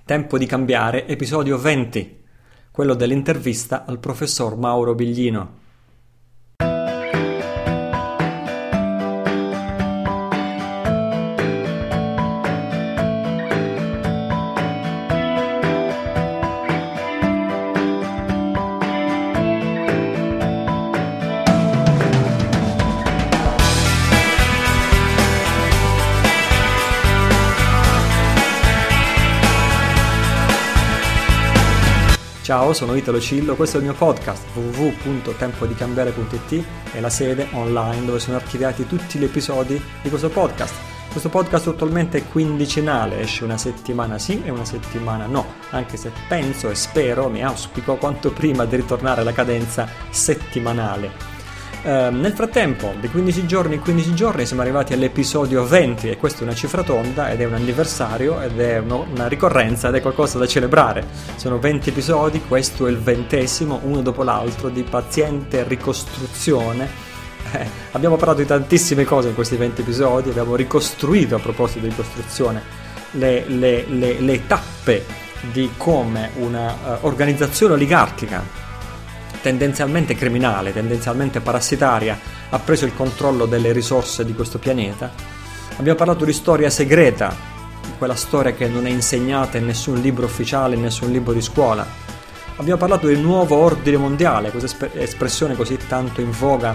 Tempo di cambiare, episodio 20, quello dell'intervista al professor Mauro Biglino. Ciao, sono Italo Cillo, questo è il mio podcast www.tempodicambiare.it, è la sede online dove sono archiviati tutti gli episodi di questo podcast. Questo podcast attualmente è quindicinale, esce una settimana sì e una settimana no, anche se penso e spero, mi auspico quanto prima di ritornare alla cadenza settimanale. Nel frattempo, di 15 giorni in 15 giorni siamo arrivati all'episodio 20 e questa è una cifra tonda ed è un anniversario ed è una ricorrenza ed è qualcosa da celebrare. Sono 20 episodi, questo è il 20°, uno dopo l'altro, di paziente ricostruzione. Abbiamo parlato di tantissime cose in questi 20 episodi, abbiamo ricostruito, a proposito di ricostruzione, le tappe di come una organizzazione oligarchica tendenzialmente criminale, tendenzialmente parassitaria, ha preso il controllo delle risorse di questo pianeta. Abbiamo parlato di storia segreta, quella storia che non è insegnata in nessun libro ufficiale, in nessun libro di scuola. Abbiamo parlato del nuovo ordine mondiale, questa espressione così tanto in voga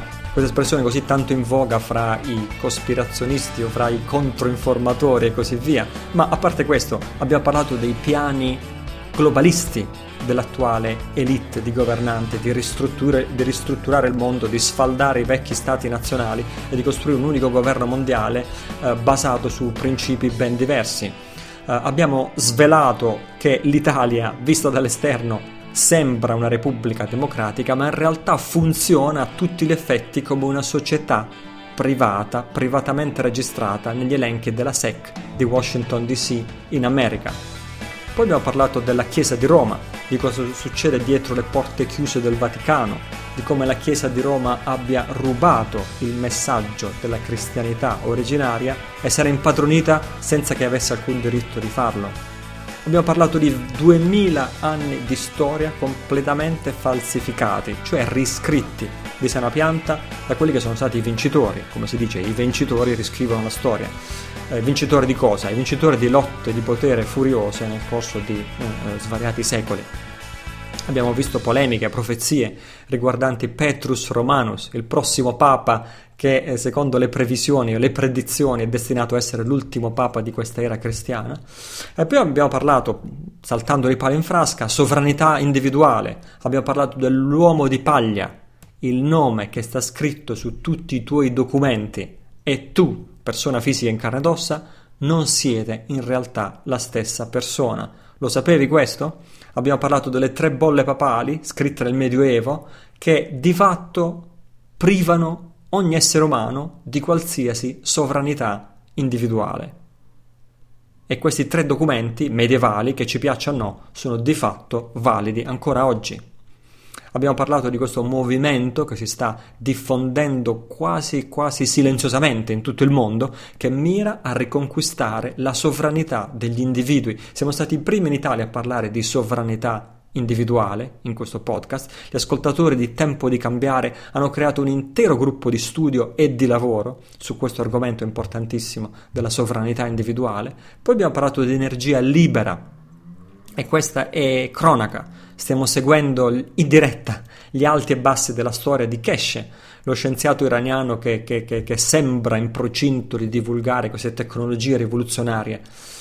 fra i cospirazionisti o fra i controinformatori e così via. Ma a parte questo, abbiamo parlato dei piani globalisti dell'attuale elite di governanti di ristrutturare il mondo, di sfaldare i vecchi stati nazionali e di costruire un unico governo mondiale basato su principi ben diversi. Abbiamo svelato che l'Italia, vista dall'esterno, sembra una repubblica democratica, ma in realtà funziona a tutti gli effetti come una società privata, privatamente registrata negli elenchi della SEC di Washington DC in America. Poi abbiamo parlato della Chiesa di Roma, di cosa succede dietro le porte chiuse del Vaticano, di come la Chiesa di Roma abbia rubato il messaggio della cristianità originaria e si era impadronita senza che avesse alcun diritto di farlo. Abbiamo parlato di 2000 anni di storia completamente falsificati, cioè riscritti di sana pianta da quelli che sono stati i vincitori. Come si dice, i vincitori riscrivono la storia. Vincitori di cosa? I vincitori di lotte di potere furiose nel corso di svariati secoli. Abbiamo visto polemiche, profezie riguardanti Petrus Romanus, il prossimo papa che secondo le previsioni o le predizioni è destinato a essere l'ultimo papa di questa era cristiana. E poi abbiamo parlato, saltando di palo in frasca, sovranità individuale. Abbiamo parlato dell'uomo di paglia, il nome che sta scritto su tutti i tuoi documenti e tu, persona fisica in carne ed ossa, non siete in realtà la stessa persona. Lo sapevi questo? Abbiamo parlato delle 3 bolle papali scritte nel Medioevo che di fatto privano ogni essere umano di qualsiasi sovranità individuale. E questi 3 documenti medievali, che ci piaccia o no, sono di fatto validi ancora oggi. Abbiamo parlato di questo movimento che si sta diffondendo quasi silenziosamente in tutto il mondo, che mira a riconquistare la sovranità degli individui. Siamo stati i primi in Italia a parlare di sovranità individuale in questo podcast. Gli ascoltatori di Tempo di Cambiare hanno creato un intero gruppo di studio e di lavoro su questo argomento importantissimo della sovranità individuale. Poi abbiamo parlato di energia libera. E questa è cronaca. Stiamo seguendo in diretta gli alti e bassi della storia di Keshe, lo scienziato iraniano che sembra in procinto di divulgare queste tecnologie rivoluzionarie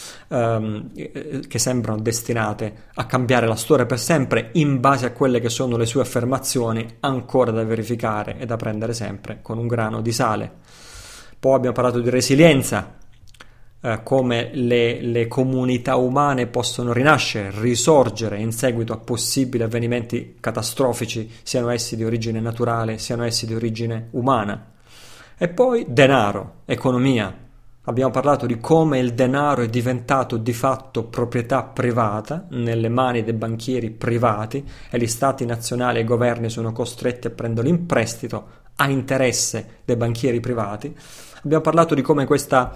che sembrano destinate a cambiare la storia per sempre in base a quelle che sono le sue affermazioni, ancora da verificare e da prendere sempre con un grano di sale. Poi abbiamo parlato di resilienza, come le comunità umane possono rinascere, risorgere in seguito a possibili avvenimenti catastrofici, siano essi di origine naturale, siano essi di origine umana. E poi denaro, economia. Abbiamo parlato di come il denaro è diventato di fatto proprietà privata nelle mani dei banchieri privati e gli stati nazionali e i governi sono costretti a prenderlo in prestito a interesse dei banchieri privati. Abbiamo parlato di come questa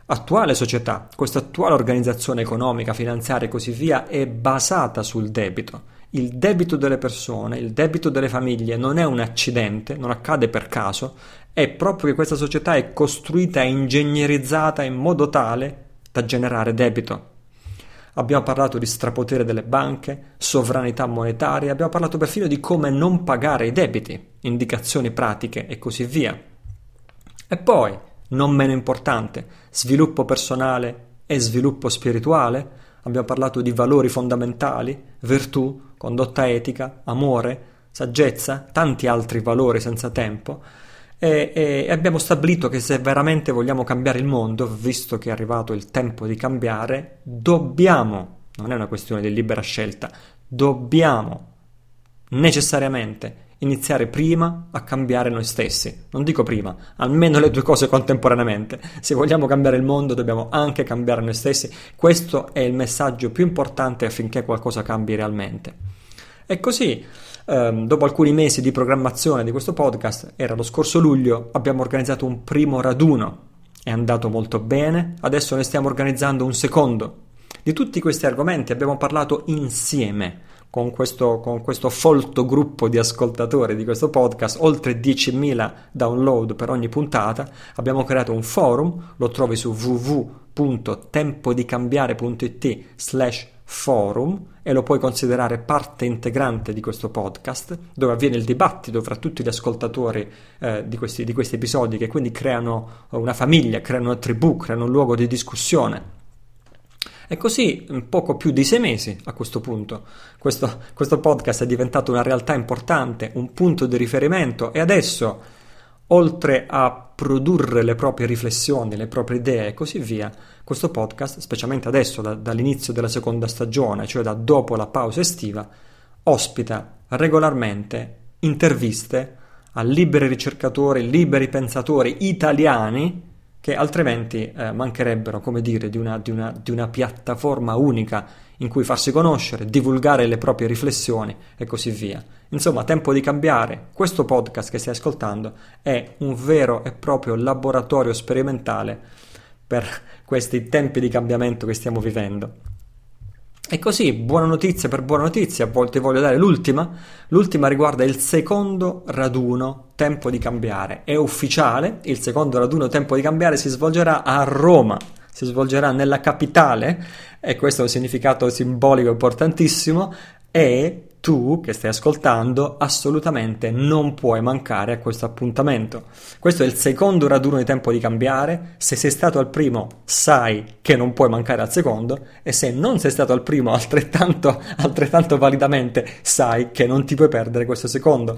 attuale società, questa attuale organizzazione economica, finanziaria e così via è basata sul debito. Il debito delle persone, il debito delle famiglie non è un accidente, non accade per caso, è proprio che questa società è costruita e ingegnerizzata in modo tale da generare debito. Abbiamo parlato di strapotere delle banche, sovranità monetaria, abbiamo parlato perfino di come non pagare i debiti, indicazioni pratiche e così via. E poi, non meno importante, sviluppo personale e sviluppo spirituale. Abbiamo parlato di valori fondamentali, virtù, condotta etica, amore, saggezza, tanti altri valori senza tempo. E abbiamo stabilito che se veramente vogliamo cambiare il mondo, visto che è arrivato il tempo di cambiare, dobbiamo, non è una questione di libera scelta, dobbiamo necessariamente iniziare prima a cambiare noi stessi. Non dico prima, almeno le due cose contemporaneamente. Se vogliamo cambiare il mondo dobbiamo anche cambiare noi stessi. Questo è il messaggio più importante affinché qualcosa cambi realmente. E così, dopo alcuni mesi di programmazione di questo podcast, era lo scorso luglio, abbiamo organizzato un primo raduno. È andato molto bene, adesso ne stiamo organizzando un secondo. Di tutti questi argomenti abbiamo parlato insieme con questo folto gruppo di ascoltatori di questo podcast, oltre 10.000 download per ogni puntata. Abbiamo creato un forum, lo trovi su www.tempodicambiare.it/forum e lo puoi considerare parte integrante di questo podcast, dove avviene il dibattito fra tutti gli ascoltatori di questi episodi, che quindi creano una famiglia, creano una tribù, creano un luogo di discussione. E così, in poco più di 6 mesi a questo punto, questo podcast è diventato una realtà importante, un punto di riferimento, e adesso, oltre a produrre le proprie riflessioni, le proprie idee e così via, questo podcast, specialmente adesso dall'inizio della seconda stagione, cioè da dopo la pausa estiva, ospita regolarmente interviste a liberi ricercatori, liberi pensatori italiani che altrimenti mancherebbero, come dire, di una piattaforma unica in cui farsi conoscere, divulgare le proprie riflessioni e così via. Insomma, Tempo di cambiare, questo podcast che stai ascoltando è un vero e proprio laboratorio sperimentale per questi tempi di cambiamento che stiamo vivendo. E così, buona notizia per buona notizia, a volte voglio dare l'ultima riguarda il secondo raduno Tempo di cambiare. È ufficiale, il secondo raduno Tempo di cambiare si svolgerà a Roma, si svolgerà nella capitale, e questo è un significato simbolico importantissimo, e tu che stai ascoltando assolutamente non puoi mancare a questo appuntamento. Questo è il secondo raduno di Tempo di cambiare. Se sei stato al primo sai che non puoi mancare al secondo, e se non sei stato al primo altrettanto validamente sai che non ti puoi perdere questo secondo.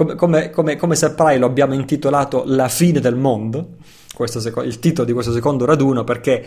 Come saprai, lo abbiamo intitolato La fine del mondo, il titolo di questo secondo raduno, perché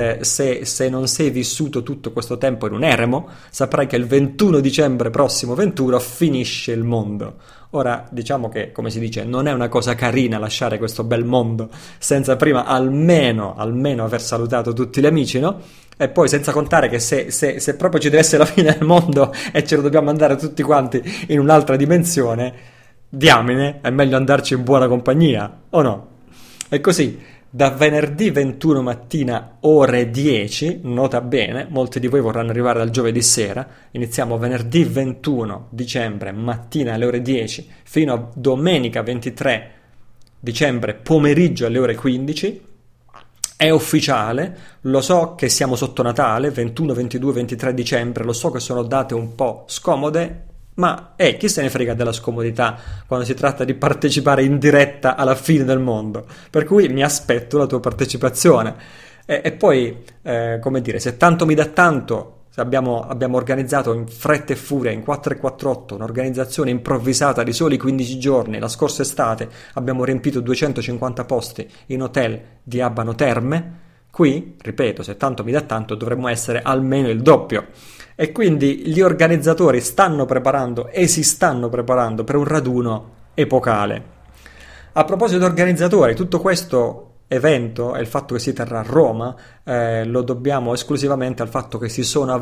se non sei vissuto tutto questo tempo in un eremo, saprai che il 21 dicembre prossimo venturo finisce il mondo. Ora, diciamo che, come si dice, non è una cosa carina lasciare questo bel mondo senza prima almeno aver salutato tutti gli amici, no? E poi senza contare che se proprio ci deve essere la fine del mondo e ce lo dobbiamo andare tutti quanti in un'altra dimensione, diamine, è meglio andarci in buona compagnia, o no? E così, da venerdì 21 mattina ore 10, nota bene, molti di voi vorranno arrivare dal giovedì sera, iniziamo venerdì 21 dicembre mattina alle ore 10 fino a domenica 23 dicembre pomeriggio alle ore 15. È ufficiale, lo so che siamo sotto Natale, 21, 22, 23 dicembre, lo so che sono date un po' scomode, ma chi se ne frega della scomodità quando si tratta di partecipare in diretta alla fine del mondo? Per cui mi aspetto la tua partecipazione. E poi, come dire, se tanto mi dà tanto, abbiamo organizzato in fretta e furia, in 448, un'organizzazione improvvisata di soli 15 giorni. La scorsa estate abbiamo riempito 250 posti in hotel di Abano Terme. Qui, ripeto, se tanto mi dà tanto, dovremmo essere almeno il doppio. E quindi gli organizzatori si stanno preparando per un raduno epocale. A proposito di organizzatori, tutto questo evento e il fatto che si terrà a Roma lo dobbiamo esclusivamente al fatto che si sono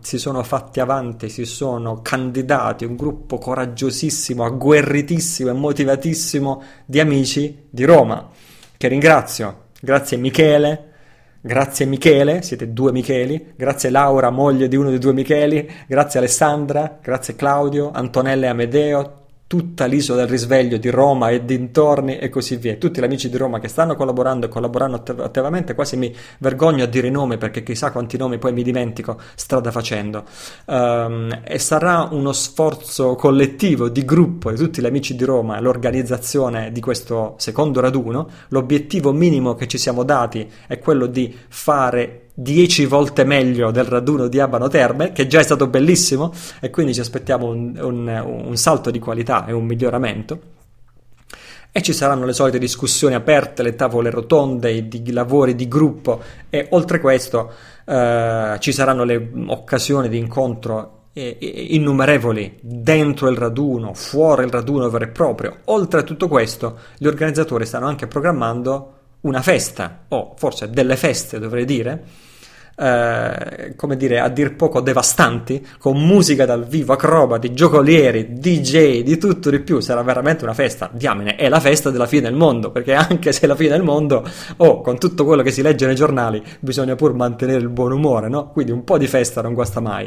candidati un gruppo coraggiosissimo, agguerritissimo e motivatissimo di amici di Roma, che ringrazio. Grazie Michele, grazie Michele, siete 2 Micheli, grazie Laura, moglie di uno dei 2 Micheli, grazie Alessandra, grazie Claudio, Antonella e Amedeo, tutta l'isola del risveglio di Roma e dintorni e così via, tutti gli amici di Roma che stanno collaborando e collaborano attivamente, quasi mi vergogno a dire i nomi perché chissà quanti nomi poi mi dimentico strada facendo, e sarà uno sforzo collettivo di gruppo di tutti gli amici di Roma l'organizzazione di questo secondo raduno. L'obiettivo minimo che ci siamo dati è quello di fare 10 volte meglio del raduno di Abano Terme, che già è stato bellissimo, e quindi ci aspettiamo un salto di qualità e un miglioramento. E ci saranno le solite discussioni aperte, le tavole rotonde, i lavori di gruppo, e oltre questo ci saranno le occasioni di incontro innumerevoli dentro il raduno, fuori il raduno vero e proprio. Oltre a tutto questo, gli organizzatori stanno anche programmando una festa, o forse delle feste dovrei dire, come dire, a dir poco devastanti, con musica dal vivo, acrobati, giocolieri, DJ, di tutto di più. Sarà veramente una festa, diamine, è la festa della fine del mondo, perché anche se è la fine del mondo, con tutto quello che si legge nei giornali, bisogna pur mantenere il buon umore, no? Quindi un po' di festa non guasta mai.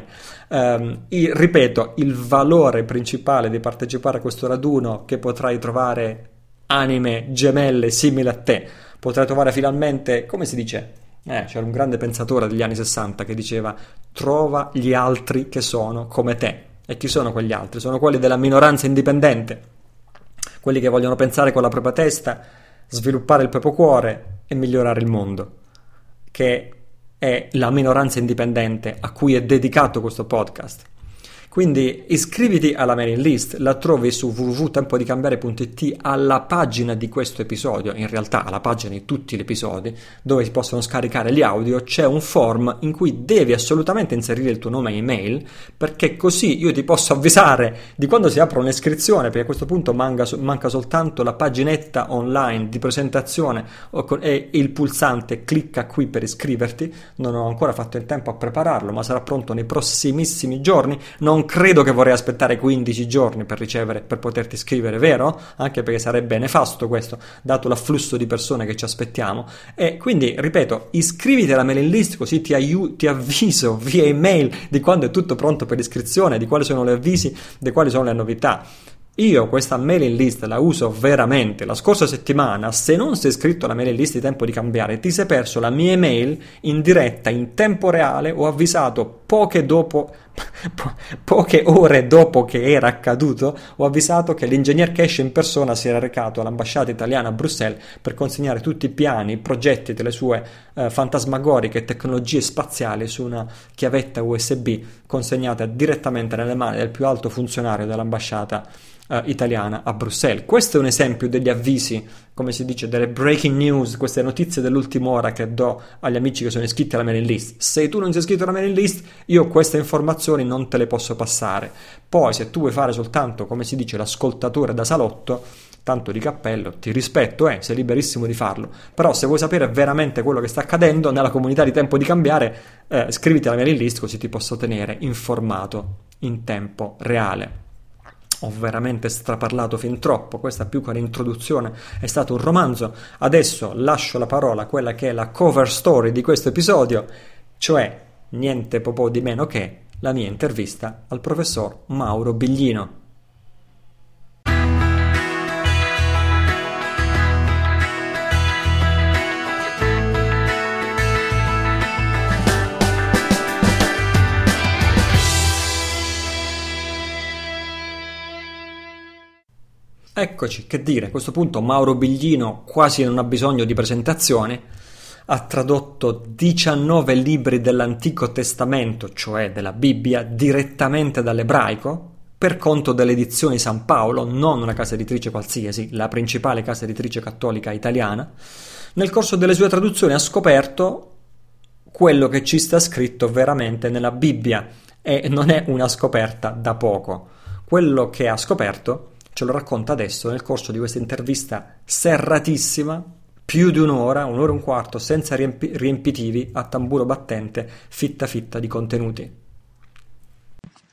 Ripeto, il valore principale di partecipare a questo raduno, che potrai trovare anime gemelle simili a te, potrai trovare finalmente, come si dice? C'era un grande pensatore degli anni 60 che diceva: trova gli altri che sono come te. E chi sono quegli altri? Sono quelli della minoranza indipendente, quelli che vogliono pensare con la propria testa, sviluppare il proprio cuore e migliorare il mondo, che è la minoranza indipendente a cui è dedicato questo podcast. Quindi iscriviti alla mailing list, la trovi su www.tempodicambiare.it, alla pagina di questo episodio, in realtà alla pagina di tutti gli episodi, dove si possono scaricare gli audio. C'è un form in cui devi assolutamente inserire il tuo nome e email, perché così io ti posso avvisare di quando si apre un'iscrizione, perché a questo punto manca soltanto la paginetta online di presentazione e il pulsante clicca qui per iscriverti. Non ho ancora fatto il tempo a prepararlo, ma sarà pronto nei prossimissimi giorni. Non credo che vorrei aspettare 15 giorni per poterti iscrivere, vero? Anche perché sarebbe nefasto questo, dato l'afflusso di persone che ci aspettiamo. E quindi, ripeto, iscriviti alla mailing list, così ti avviso via email di quando è tutto pronto per iscrizione, di quali sono gli avvisi, di quali sono le novità. Io questa mailing list la uso veramente. La scorsa settimana, se non sei iscritto alla mailing list di Tempo di Cambiare, ti sei perso la mia email in diretta, in tempo reale. Ho avvisato poche ore dopo che era accaduto, ho avvisato che l'ingegner Cash in persona si era recato all'ambasciata italiana a Bruxelles per consegnare tutti i piani, i progetti delle sue fantasmagoriche tecnologie spaziali su una chiavetta USB consegnata direttamente nelle mani del più alto funzionario dell'ambasciata italiana a Bruxelles. Questo è un esempio degli avvisi, come si dice, delle breaking news, queste notizie dell'ultima ora che do agli amici che sono iscritti alla mailing list. Se tu non sei iscritto alla mailing list, io queste informazioni non te le posso passare. Poi se tu vuoi fare soltanto, come si dice, l'ascoltatore da salotto, tanto di cappello, ti rispetto, sei liberissimo di farlo. Però se vuoi sapere veramente quello che sta accadendo nella comunità di Tempo di Cambiare, iscriviti alla mailing list, così ti posso tenere informato in tempo reale. Ho veramente straparlato fin troppo, questa più che un'introduzione è stato un romanzo. Adesso lascio la parola a quella che è la cover story di questo episodio, cioè niente po' di meno che la mia intervista al professor Mauro Biglino. Eccoci, che dire, a questo punto Mauro Biglino quasi non ha bisogno di presentazioni, ha tradotto 19 libri dell'Antico Testamento, cioè della Bibbia, direttamente dall'ebraico, per conto delle edizioni San Paolo, non una casa editrice qualsiasi, la principale casa editrice cattolica italiana. Nel corso delle sue traduzioni ha scoperto quello che ci sta scritto veramente nella Bibbia, e non è una scoperta da poco. Quello che ha scoperto ce lo racconta adesso nel corso di questa intervista serratissima, più di un'ora e un quarto, senza riempitivi, a tamburo battente, fitta di contenuti.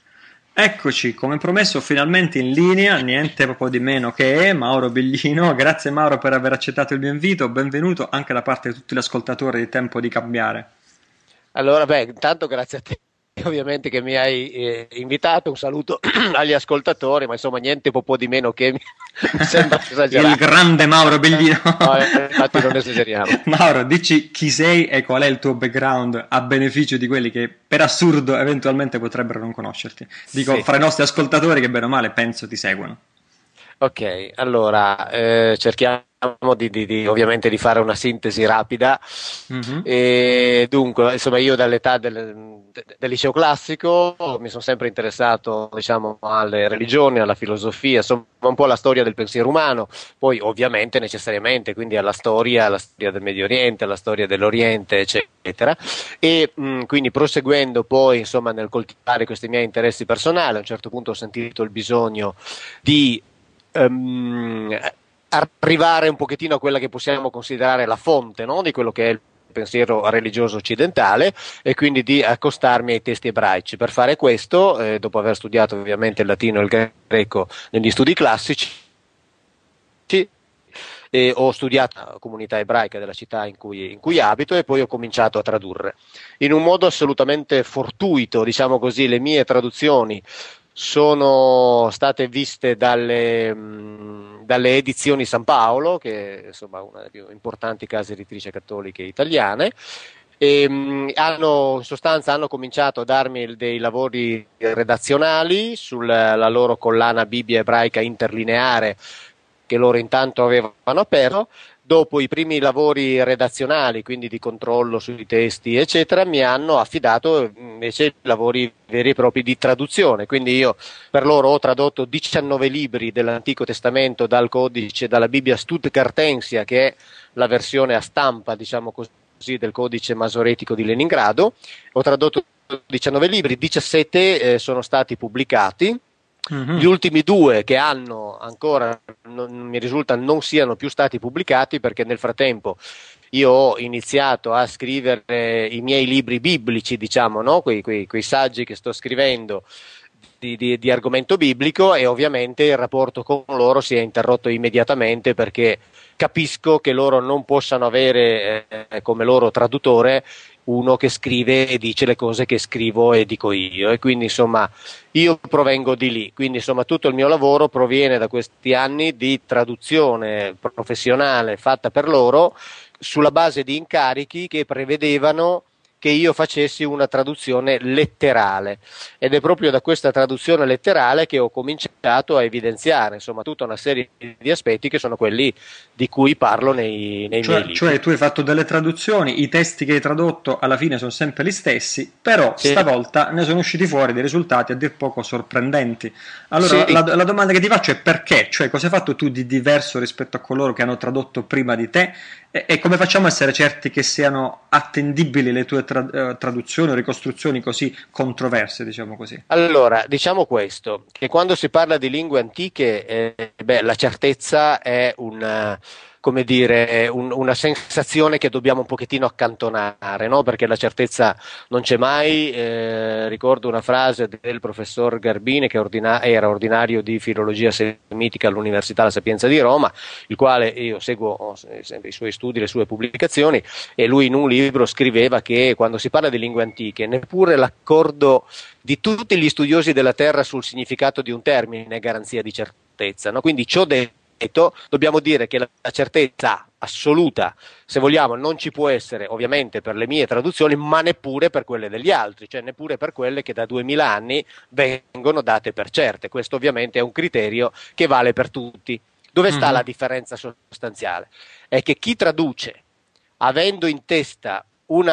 Eccoci, come promesso, finalmente in linea, niente proprio di meno che Mauro Biglino. Grazie Mauro per aver accettato il mio invito, benvenuto anche da parte di tutti gli ascoltatori di Tempo di Cambiare. Allora, beh, intanto grazie a te ovviamente che mi hai invitato, un saluto agli ascoltatori, ma insomma niente po' di meno che mi sembra Il esagerato. grande Mauro Biglino. No, infatti non esageriamo. Mauro, dici chi sei e qual è il tuo background a beneficio di quelli che per assurdo eventualmente potrebbero non conoscerti. Dico, Sì. fra i nostri ascoltatori che bene o male penso ti seguono. Ok, allora cerchiamo ovviamente di fare una sintesi rapida. Mhm. E dunque, insomma, io dall'età del liceo classico mi sono sempre interessato, diciamo, alle religioni, alla filosofia, insomma, un po' alla storia del pensiero umano, poi ovviamente necessariamente, quindi alla storia del Medio Oriente, alla storia dell'Oriente, eccetera. E quindi proseguendo poi, insomma, nel coltivare questi miei interessi personali, a un certo punto ho sentito il bisogno di ehm, arrivare un pochettino a quella che possiamo considerare la fonte, no? Di quello che è il pensiero religioso occidentale e quindi di accostarmi ai testi ebraici. Per fare questo, dopo aver studiato ovviamente il latino e il greco negli studi classici, ho studiato la comunità ebraica della città in cui abito e poi ho cominciato a tradurre. In un modo assolutamente fortuito, diciamo così, le mie traduzioni sono state viste dalle edizioni San Paolo, che è insomma una delle più importanti case editrici cattoliche italiane, e in sostanza hanno cominciato a darmi dei lavori redazionali sulla loro collana Bibbia ebraica interlineare che loro intanto avevano aperto. Dopo i primi lavori redazionali, quindi di controllo sui testi, eccetera, mi hanno affidato invece lavori veri e propri di traduzione. Quindi io per loro ho tradotto 19 libri dell'Antico Testamento dal codice, dalla Bibbia Stuttgartensia, che è la versione a stampa, diciamo così, del codice masoretico di Leningrado. Ho tradotto 19 libri, 17 sono stati pubblicati. Gli Mhm. ultimi due che hanno ancora, mi risulta, non siano più stati pubblicati perché nel frattempo io ho iniziato a scrivere i miei libri biblici, diciamo, no? Quei saggi che sto scrivendo di argomento biblico e ovviamente il rapporto con loro si è interrotto immediatamente perché capisco che loro non possano avere come loro traduttore uno che scrive e dice le cose che scrivo e dico io e quindi insomma io provengo di lì, quindi insomma tutto il mio lavoro proviene da questi anni di traduzione professionale fatta per loro sulla base di incarichi che prevedevano che io facessi una traduzione letterale ed è proprio da questa traduzione letterale che ho cominciato a evidenziare insomma tutta una serie di aspetti che sono quelli di cui parlo nei miei Cioè, libri. tu hai fatto delle traduzioni, i testi che hai tradotto alla fine sono sempre gli stessi, però Sì, stavolta ne sono usciti fuori dei risultati a dir poco sorprendenti. Allora, sì. la domanda che ti faccio è perché? Cioè, cosa hai fatto tu di diverso rispetto a coloro che hanno tradotto prima di te? E come facciamo a essere certi che siano attendibili le tue traduzioni o ricostruzioni così controverse, diciamo così? Allora, diciamo questo, che quando si parla di lingue antiche, beh, la certezza è come dire, una sensazione che dobbiamo un pochettino accantonare, no? Perché la certezza non c'è mai. Ricordo una frase del professor Garbini, che era ordinario di filologia semitica all'Università La Sapienza di Roma, il quale io seguo sempre i suoi studi, le sue pubblicazioni, e lui in un libro scriveva che quando si parla di lingue antiche, neppure l'accordo di tutti gli studiosi della Terra sul significato di un termine è garanzia di certezza, no? Quindi ciò detto, dobbiamo dire che la certezza assoluta, se vogliamo, non ci può essere ovviamente per le mie traduzioni, ma neppure per quelle degli altri, cioè neppure per quelle che da 2000 anni vengono date per certe. Questo ovviamente è un criterio che vale per tutti. Dove sta la Mhm. differenza sostanziale? È che chi traduce avendo in testa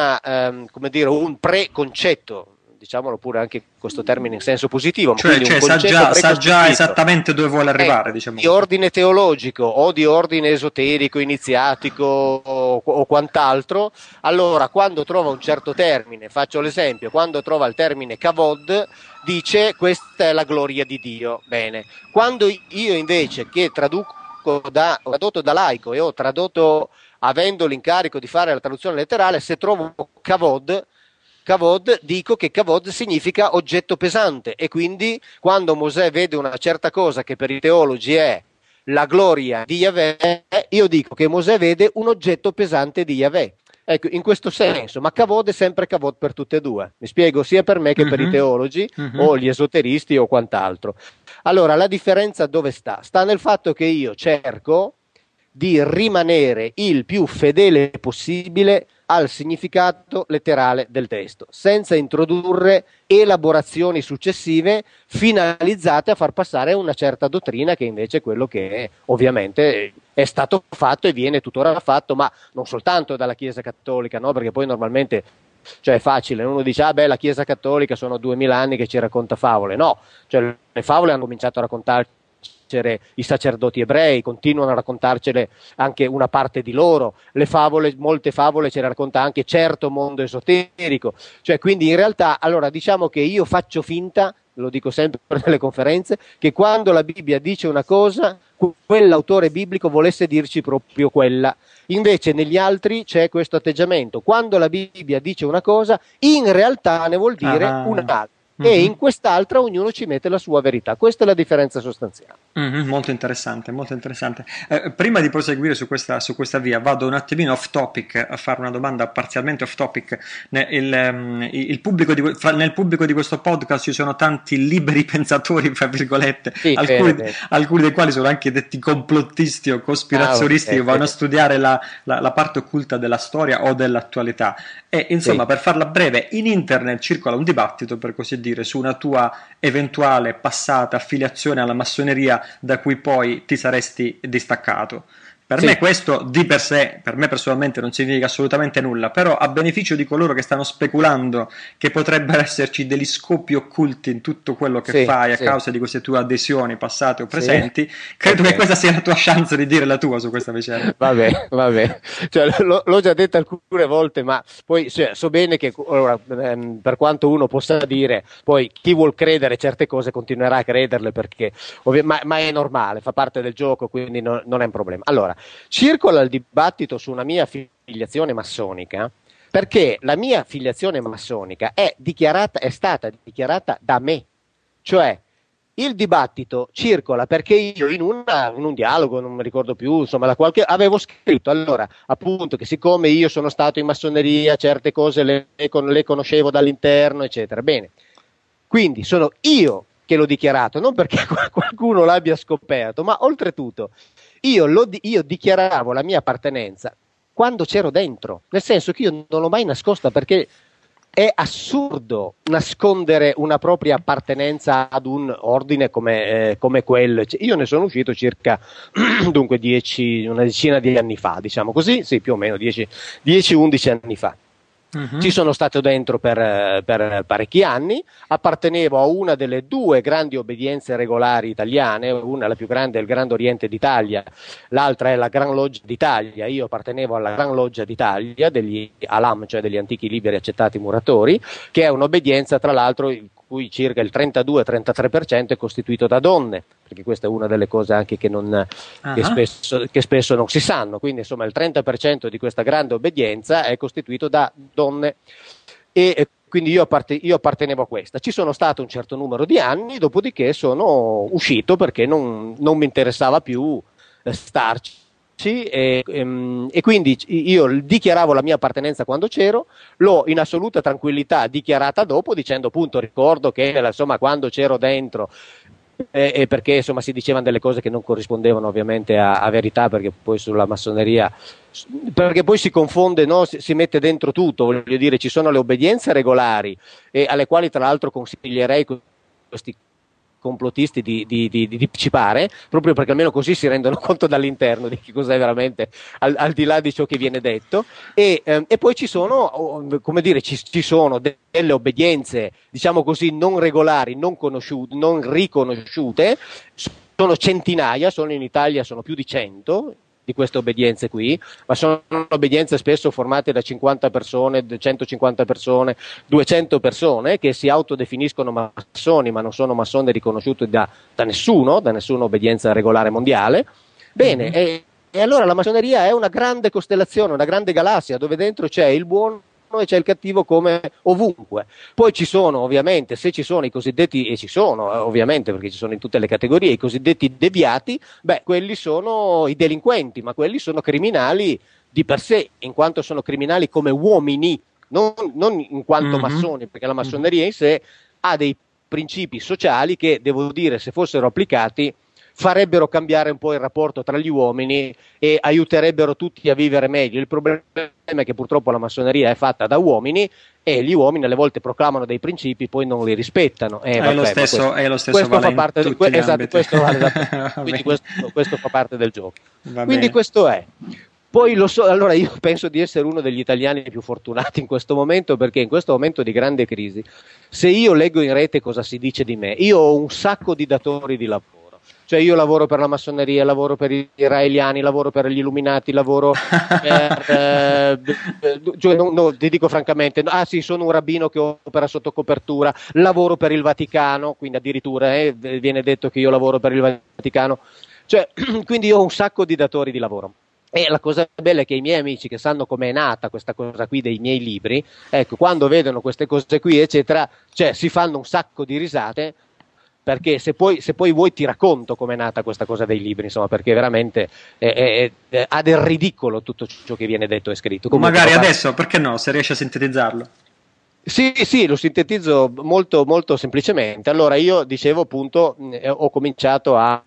come dire, un preconcetto, diciamolo pure anche questo termine in senso positivo, ma Cioè, quindi un cioè concetto sa già precostituito, esattamente dove vuole arrivare, ecco, diciamo di così. ordine teologico o di ordine esoterico, iniziatico o quant'altro, allora quando trova un certo termine, faccio l'esempio, quando trova il termine kavod, dice questa è la gloria di Dio. Bene, quando io invece che ho tradotto da laico e ho tradotto avendo l'incarico di fare la traduzione letterale, se trovo kavod Kavod, dico che Kavod significa oggetto pesante, e quindi quando Mosè vede una certa cosa che per i teologi è la gloria di Yahweh, io dico che Mosè vede un oggetto pesante di Yahweh. Ecco, in questo senso, ma Kavod è sempre Kavod per tutte e due. Mi spiego, sia per me che per i teologi o gli esoteristi o quant'altro. Allora, la differenza dove sta? Sta nel fatto che io cerco di rimanere il più fedele possibile al significato letterale del testo, senza introdurre elaborazioni successive finalizzate a far passare una certa dottrina, che invece è quello che ovviamente è stato fatto e viene tuttora fatto, ma non soltanto dalla Chiesa Cattolica, no? Perché poi normalmente, cioè, è facile, uno dice la Chiesa Cattolica sono 2000 anni che ci racconta favole. No, cioè, le favole hanno cominciato a raccontare i sacerdoti ebrei, continuano a raccontarcele anche una parte di loro, le favole, molte favole ce le racconta anche certo mondo esoterico, cioè, quindi in realtà, allora, diciamo che io faccio finta, lo dico sempre nelle conferenze, che quando la Bibbia dice una cosa, quell'autore biblico volesse dirci proprio quella. Invece negli altri c'è questo atteggiamento: quando la Bibbia dice una cosa, in realtà ne vuol dire un'altra. E in quest'altra ognuno ci mette la sua verità. Questa è la differenza sostanziale. Molto interessante, molto interessante. Prima di proseguire su questa via, vado un attimino off topic a fare una domanda parzialmente off topic. Nel pubblico di questo podcast ci sono tanti liberi pensatori, fra virgolette, sì, alcuni dei quali sono anche detti complottisti o cospirazionisti, che vanno a studiare la parte occulta della storia o dell'attualità. E insomma, per farla breve, in internet circola un dibattito, per così dire, su una tua eventuale passata affiliazione alla massoneria da cui poi ti saresti distaccato. Per me questo di per sé, per me personalmente, non significa assolutamente nulla, però a beneficio di coloro che stanno speculando che potrebbero esserci degli scopi occulti in tutto quello che fai a causa di queste tue adesioni passate o presenti, credo che questa sia la tua chance di dire la tua su questa vicenda. Vabbè. Cioè, l'ho già detto alcune volte, ma poi so bene che per quanto uno possa dire, poi chi vuol credere certe cose continuerà a crederle, perché ma è normale, fa parte del gioco, quindi non è un problema. Allora, circola il dibattito su una mia filiazione massonica, perché la mia filiazione massonica è stata dichiarata da me, cioè il dibattito circola perché io in un dialogo, non mi ricordo più, insomma, avevo scritto allora appunto che siccome io sono stato in massoneria, certe cose le conoscevo dall'interno, eccetera. Bene, quindi sono io che l'ho dichiarato, non perché qualcuno l'abbia scoperto, ma oltretutto io dichiaravo la mia appartenenza quando c'ero dentro, nel senso che io non l'ho mai nascosta, perché è assurdo nascondere una propria appartenenza ad un ordine come quello. Io ne sono uscito circa dunque una decina di anni fa, diciamo così, sì, più o meno 10-11 anni fa. Ci sono stato dentro per parecchi anni, appartenevo a una delle due grandi obbedienze regolari italiane, una la più grande è il Grande Oriente d'Italia, l'altra è la Gran Loggia d'Italia. Io appartenevo alla Gran Loggia d'Italia degli Alam, cioè degli antichi liberi accettati muratori, che è un'obbedienza tra l'altro cui circa il 32-33% è costituito da donne, perché questa è una delle cose anche che spesso non si sanno. Quindi insomma il 30% di questa grande obbedienza è costituito da donne, e quindi io appartenevo a questa. Ci sono stato un certo numero di anni, dopodiché sono uscito perché non mi interessava più starci. E quindi io dichiaravo la mia appartenenza quando c'ero, l'ho in assoluta tranquillità dichiarata dopo, dicendo appunto, ricordo che insomma quando c'ero dentro, perché insomma si dicevano delle cose che non corrispondevano ovviamente a verità, perché poi sulla massoneria, perché poi si confonde, no? Si mette dentro tutto, voglio dire, ci sono le obbedienze regolari, e alle quali tra l'altro consiglierei questi complottisti di partecipare, proprio perché almeno così si rendono conto dall'interno di che cos'è veramente al di là di ciò che viene detto, e poi ci sono, come dire, ci sono delle obbedienze, diciamo così, non regolari, non conosciute, non riconosciute, sono centinaia, sono in Italia, sono più di 100 di queste obbedienze qui, ma sono obbedienze spesso formate da 50 persone, 150 persone, 200 persone che si autodefiniscono massoni, ma non sono massoni riconosciuti da nessuna obbedienza regolare mondiale. Bene, e allora la massoneria è una grande costellazione, una grande galassia, dove dentro c'è il buono e c'è il cattivo come ovunque. Poi ci sono ovviamente, se ci sono i cosiddetti, e ci sono ovviamente perché ci sono in tutte le categorie, i cosiddetti deviati, beh, quelli sono i delinquenti, ma quelli sono criminali di per sé, in quanto sono criminali come uomini, non in quanto massoni, perché la massoneria in sé ha dei principi sociali che, devo dire, se fossero applicati farebbero cambiare un po' il rapporto tra gli uomini e aiuterebbero tutti a vivere meglio. Il problema è che purtroppo la massoneria è fatta da uomini e gli uomini alle volte proclamano dei principi, poi non li rispettano. Lo stesso questo vale fa parte in tutti gli esatto, ambiti. questo vale quindi questo fa parte del gioco. Va Quindi bene. questo è. Poi lo so, allora io penso di essere uno degli italiani più fortunati in questo momento, perché in questo momento di grande crisi, se io leggo in rete cosa si dice di me, io ho un sacco di datori di lavoro. Cioè io lavoro per la massoneria, lavoro per gli israeliani, lavoro per gli illuminati, lavoro per... ti dico francamente, sì, sono un rabbino che opera sotto copertura, lavoro per il Vaticano, quindi addirittura viene detto che io lavoro per il Vaticano. Cioè, quindi io ho un sacco di datori di lavoro. E la cosa bella è che i miei amici che sanno com'è nata questa cosa qui dei miei libri, ecco, quando vedono queste cose qui, eccetera, cioè si fanno un sacco di risate, perché se poi vuoi ti racconto com'è nata questa cosa dei libri, insomma, perché veramente ha del ridicolo tutto ciò che viene detto e scritto. Comunque, magari adesso, perché no, se riesci a sintetizzarlo. Sì, lo sintetizzo molto, molto semplicemente. Allora, io dicevo appunto, ho cominciato a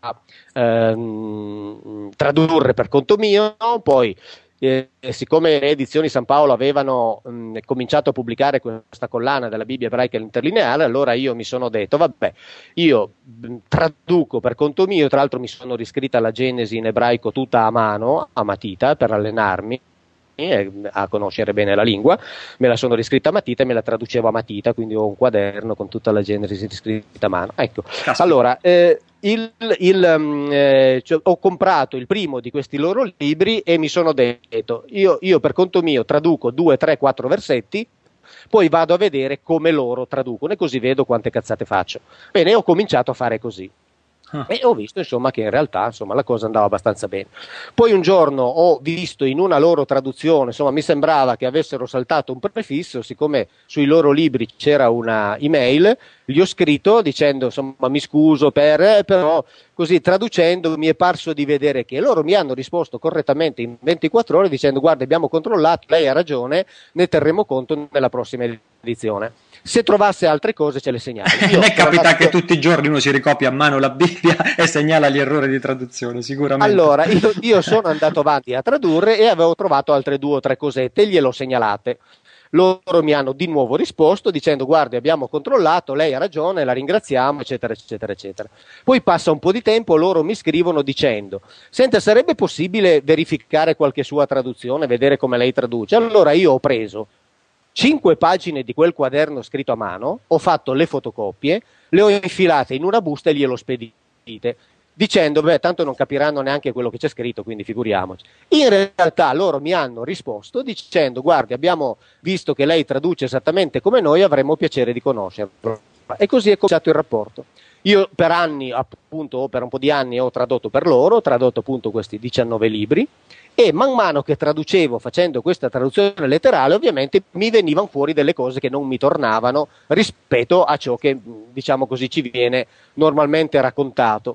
tradurre per conto mio, poi siccome le edizioni San Paolo avevano cominciato a pubblicare questa collana della Bibbia ebraica interlineare, allora io mi sono detto, vabbè, io traduco per conto mio, tra l'altro mi sono riscritta la Genesi in ebraico tutta a mano, a matita, per allenarmi a conoscere bene la lingua, me la sono riscritta a matita e me la traducevo a matita, quindi ho un quaderno con tutta la Genesi riscritta a mano. Ecco, Caspita. allora ho comprato il primo di questi loro libri e mi sono detto, io per conto mio traduco 2, 3, 4 versetti, poi vado a vedere come loro traducono e così vedo quante cazzate faccio. Bene, ho cominciato a fare così. E ho visto insomma che in realtà insomma la cosa andava abbastanza bene. Poi un giorno ho visto in una loro traduzione, insomma mi sembrava che avessero saltato un prefisso, siccome sui loro libri c'era una email, gli ho scritto dicendo insomma mi scuso però così traducendo mi è parso di vedere che loro mi hanno risposto correttamente in 24 ore dicendo guarda abbiamo controllato, lei ha ragione, ne terremo conto nella prossima edizione. Se trovasse altre cose ce le segnali. Non è capita che tutti i giorni uno si ricopia a mano la Bibbia e segnala gli errori di traduzione, sicuramente. Allora, io sono andato avanti a tradurre e avevo trovato altre 2 o 3 cosette e gliele ho segnalate. Loro mi hanno di nuovo risposto dicendo guardi abbiamo controllato, lei ha ragione, la ringraziamo, eccetera, eccetera, eccetera. Poi passa un po' di tempo, loro mi scrivono dicendo senta, sarebbe possibile verificare qualche sua traduzione, vedere come lei traduce? Allora io ho preso 5 pagine di quel quaderno scritto a mano, ho fatto le fotocopie, le ho infilate in una busta e glielo spedite, dicendo, beh, tanto non capiranno neanche quello che c'è scritto, quindi figuriamoci. In realtà loro mi hanno risposto dicendo, guardi, abbiamo visto che lei traduce esattamente come noi, avremmo piacere di conoscerlo. E così è cominciato il rapporto. Io per anni, appunto, per un po' di anni ho tradotto per loro, ho tradotto appunto questi 19 libri, e man mano che traducevo facendo questa traduzione letterale ovviamente mi venivano fuori delle cose che non mi tornavano rispetto a ciò che diciamo così ci viene normalmente raccontato.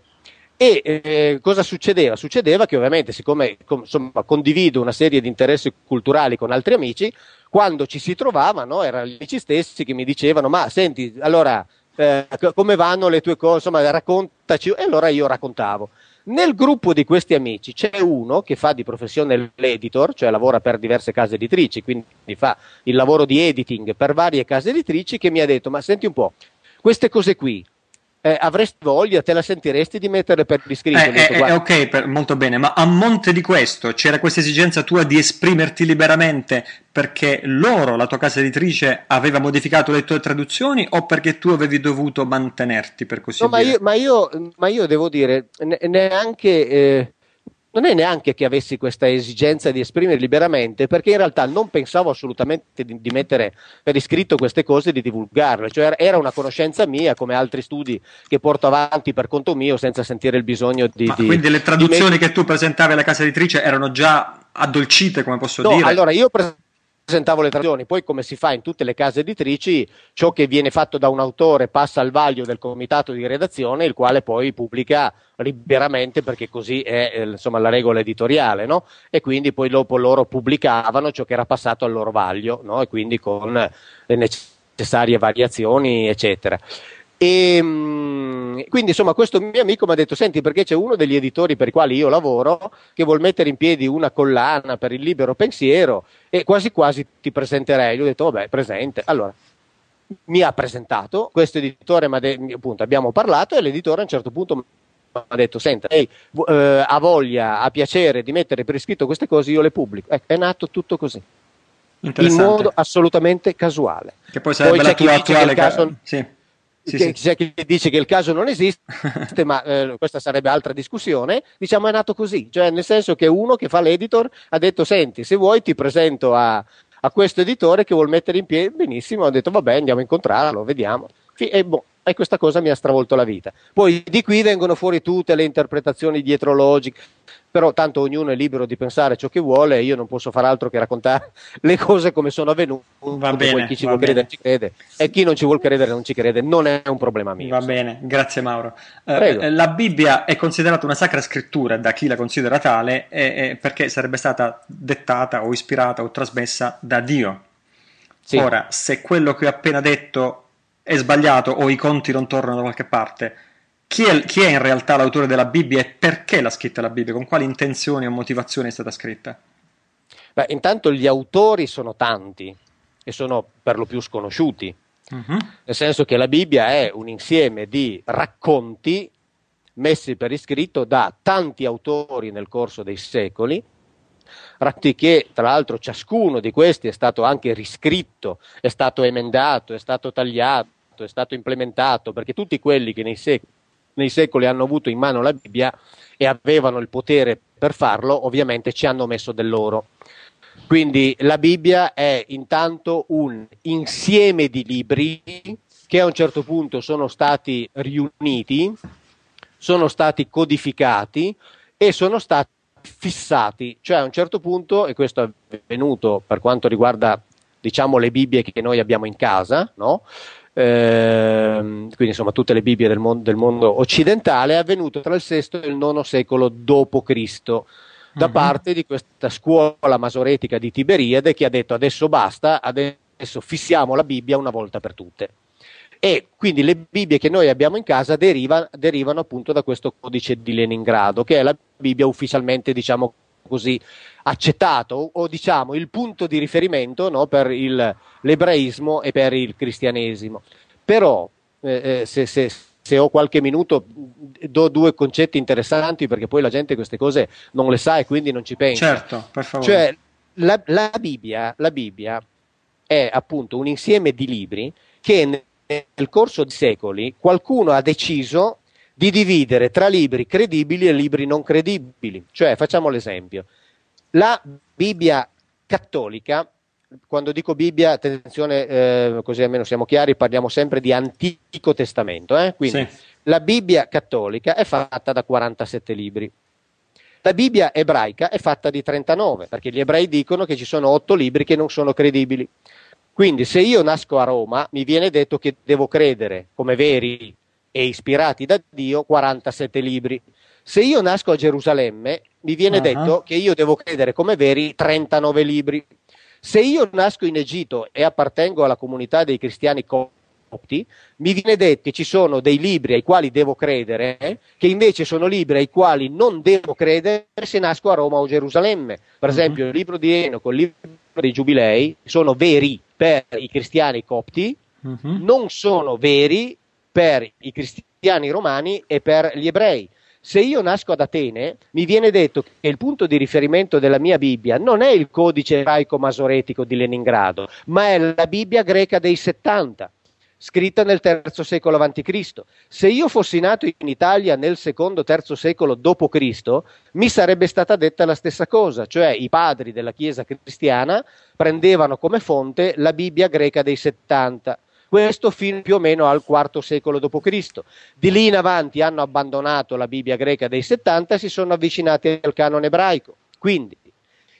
E cosa succedeva? Succedeva che ovviamente siccome insomma, condivido una serie di interessi culturali con altri amici, quando ci si trovavano erano gli amici stessi che mi dicevano ma senti allora come vanno le tue cose, insomma raccontaci, e allora io raccontavo. Nel gruppo di questi amici c'è uno che fa di professione l'editor, cioè lavora per diverse case editrici, quindi fa il lavoro di editing per varie case editrici, che mi ha detto, ma senti un po', queste cose qui, avresti voglia, te la sentiresti di mettere per iscritto? Ok, molto bene, ma a monte di questo c'era questa esigenza tua di esprimerti liberamente perché loro, la tua casa editrice, aveva modificato le tue traduzioni o perché tu avevi dovuto mantenerti, per così dire? Ma io devo dire, neanche... non è neanche che avessi questa esigenza di esprimere liberamente, perché in realtà non pensavo assolutamente di mettere per iscritto queste cose e di divulgarle, cioè era una conoscenza mia come altri studi che porto avanti per conto mio senza sentire il bisogno di... quindi le traduzioni che tu presentavi alla casa editrice erano già addolcite, come posso dire? Allora io presentavo le traduzioni. Poi, come si fa in tutte le case editrici, ciò che viene fatto da un autore passa al vaglio del comitato di redazione, il quale poi pubblica liberamente, perché così è insomma la regola editoriale, no? E quindi poi dopo loro pubblicavano ciò che era passato al loro vaglio, no? E quindi con le necessarie variazioni, eccetera. E quindi insomma questo mio amico mi ha detto: senti, perché c'è uno degli editori per i quali io lavoro che vuol mettere in piedi una collana per il libero pensiero e quasi quasi ti presenterei. Io ho detto: vabbè, presente. Allora mi ha presentato questo editore, appunto abbiamo parlato, e l'editore a un certo punto mi ha detto: senta, lei ha voglia, ha piacere di mettere per iscritto queste cose, io le pubblico. È nato tutto così, in modo assolutamente casuale. Che poi sarebbe la tua attuale caso. C'è chi dice che il caso non esiste, ma questa sarebbe altra discussione. Diciamo, è nato così, cioè nel senso che uno che fa l'editor ha detto: senti, se vuoi ti presento a questo editore che vuol mettere in piedi. Benissimo, ho detto: vabbè, andiamo a incontrarlo, vediamo. E questa cosa mi ha stravolto la vita. Poi di qui vengono fuori tutte le interpretazioni dietrologiche, però tanto ognuno è libero di pensare ciò che vuole, io non posso far altro che raccontare le cose come sono avvenute. Va bene, poi chi ci vuole credere ci crede, e chi non ci vuole credere non ci crede, non è un problema mio. Va bene, grazie Mauro. La Bibbia è considerata una sacra scrittura da chi la considera tale, perché sarebbe stata dettata o ispirata o trasmessa da Dio. Sì. Ora, se quello che ho appena detto è sbagliato o i conti non tornano da qualche parte, chi è in realtà l'autore della Bibbia e perché l'ha scritta la Bibbia? Con quali intenzioni o motivazioni è stata scritta? Beh, intanto gli autori sono tanti e sono per lo più sconosciuti, nel senso che la Bibbia è un insieme di racconti messi per iscritto da tanti autori nel corso dei secoli, racconti che tra l'altro ciascuno di questi è stato anche riscritto, è stato emendato, è stato tagliato, è stato implementato, perché tutti quelli che nei secoli hanno avuto in mano la Bibbia e avevano il potere per farlo, ovviamente ci hanno messo del loro. Quindi la Bibbia è intanto un insieme di libri che a un certo punto sono stati riuniti, sono stati codificati e sono stati fissati, cioè a un certo punto, e questo è avvenuto per quanto riguarda, diciamo, le Bibbie che noi abbiamo in casa, no? Quindi insomma tutte le Bibbie del mondo occidentale, è avvenuto tra il VI e il IX secolo d.C. da parte di questa scuola masoretica di Tiberiade, che ha detto: adesso basta, adesso fissiamo la Bibbia una volta per tutte. E quindi le Bibbie che noi abbiamo in casa derivano appunto da questo codice di Leningrado, che è la Bibbia ufficialmente, diciamo così, accettato, o diciamo il punto di riferimento, no, per l'ebraismo e per il cristianesimo. Però se ho qualche minuto do due concetti interessanti, perché poi la gente queste cose non le sa e quindi non ci pensa. Certo, per favore. Cioè la Bibbia è appunto un insieme di libri che nel corso di secoli qualcuno ha deciso di dividere tra libri credibili e libri non credibili. Cioè, facciamo l'esempio: la Bibbia cattolica, quando dico Bibbia, attenzione, così almeno siamo chiari, parliamo sempre di Antico Testamento, quindi sì. La Bibbia cattolica è fatta da 47 libri. La Bibbia ebraica è fatta di 39, perché gli ebrei dicono che ci sono 8 libri che non sono credibili. Quindi se io nasco a Roma, mi viene detto che devo credere come veri e ispirati da Dio 47 libri. Se io nasco a Gerusalemme, mi viene detto che io devo credere come veri 39 libri. Se io nasco in Egitto e appartengo alla comunità dei cristiani copti, mi viene detto che ci sono dei libri ai quali devo credere, che invece sono libri ai quali non devo credere se nasco a Roma o Gerusalemme. Per esempio, il libro di Enoco, il libro dei Giubilei, sono veri per i cristiani copti, non sono veri per i cristiani romani e per gli ebrei. Se io nasco ad Atene, mi viene detto che il punto di riferimento della mia Bibbia non è il codice ebraico masoretico di Leningrado, ma è la Bibbia greca dei 70, scritta nel III secolo a.C. Se io fossi nato in Italia nel secondo-III secolo d.C., mi sarebbe stata detta la stessa cosa, cioè i padri della Chiesa cristiana prendevano come fonte la Bibbia greca dei 70. Questo fino più o meno al IV secolo d.C. Di lì in avanti hanno abbandonato la Bibbia greca dei 70 e si sono avvicinati al canone ebraico. Quindi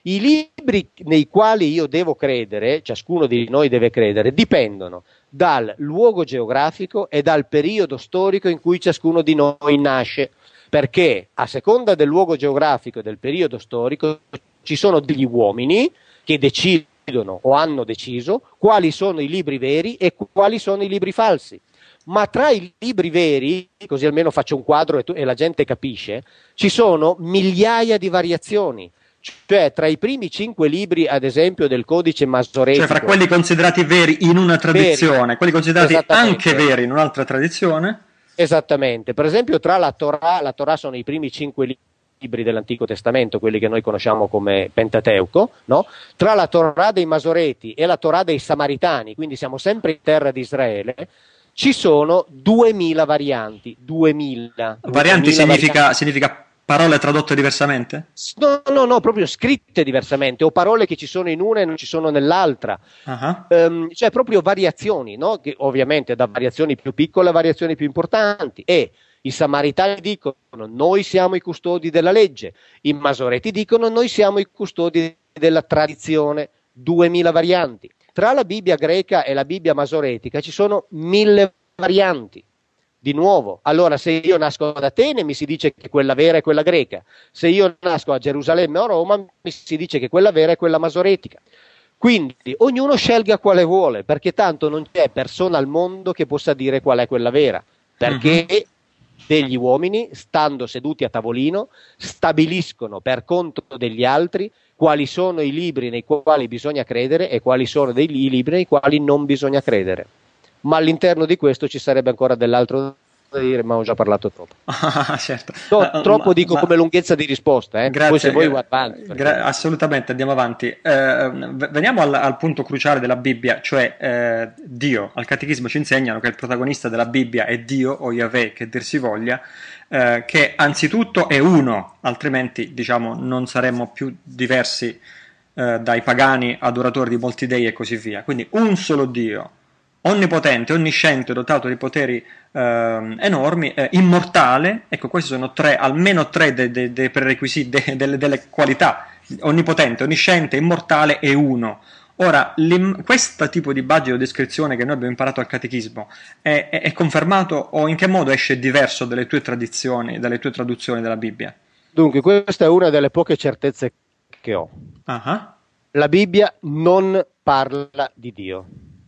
I libri nei quali io devo credere, ciascuno di noi deve credere, dipendono dal luogo geografico e dal periodo storico in cui ciascuno di noi nasce, perché a seconda del luogo geografico e del periodo storico ci sono degli uomini che decidono o hanno deciso quali sono i libri veri e quali sono i libri falsi. Ma tra i libri veri, così almeno faccio un quadro e la gente capisce, ci sono migliaia di variazioni. Cioè tra i primi 5 libri, ad esempio, del codice masoretico, cioè fra quelli considerati veri in una tradizione, quelli considerati anche veri in un'altra tradizione. Esattamente, per esempio tra la Torah sono i primi 5 libri dell'Antico Testamento, quelli che noi conosciamo come Pentateuco, no? Tra la Torah dei Masoreti e la Torah dei Samaritani, quindi siamo sempre in terra di Israele, ci sono 2000 varianti. 2000 varianti significa parole tradotte diversamente? No, proprio scritte diversamente, o parole che ci sono in una e non ci sono nell'altra. Cioè proprio variazioni, no? Che ovviamente da variazioni più piccole a variazioni più importanti. E i Samaritani dicono noi siamo i custodi della legge, i Masoreti dicono noi siamo i custodi della tradizione. 2000 varianti. Tra la Bibbia greca e la Bibbia masoretica ci sono 1000 varianti. Di nuovo, allora se io nasco ad Atene mi si dice che quella vera è quella greca, se io nasco a Gerusalemme o a Roma mi si dice che quella vera è quella masoretica. Quindi ognuno scelga quale vuole, perché tanto non c'è persona al mondo che possa dire qual è quella vera, perché degli uomini, stando seduti a tavolino, stabiliscono per conto degli altri quali sono i libri nei quali bisogna credere e quali sono i libri nei quali non bisogna credere. Ma all'interno di questo ci sarebbe ancora dell'altro da dire, ma ho già parlato troppo. Certo. Troppo dico come lunghezza di risposta. Grazie, poi se vuoi avanti. Assolutamente, andiamo avanti. Veniamo al punto cruciale della Bibbia, cioè Dio. Al Catechismo ci insegnano che il protagonista della Bibbia è Dio, o Yahweh, che dir si voglia, che anzitutto è uno, altrimenti diciamo non saremmo più diversi dai pagani adoratori di molti dei e così via. Quindi un solo Dio, onnipotente, onnisciente, dotato di poteri enormi, immortale. Ecco, questi sono almeno tre dei prerequisiti, delle qualità: onnipotente, onnisciente, immortale e uno. Ora, questo tipo di baggio o descrizione che noi abbiamo imparato al Catechismo è confermato, o in che modo esce diverso dalle tue tradizioni, dalle tue traduzioni della Bibbia? Dunque, questa è una delle poche certezze che ho. La Bibbia non parla di Dio.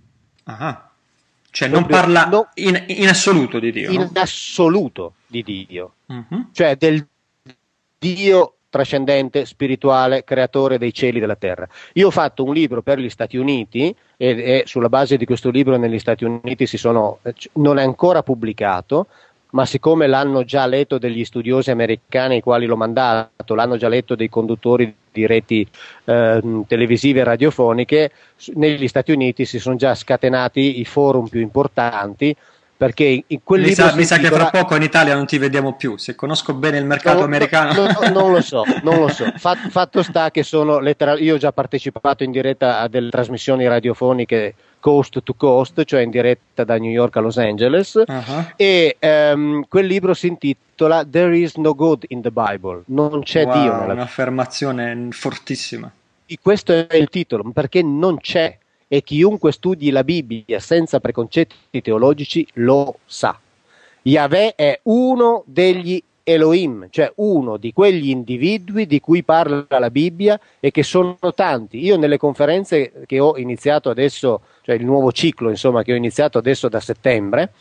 Cioè non parla in assoluto di Dio? In assoluto di Dio. Cioè del Dio trascendente, spirituale, creatore dei cieli e della terra. Io ho fatto un libro per gli Stati Uniti e sulla base di questo libro negli Stati Uniti non è ancora pubblicato, ma siccome l'hanno già letto degli studiosi americani ai quali l'ho mandato, l'hanno già letto dei conduttori di reti televisive e radiofoniche, negli Stati Uniti si sono già scatenati i forum più importanti, perché in quel libro mi sa che fra poco in Italia non ti vediamo più. Se conosco bene il mercato americano, non lo so. Fatto sta che io ho già partecipato in diretta a delle trasmissioni radiofoniche coast to coast, cioè in diretta da New York a Los Angeles, e quel libro si intitola There is no God in the Bible, non c'è Dio nella Bibbia. Un'affermazione fortissima. E questo è il titolo, perché non c'è, e chiunque studi la Bibbia senza preconcetti teologici lo sa. Yahweh è uno degli Elohim, cioè uno di quegli individui di cui parla la Bibbia e che sono tanti. Io nelle conferenze che ho iniziato adesso, cioè il nuovo ciclo insomma che ho iniziato adesso da settembre,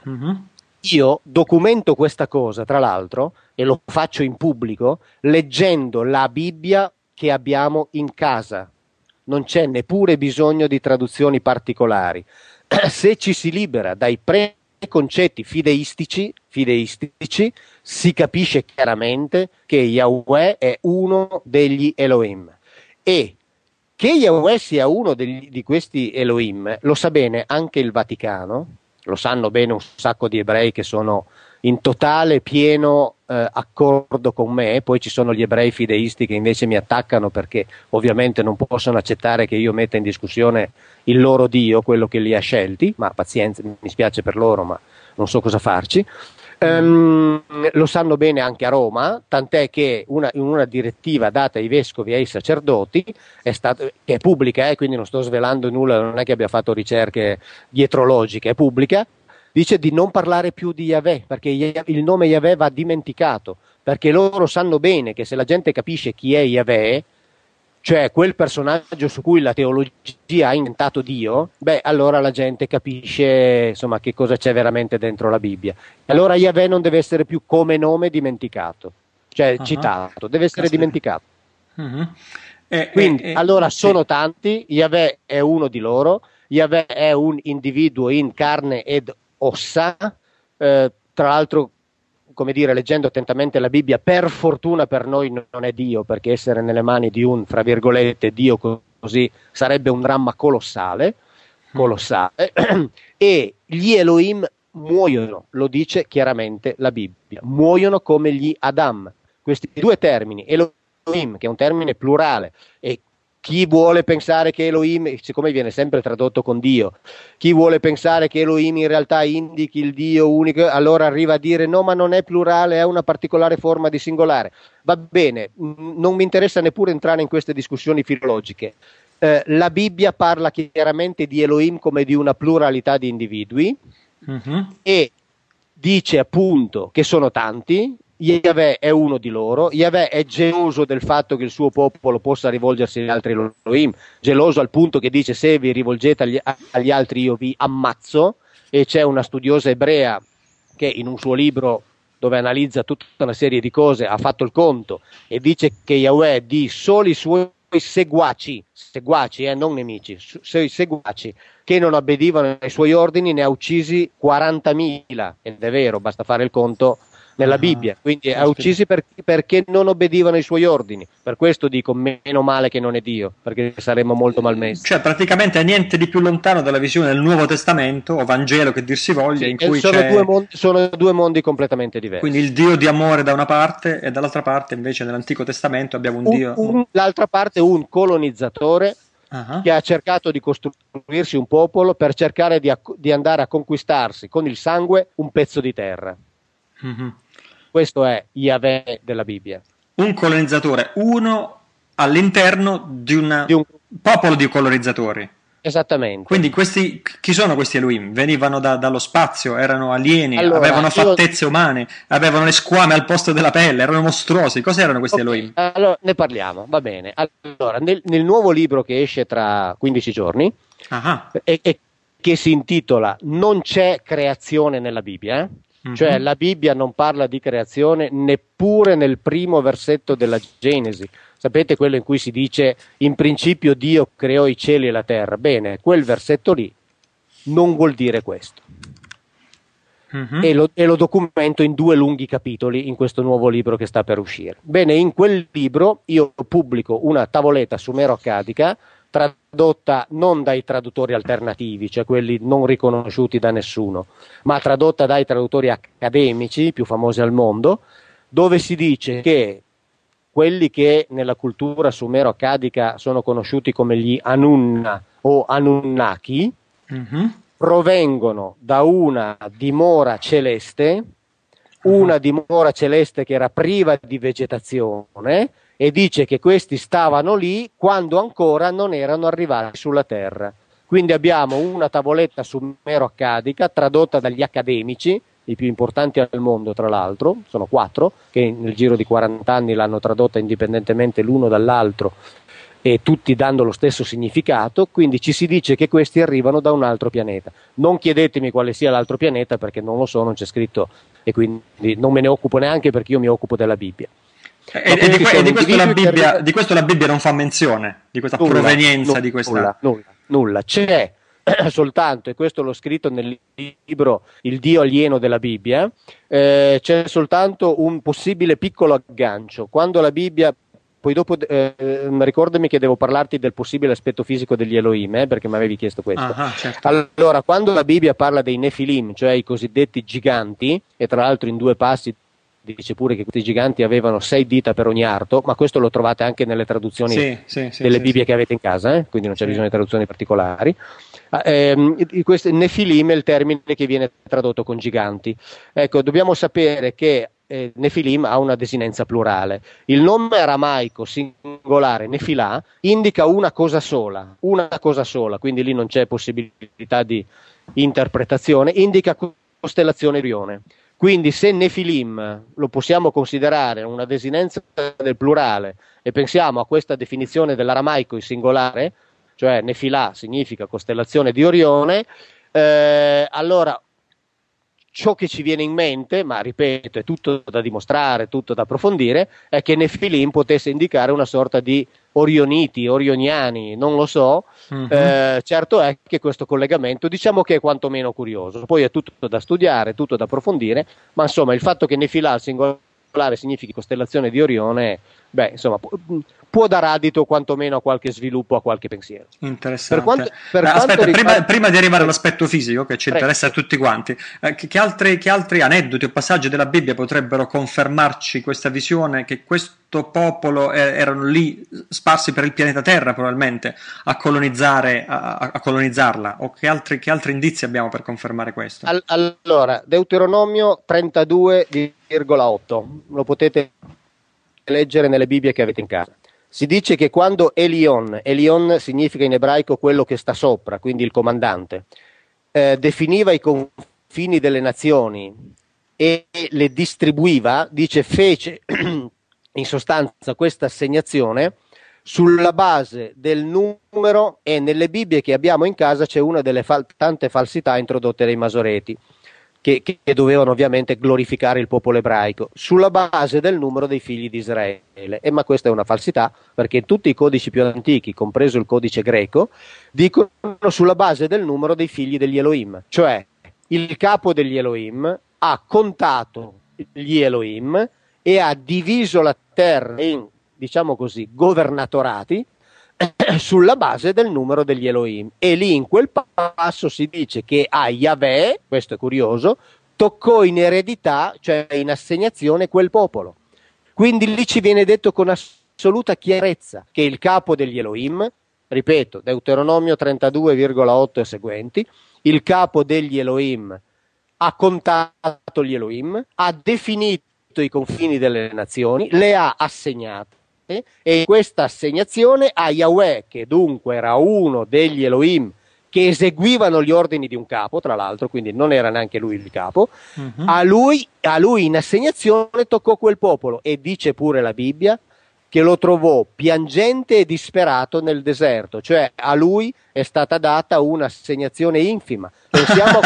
io documento questa cosa tra l'altro e lo faccio in pubblico leggendo la Bibbia che abbiamo in casa. Non c'è neppure bisogno di traduzioni particolari. Se ci si libera dai preconcetti fideistici, si capisce chiaramente che Yahweh è uno degli Elohim. E che Yahweh sia uno di questi Elohim lo sa bene anche il Vaticano, lo sanno bene un sacco di ebrei che sono in totale, pieno accordo con me. Poi ci sono gli ebrei fideisti che invece mi attaccano perché ovviamente non possono accettare che io metta in discussione il loro Dio, quello che li ha scelti, ma pazienza, mi spiace per loro, ma non so cosa farci. Lo sanno bene anche a Roma, tant'è che in una direttiva data ai vescovi e ai sacerdoti, che è pubblica, quindi non sto svelando nulla, non è che abbia fatto ricerche dietrologiche, è pubblica, dice di non parlare più di Yahweh, perché il nome Yahweh va dimenticato, perché loro sanno bene che se la gente capisce chi è Yahweh, cioè quel personaggio su cui la teologia ha inventato Dio, beh, allora la gente capisce, insomma, che cosa c'è veramente dentro la Bibbia. E allora Yahweh non deve essere più come nome dimenticato, cioè citato, deve essere dimenticato. Quindi, allora sono tanti, Yahweh è uno di loro, Yahweh è un individuo in carne ed ossa, tra l'altro, come dire, leggendo attentamente la Bibbia, per fortuna per noi non è Dio, perché essere nelle mani di un, fra virgolette, Dio così sarebbe un dramma colossale, e gli Elohim muoiono, lo dice chiaramente la Bibbia, muoiono come gli Adam. Questi due termini, Elohim, che è un termine plurale, e chi vuole pensare che Elohim, siccome viene sempre tradotto con Dio, chi vuole pensare che Elohim in realtà indichi il Dio unico, allora arriva a dire no, ma non è plurale, è una particolare forma di singolare. Va bene, non mi interessa neppure entrare in queste discussioni filologiche. La Bibbia parla chiaramente di Elohim come di una pluralità di individui, e dice appunto che sono tanti. Yahweh è uno di loro, Yahweh è geloso del fatto che il suo popolo possa rivolgersi agli altri Elohim, geloso al punto che dice se vi rivolgete agli altri io vi ammazzo, e c'è una studiosa ebrea che in un suo libro dove analizza tutta una serie di cose ha fatto il conto e dice che Yahweh di soli suoi seguaci, non nemici, seguaci che non obbedivano ai suoi ordini ne ha uccisi 40.000, ed è vero, basta fare il conto nella Bibbia, quindi ha uccisi perché non obbedivano ai suoi ordini. Per questo dico meno male che non è Dio, perché saremmo molto malmessi. Cioè praticamente è niente di più lontano dalla visione del Nuovo Testamento o Vangelo che dir si voglia, in cui sono due mondi completamente diversi. Quindi il Dio di amore da una parte e dall'altra parte invece nell'Antico Testamento abbiamo un Dio... L'altra parte un colonizzatore che ha cercato di costruirsi un popolo per cercare di andare a conquistarsi con il sangue un pezzo di terra. Questo è Yahweh della Bibbia. Un colonizzatore, uno all'interno di un popolo di colonizzatori. Esattamente. Quindi chi sono questi Elohim? Venivano dallo spazio, erano alieni, avevano fattezze umane, avevano le squame al posto della pelle, erano mostruosi. Cos'erano questi Elohim? Allora ne parliamo, va bene. Allora, nel nuovo libro che esce tra 15 giorni e che si intitola Non c'è creazione nella Bibbia, cioè la Bibbia non parla di creazione neppure nel primo versetto della Genesi. Sapete quello in cui si dice in principio Dio creò i cieli e la terra? Bene, quel versetto lì non vuol dire questo. E lo documento in 2 lunghi capitoli in questo nuovo libro che sta per uscire. Bene, in quel libro io pubblico una tavoletta sumero-accadica tradotta non dai traduttori alternativi, cioè quelli non riconosciuti da nessuno, ma tradotta dai traduttori accademici più famosi al mondo, dove si dice che quelli che nella cultura sumero-accadica sono conosciuti come gli Anunna o Anunnaki provengono da una dimora celeste che era priva di vegetazione, e dice che questi stavano lì quando ancora non erano arrivati sulla terra. Quindi abbiamo una tavoletta sumero-accadica tradotta dagli accademici, i più importanti al mondo tra l'altro, sono 4, che nel giro di 40 anni l'hanno tradotta indipendentemente l'uno dall'altro e tutti dando lo stesso significato, quindi ci si dice che questi arrivano da un altro pianeta. Non chiedetemi quale sia l'altro pianeta perché non lo so, non c'è scritto, e quindi non me ne occupo neanche perché io mi occupo della Bibbia. E di questo la Bibbia non fa menzione, di questa provenienza di questa... Nulla. C'è soltanto, e questo l'ho scritto nel libro Il Dio alieno della Bibbia, c'è soltanto un possibile piccolo aggancio. Quando la Bibbia, poi dopo ricordami che devo parlarti del possibile aspetto fisico degli Elohim, perché mi avevi chiesto questo. Certo. Allora, quando la Bibbia parla dei Nefilim, cioè i cosiddetti giganti, e tra l'altro in 2 passi dice pure che questi giganti avevano 6 dita per ogni arto, ma questo lo trovate anche nelle traduzioni delle Bibbie che avete in casa, quindi non c'è bisogno di traduzioni particolari. Nefilim è il termine che viene tradotto con giganti. Ecco, dobbiamo sapere che Nefilim ha una desinenza plurale. Il nome aramaico singolare Nefilà indica una cosa sola, quindi lì non c'è possibilità di interpretazione, indica costellazione Orione. Quindi se Nefilim lo possiamo considerare una desinenza del plurale e pensiamo a questa definizione dell'aramaico in singolare, cioè Nefilà significa costellazione di Orione, allora ciò che ci viene in mente, ma ripeto è tutto da dimostrare, tutto da approfondire, è che Nefilim potesse indicare una sorta di orioniti, orioniani, non lo so. Certo è che questo collegamento diciamo che è quantomeno curioso, poi è tutto da studiare, tutto da approfondire, ma insomma il fatto che Nefilà al singolare significhi costellazione di Orione, insomma può dar adito quantomeno a qualche sviluppo, a qualche pensiero. Interessante. Aspetta, prima di arrivare all'aspetto fisico che ci interessa a tutti quanti, che altri aneddoti o passaggi della Bibbia potrebbero confermarci questa visione che questo popolo erano lì sparsi per il pianeta Terra probabilmente a colonizzarla, o che altri indizi abbiamo per confermare questo? Allora, Deuteronomio 32,8 lo potete leggere nelle Bibbie che avete in casa. Si dice che quando Elion significa in ebraico quello che sta sopra, quindi il comandante, definiva i confini delle nazioni e le distribuiva, dice fece in sostanza questa assegnazione sulla base del numero, e nelle Bibbie che abbiamo in casa c'è una delle tante falsità introdotte dai masoreti che dovevano ovviamente glorificare il popolo ebraico sulla base del numero dei figli di Israele, ma questa è una falsità, perché tutti i codici più antichi, compreso il codice greco, dicono sulla base del numero dei figli degli Elohim, cioè il capo degli Elohim ha contato gli Elohim e ha diviso la terra in, diciamo così, governatorati sulla base del numero degli Elohim, e lì in quel passo si dice che a Yahweh, questo è curioso, toccò in eredità, cioè in assegnazione, quel popolo. Quindi lì ci viene detto con assoluta chiarezza che il capo degli Elohim, ripeto, Deuteronomio 32,8 e seguenti, il capo degli Elohim ha contato gli Elohim, ha definito i confini delle nazioni, le ha assegnate, e questa assegnazione a Yahweh, che dunque era uno degli Elohim che eseguivano gli ordini di un capo, tra l'altro, quindi non era neanche lui il capo, a lui in assegnazione toccò quel popolo, e dice pure la Bibbia che lo trovò piangente e disperato nel deserto, cioè a lui è stata data un'assegnazione infima. Pensiamo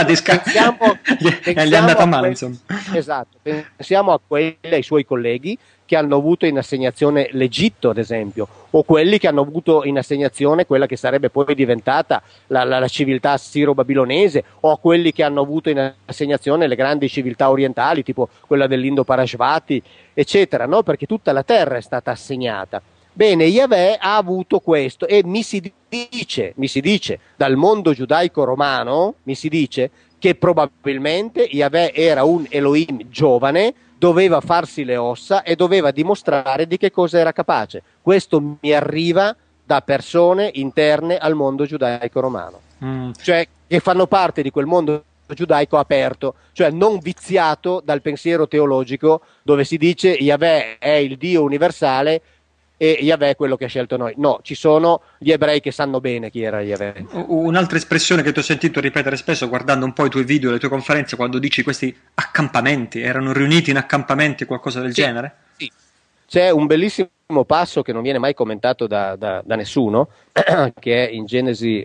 a quelli, ai suoi colleghi che hanno avuto in assegnazione l'Egitto, ad esempio, o quelli che hanno avuto in assegnazione quella che sarebbe poi diventata la civiltà assiro-babilonese, o quelli che hanno avuto in assegnazione le grandi civiltà orientali, tipo quella dell'Indo-Parashvati, eccetera, no? Perché tutta la terra è stata assegnata. Bene, Yahweh ha avuto questo, e mi si dice dal mondo giudaico-romano, mi si dice che probabilmente Yahweh era un Elohim giovane, doveva farsi le ossa e doveva dimostrare di che cosa era capace. Questo mi arriva da persone interne al mondo giudaico-romano, cioè che fanno parte di quel mondo giudaico aperto, cioè non viziato dal pensiero teologico dove si dice Yahweh è il Dio universale e Yahweh è quello che ha scelto noi. No, ci sono gli ebrei che sanno bene chi era Yahweh. Un'altra espressione che ti ho sentito ripetere spesso guardando un po' i tuoi video, le tue conferenze, quando dici questi accampamenti, erano riuniti in accampamenti, qualcosa del genere? Sì. C'è un bellissimo passo che non viene mai commentato da nessuno, che è in Genesi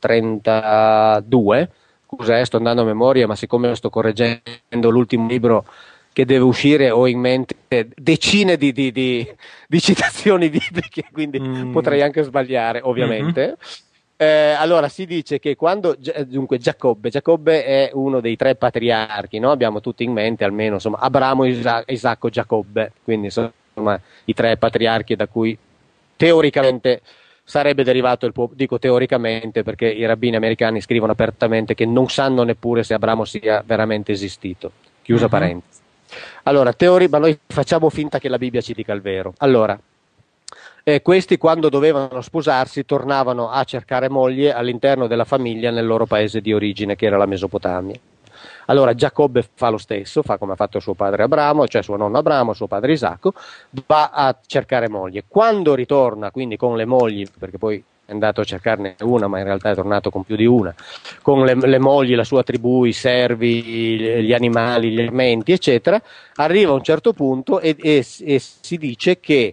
32. Scusa, sto andando a memoria, ma siccome sto correggendo l'ultimo libro che deve uscire, ho in mente decine di citazioni bibliche, quindi potrei anche sbagliare, ovviamente. Allora si dice che quando dunque Giacobbe è uno dei 3 patriarchi, no? Abbiamo tutti in mente almeno, insomma, Abramo, Isacco, Giacobbe, quindi insomma i 3 patriarchi da cui teoricamente sarebbe derivato dico teoricamente perché i rabbini americani scrivono apertamente che non sanno neppure se Abramo sia veramente esistito, chiusa parentesi. Allora, ma noi facciamo finta che la Bibbia ci dica il vero. Allora, questi quando dovevano sposarsi tornavano a cercare moglie all'interno della famiglia nel loro paese di origine, che era la Mesopotamia. Allora Giacobbe fa lo stesso, fa come ha fatto suo padre Abramo, cioè suo nonno Abramo, suo padre Isacco, va a cercare moglie. Quando ritorna quindi con le mogli, perché poi è andato a cercarne una, ma in realtà è tornato con più di una, con le mogli, la sua tribù, i servi, gli animali, gli elementi, eccetera, arriva a un certo punto e si dice che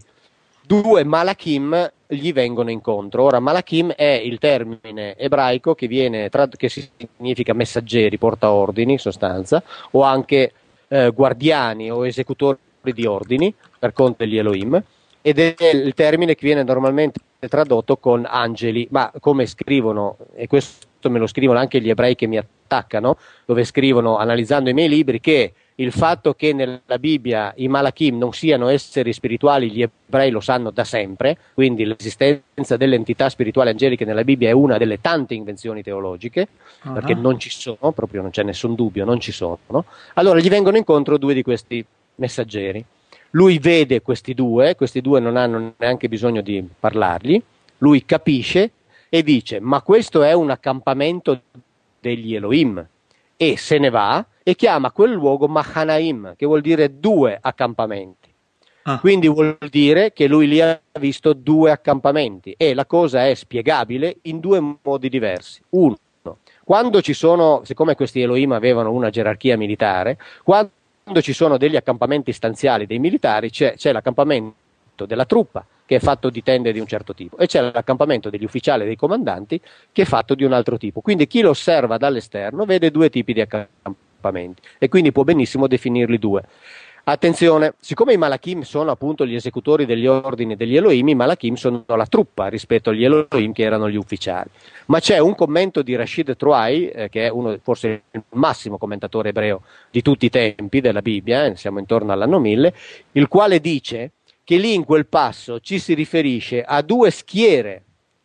due Malachim gli vengono incontro. Ora, Malachim è il termine ebraico che che significa messaggeri, portaordini in sostanza, o anche guardiani o esecutori di ordini per conto degli Elohim, ed è il termine che viene normalmente tradotto con angeli, ma come scrivono, e questo me lo scrivono anche gli ebrei che mi attaccano, dove scrivono, analizzando i miei libri, che il fatto che nella Bibbia i Malachim non siano esseri spirituali, gli ebrei lo sanno da sempre, quindi l'esistenza delle entità spirituali angeliche nella Bibbia è una delle tante invenzioni teologiche, perché non ci sono, proprio non c'è nessun dubbio, non ci sono. Allora gli vengono incontro due di questi messaggeri. Lui vede questi due non hanno neanche bisogno di parlargli, lui capisce e dice: ma questo è un accampamento degli Elohim, e se ne va e chiama quel luogo Mahanaim, che vuol dire due accampamenti. Quindi vuol dire che lui lì ha visto due accampamenti, e la cosa è spiegabile in due modi diversi. Uno, quando ci sono, siccome questi Elohim avevano una gerarchia militare, quando ci sono degli accampamenti stanziali dei militari, c'è l'accampamento della truppa, che è fatto di tende di un certo tipo, e c'è l'accampamento degli ufficiali e dei comandanti, che è fatto di un altro tipo. Quindi chi lo osserva dall'esterno vede due tipi di accampamenti, e quindi può benissimo definirli due. Attenzione, siccome i Malachim sono appunto gli esecutori degli ordini degli Elohim, i Malachim sono la truppa rispetto agli Elohim, che erano gli ufficiali. Ma c'è un commento di Rashid Troai, che è forse il massimo commentatore ebreo di tutti i tempi della Bibbia, siamo intorno all'anno 1000, il quale dice che lì in quel passo ci si riferisce a due schiere,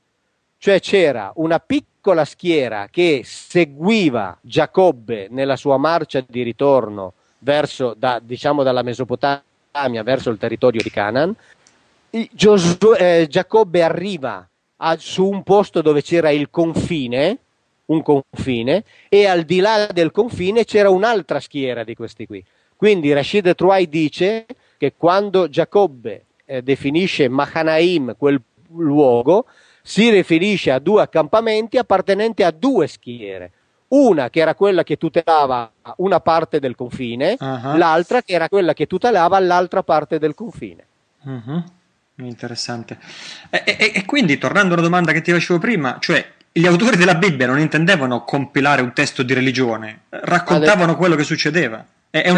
cioè c'era una piccola schiera che seguiva Giacobbe nella sua marcia di ritorno verso, diciamo dalla Mesopotamia verso il territorio di Canaan. Giacobbe arriva su un posto dove c'era un confine, e al di là del confine c'era un'altra schiera di questi qui. Quindi Rashid Troai dice che quando Giacobbe definisce Mahanaim quel luogo, si riferisce a due accampamenti appartenenti a due schiere. Una che era quella che tutelava una parte del confine, l'altra che era quella che tutelava l'altra parte del confine. Interessante. E quindi, tornando alla domanda che ti facevo prima, cioè gli autori della Bibbia non intendevano compilare un testo di religione, raccontavano quello che succedeva.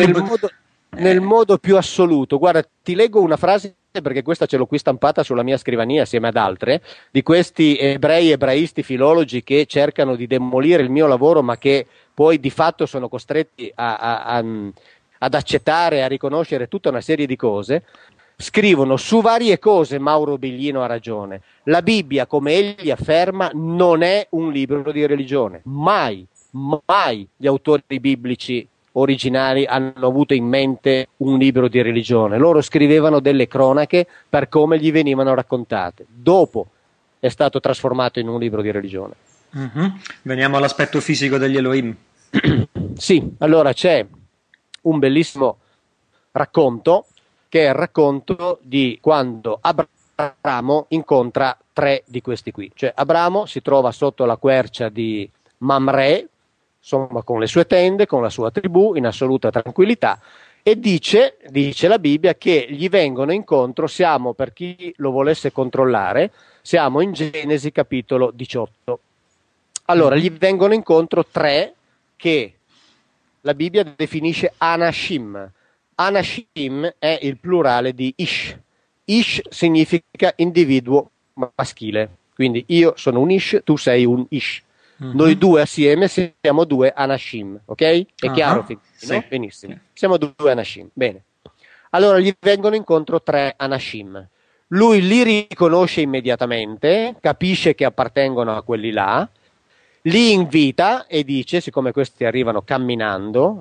Nel modo più assoluto. Guarda, ti leggo una frase, perché questa ce l'ho qui stampata sulla mia scrivania assieme ad altre, di questi ebraisti, filologi che cercano di demolire il mio lavoro, ma che poi di fatto sono costretti ad accettare, a riconoscere tutta una serie di cose. Scrivono su varie cose. Mauro Biglino ha ragione. La Bibbia, come egli afferma, non è un libro di religione. Mai gli autori biblici originali hanno avuto in mente un libro di religione. Loro scrivevano delle cronache per come gli venivano raccontate. Dopo è stato trasformato in un libro di religione. Veniamo all'aspetto fisico degli Elohim. Sì, allora c'è un bellissimo racconto, che è il racconto di quando Abramo incontra tre di questi qui. Cioè Abramo si trova sotto la quercia di Mamre, insomma con le sue tende, con la sua tribù, in assoluta tranquillità, e dice la Bibbia che gli vengono incontro, siamo, per chi lo volesse controllare, siamo in Genesi capitolo 18. Allora gli vengono incontro tre che la Bibbia definisce Anashim. Anashim è il plurale di Ish. Ish significa individuo maschile, quindi io sono un Ish, tu sei un Ish. Noi due assieme siamo due Anashim, ok? È chiaro? Sì. No? Benissimo. Siamo due Anashim, bene. Allora gli vengono incontro tre Anashim. Lui li riconosce immediatamente, capisce che appartengono a quelli là, li invita e dice, siccome questi arrivano camminando,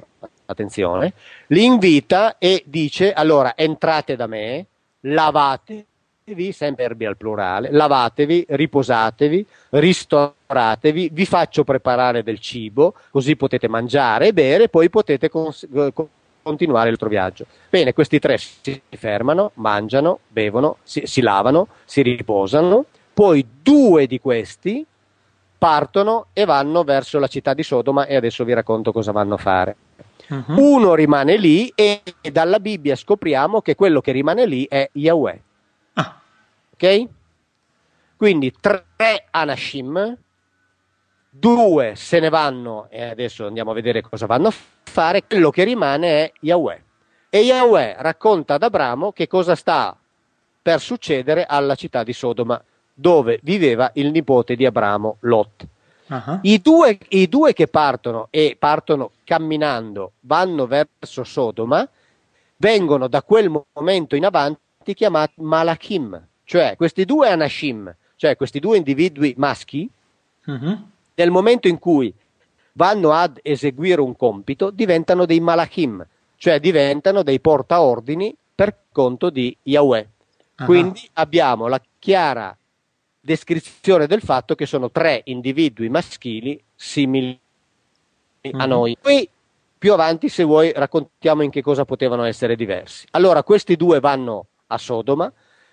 attenzione, li invita e dice: allora entrate da me, lavatevi, sempre verbi al plurale, lavatevi, riposatevi, ristoratevi, vi faccio preparare del cibo, così potete mangiare e bere, poi potete continuare il vostro viaggio. Bene, questi tre si fermano, mangiano, bevono, si lavano, si riposano, poi due di questi partono e vanno verso la città di Sodoma, e adesso vi racconto cosa vanno a fare. Uno rimane lì, e dalla Bibbia scopriamo che quello che rimane lì è Yahweh. Ok? Quindi 3 Anashim, 2 se ne vanno, e adesso andiamo a vedere cosa vanno a fare. Quello che rimane è Yahweh, e Yahweh racconta ad Abramo che cosa sta per succedere alla città di Sodoma, dove viveva il nipote di Abramo, Lot. I due che partono camminando, vanno verso Sodoma, vengono da quel momento in avanti chiamati Malachim, cioè questi 2 Anashim, cioè questi 2 individui maschi, nel momento in cui vanno ad eseguire un compito, diventano dei Malachim, cioè diventano dei portaordini per conto di Yahweh. Quindi abbiamo la chiara descrizione del fatto che sono 3 individui maschili simili a noi. Poi più avanti, se vuoi, raccontiamo in che cosa potevano essere diversi. Allora, questi 2 vanno a Sodoma,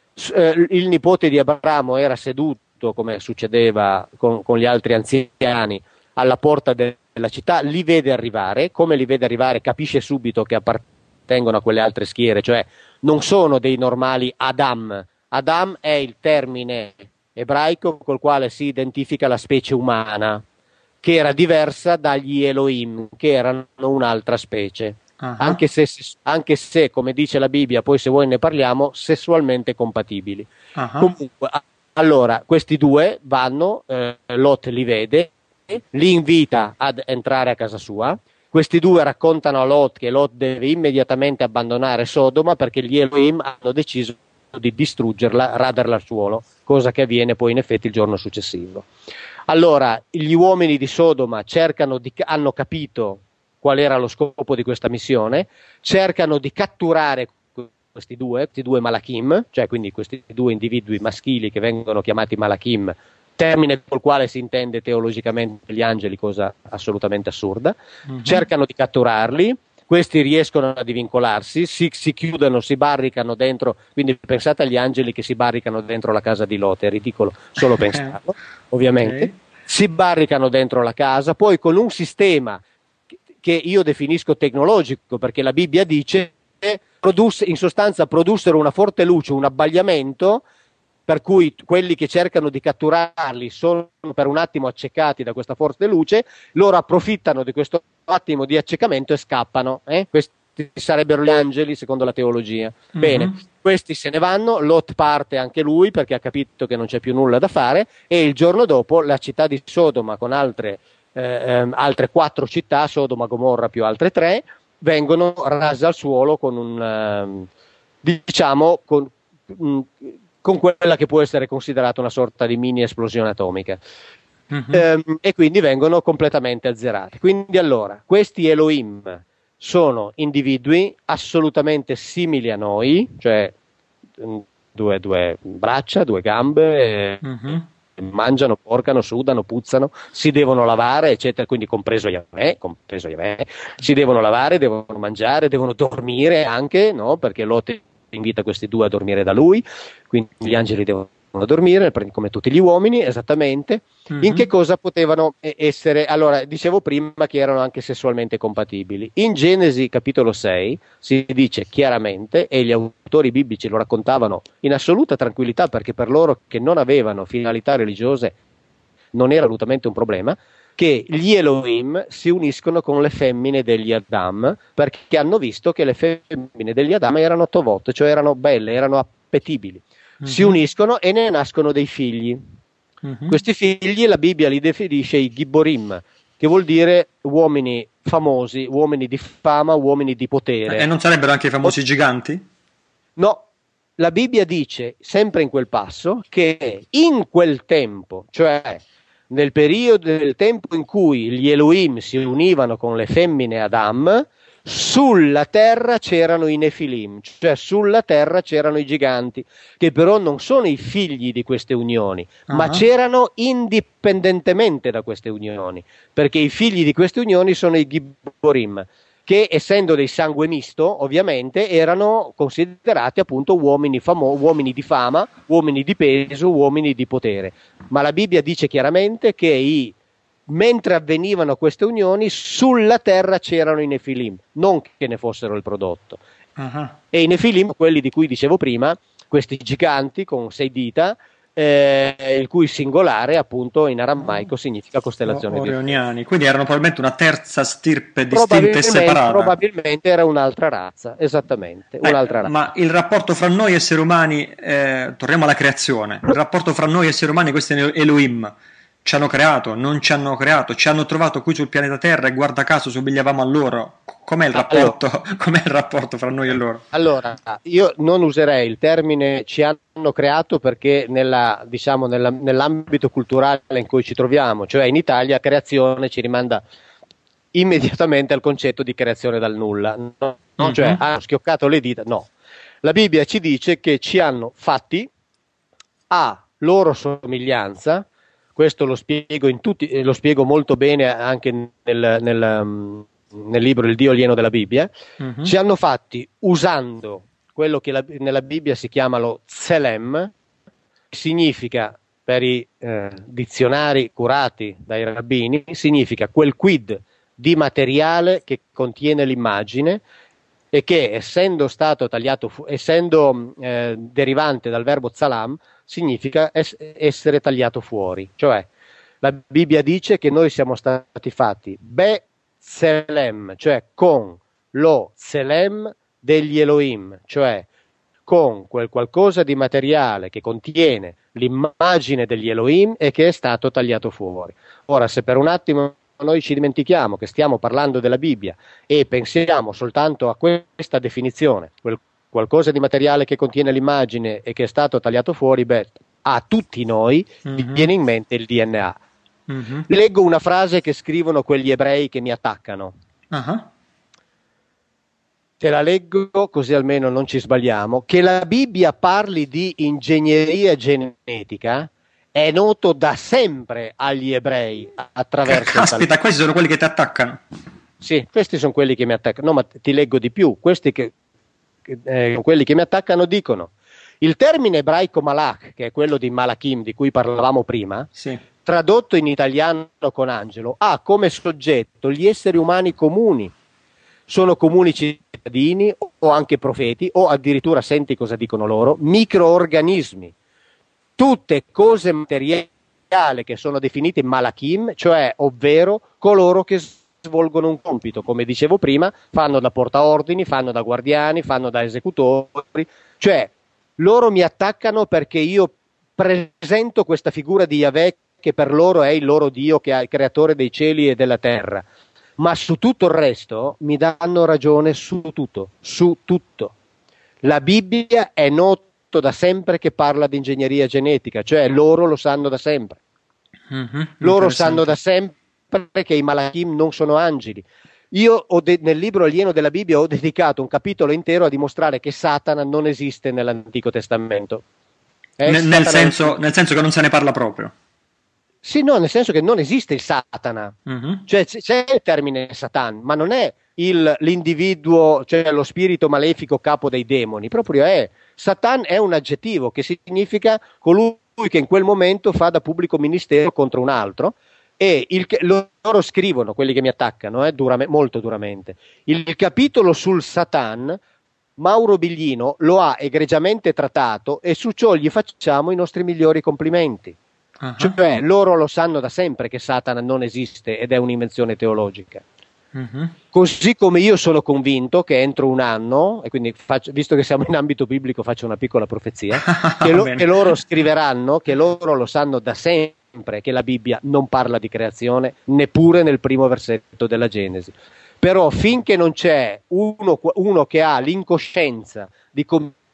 il nipote di Abramo era seduto, come succedeva con gli altri anziani, alla porta della città, li vede arrivare. Come li vede arrivare, capisce subito che appartengono a quelle altre schiere, cioè non sono dei normali Adam. Adam è il termine ebraico col quale si identifica la specie umana, che era diversa dagli Elohim, che erano un'altra specie, anche se, come dice la Bibbia, poi se vuoi ne parliamo, sessualmente compatibili. Comunque, allora, questi 2 vanno, Lot li vede, li invita ad entrare a casa sua. Questi 2 raccontano a Lot che Lot deve immediatamente abbandonare Sodoma perché gli Elohim hanno deciso di distruggerla, raderla al suolo, cosa che avviene poi in effetti il giorno successivo. Allora, gli uomini di Sodoma hanno capito qual era lo scopo di questa missione, cercano di catturare questi due Malachim, cioè quindi questi 2 individui maschili che vengono chiamati Malachim, termine col quale si intende teologicamente gli angeli, cosa assolutamente assurda. Cercano di catturarli. Questi riescono a divincolarsi, si chiudono, si barricano dentro, quindi pensate agli angeli che si barricano dentro la casa di Lot, è ridicolo solo pensarlo, ovviamente. Si barricano dentro la casa, poi con un sistema che io definisco tecnologico, perché la Bibbia dice in sostanza produssero una forte luce, un abbagliamento, per cui quelli che cercano di catturarli sono per un attimo accecati da questa forte luce, loro approfittano di questo attimo di accecamento e scappano. Questi sarebbero gli angeli secondo la teologia. Bene, questi se ne vanno, Lot parte anche lui perché ha capito che non c'è più nulla da fare, e il giorno dopo la città di Sodoma con altre 4 città, Sodoma, Gomorra più altre 3, vengono rase al suolo con con quella che può essere considerata una sorta di mini esplosione atomica. E quindi vengono completamente azzerati. Quindi allora, questi Elohim sono individui assolutamente simili a noi, cioè 2 braccia, 2 gambe, mangiano, porcano, sudano, puzzano, si devono lavare, eccetera, quindi compreso Yahweh, si devono lavare, devono mangiare, devono dormire anche, no? Perché Lot invita questi 2 a dormire da lui, quindi gli angeli devono dormire come tutti gli uomini, esattamente. In che cosa potevano essere? Allora, dicevo prima che erano anche sessualmente compatibili. In Genesi capitolo 6 si dice chiaramente, e gli autori biblici lo raccontavano in assoluta tranquillità, perché per loro che non avevano finalità religiose non era assolutamente un problema, che gli Elohim si uniscono con le femmine degli Adam, perché hanno visto che le femmine degli Adam erano tovot, cioè erano belle, erano appetibili. Si uniscono e ne nascono dei figli. Questi figli la Bibbia li definisce i Gibborim, che vuol dire uomini famosi, uomini di fama, uomini di potere. E non sarebbero anche i famosi giganti? No, la Bibbia dice, sempre in quel passo, che in quel tempo, cioè nel periodo del tempo in cui gli Elohim si univano con le femmine Adam, sulla terra c'erano i Nefilim, cioè sulla terra c'erano i giganti, che però non sono i figli di queste unioni, ma c'erano indipendentemente da queste unioni, perché i figli di queste unioni sono i Gibborim, che essendo dei sangue misto, ovviamente, erano considerati appunto uomini di fama, uomini di peso, uomini di potere. Ma la Bibbia dice chiaramente che mentre avvenivano queste unioni, sulla terra c'erano i Nefilim, non che ne fossero il prodotto. E i Nefilim, quelli di cui dicevo prima, questi giganti con 6 dita, il cui singolare appunto in aramaico significa costellazione Orioniani, quindi erano probabilmente una terza stirpe distinta e separata. Probabilmente era un'altra razza, esattamente, un'altra razza. Ma il rapporto fra noi esseri umani, torniamo alla creazione, il rapporto fra noi esseri umani, questi Elohim, ci hanno creato, non ci hanno creato, ci hanno trovato qui sul pianeta Terra e guarda caso somigliavamo a loro. Com'è il rapporto fra noi e loro? Allora, io non userei il termine ci hanno creato perché nell'ambito culturale in cui ci troviamo, cioè in Italia, creazione ci rimanda immediatamente al concetto di creazione dal nulla, no? Cioè hanno schioccato le dita, no. La Bibbia ci dice che ci hanno fatti a loro somiglianza. Questo lo spiego lo spiego molto bene anche nel libro Il Dio alieno della Bibbia. Ci hanno fatti usando quello che nella Bibbia si chiama lo Tselem, che significa, per i dizionari curati dai rabbini, significa quel quid di materiale che contiene l'immagine e che essendo derivante dal verbo tsalam, significa essere tagliato fuori. Cioè la Bibbia dice che noi siamo stati fatti Be-Tselem, cioè con lo Tselem degli Elohim, cioè con quel qualcosa di materiale che contiene l'immagine degli Elohim e che è stato tagliato fuori. Ora, se per un attimo noi ci dimentichiamo che stiamo parlando della Bibbia e pensiamo soltanto a questa definizione, quel qualcosa di materiale che contiene l'immagine e che è stato tagliato fuori, a tutti noi viene in mente il DNA. Leggo una frase che scrivono quegli ebrei che mi attaccano. Te la leggo così almeno non ci sbagliamo. Che la Bibbia parli di ingegneria genetica è noto da sempre agli ebrei attraverso Caspita, questi sono quelli che ti attaccano. Sì, questi sono quelli che mi attaccano. No, ma ti leggo di più. Quelli che mi attaccano dicono: il termine ebraico malach, che è quello di Malachim di cui parlavamo prima, tradotto in italiano con Angelo, ha come soggetto gli esseri umani comuni. Sono comuni cittadini o anche profeti o addirittura, senti cosa dicono loro, microorganismi, tutte cose materiali che sono definite malachim, cioè ovvero coloro che svolgono un compito, come dicevo prima, fanno da portaordini, fanno da guardiani, fanno da esecutori, cioè loro mi attaccano perché io presento questa figura di Yahweh che per loro è il loro Dio, che è il creatore dei cieli e della terra, ma su tutto il resto mi danno ragione su tutto. La Bibbia è noto da sempre che parla di ingegneria genetica, cioè loro lo sanno da sempre. Loro sanno da sempre che i Malachim non sono angeli. Io nel libro alieno della Bibbia ho dedicato un capitolo intero a dimostrare che Satana non esiste nell'Antico Testamento. Nel senso che non se ne parla proprio. Sì, no, nel senso che non esiste il Satana. Cioè c'è il termine Satan, ma non è l'individuo, cioè lo spirito malefico capo dei demoni, proprio è. Satan è un aggettivo che significa colui che in quel momento fa da pubblico ministero contro un altro. E loro scrivono, quelli che mi attaccano, molto duramente. Il capitolo sul Satan, Mauro Biglino lo ha egregiamente trattato e su ciò gli facciamo i nostri migliori complimenti. Cioè loro lo sanno da sempre che Satana non esiste ed è un'invenzione teologica. Così come io sono convinto che entro un anno, e quindi visto che siamo in ambito biblico faccio una piccola profezia, che loro scriveranno che loro lo sanno da sempre che la Bibbia non parla di creazione neppure nel primo versetto della Genesi. Però finché non c'è uno che ha l'incoscienza di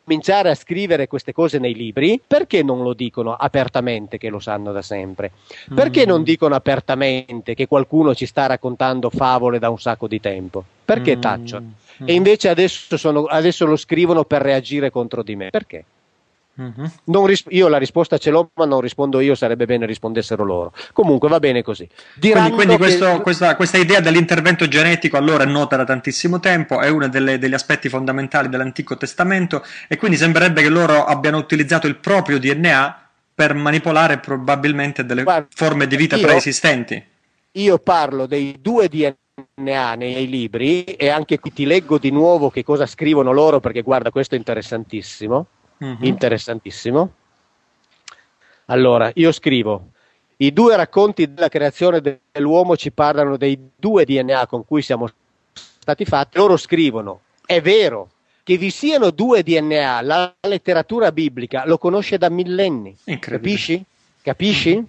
cominciare a scrivere queste cose nei libri, perché non lo dicono apertamente che lo sanno da sempre? Perché non dicono apertamente che qualcuno ci sta raccontando favole da un sacco di tempo? Perché tacciono? E invece adesso lo scrivono per reagire contro di me. Perché? Io la risposta ce l'ho, ma non rispondo io, sarebbe bene rispondessero loro. Comunque va bene così. Quindi questa idea dell'intervento genetico allora è nota da tantissimo tempo, è uno degli aspetti fondamentali dell'Antico Testamento, e quindi sembrerebbe che loro abbiano utilizzato il proprio DNA per manipolare probabilmente delle forme di vita preesistenti. Io parlo dei 2 DNA nei libri, e anche qui ti leggo di nuovo che cosa scrivono loro, perché guarda, questo è interessantissimo. Interessantissimo. Allora, io scrivo: i 2 racconti della creazione dell'uomo ci parlano dei 2 DNA con cui siamo stati fatti. Loro scrivono: è vero che vi siano 2 DNA, la letteratura biblica lo conosce da millenni. Capisci?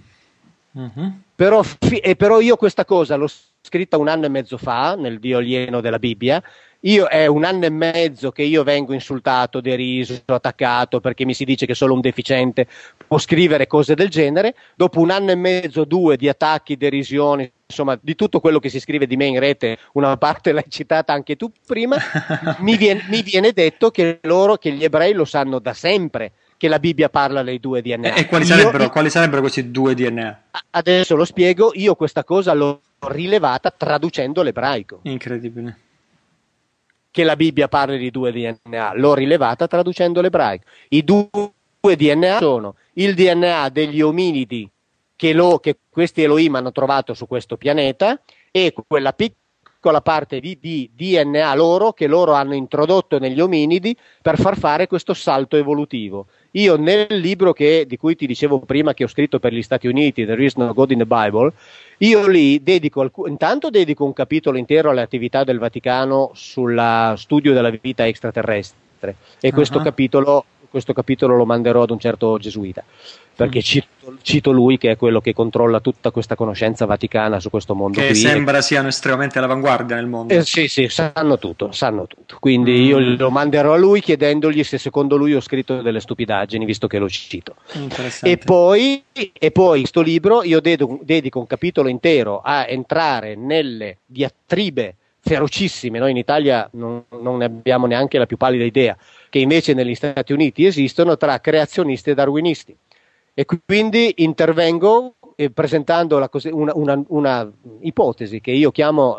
Però io questa cosa l'ho scritta 1 anno e mezzo fa nel Dio alieno della Bibbia. È 1 anno e mezzo che io vengo insultato, deriso, attaccato, perché mi si dice che solo un deficiente può scrivere cose del genere. Dopo 1 anno e mezzo, 2 di attacchi, derisioni, insomma di tutto quello che si scrive di me in rete, una parte l'hai citata anche tu prima, mi viene detto che gli ebrei lo sanno da sempre, che la Bibbia parla dei 2 DNA. E quali sarebbero questi 2 DNA? Adesso lo spiego. Io questa cosa l'ho rilevata traducendo l'ebraico. Incredibile. Che la Bibbia parli di 2 DNA, l'ho rilevata traducendo l'ebraico. I 2 DNA sono il DNA degli ominidi che questi Elohim hanno trovato su questo pianeta, e quella piccola parte di DNA che loro hanno introdotto negli ominidi per far fare questo salto evolutivo. Io nel libro di cui ti dicevo prima, che ho scritto per gli Stati Uniti, There is no God in the Bible, io lì dedico un capitolo intero alle attività del Vaticano sul studio della vita extraterrestre, e questo capitolo lo manderò ad un certo gesuita, perché cito lui, che è quello che controlla tutta questa conoscenza vaticana su questo mondo che qui, sembra siano estremamente all'avanguardia nel mondo. Sì, sanno tutto, quindi io lo manderò a lui chiedendogli se secondo lui ho scritto delle stupidaggini, visto che lo cito. E poi sto libro io dedico un capitolo intero a entrare nelle diatribe ferocissime. Noi in Italia non ne abbiamo neanche la più pallida idea, che invece negli Stati Uniti esistono, tra creazionisti e darwinisti, e quindi intervengo presentando una ipotesi che io chiamo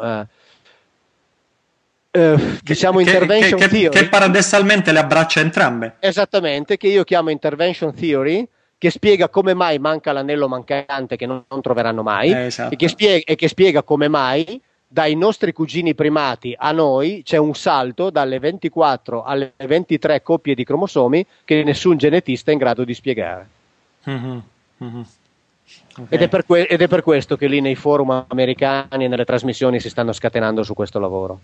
intervention theory, che paradossalmente le abbraccia entrambe. Esattamente, che io chiamo intervention theory, che spiega come mai manca l'anello mancante che non troveranno mai, esatto. e che spiega come mai dai nostri cugini primati a noi c'è un salto dalle 24 alle 23 coppie di cromosomi che nessun genetista è in grado di spiegare. Okay. Ed è per questo che lì nei forum americani e nelle trasmissioni si stanno scatenando su questo lavoro.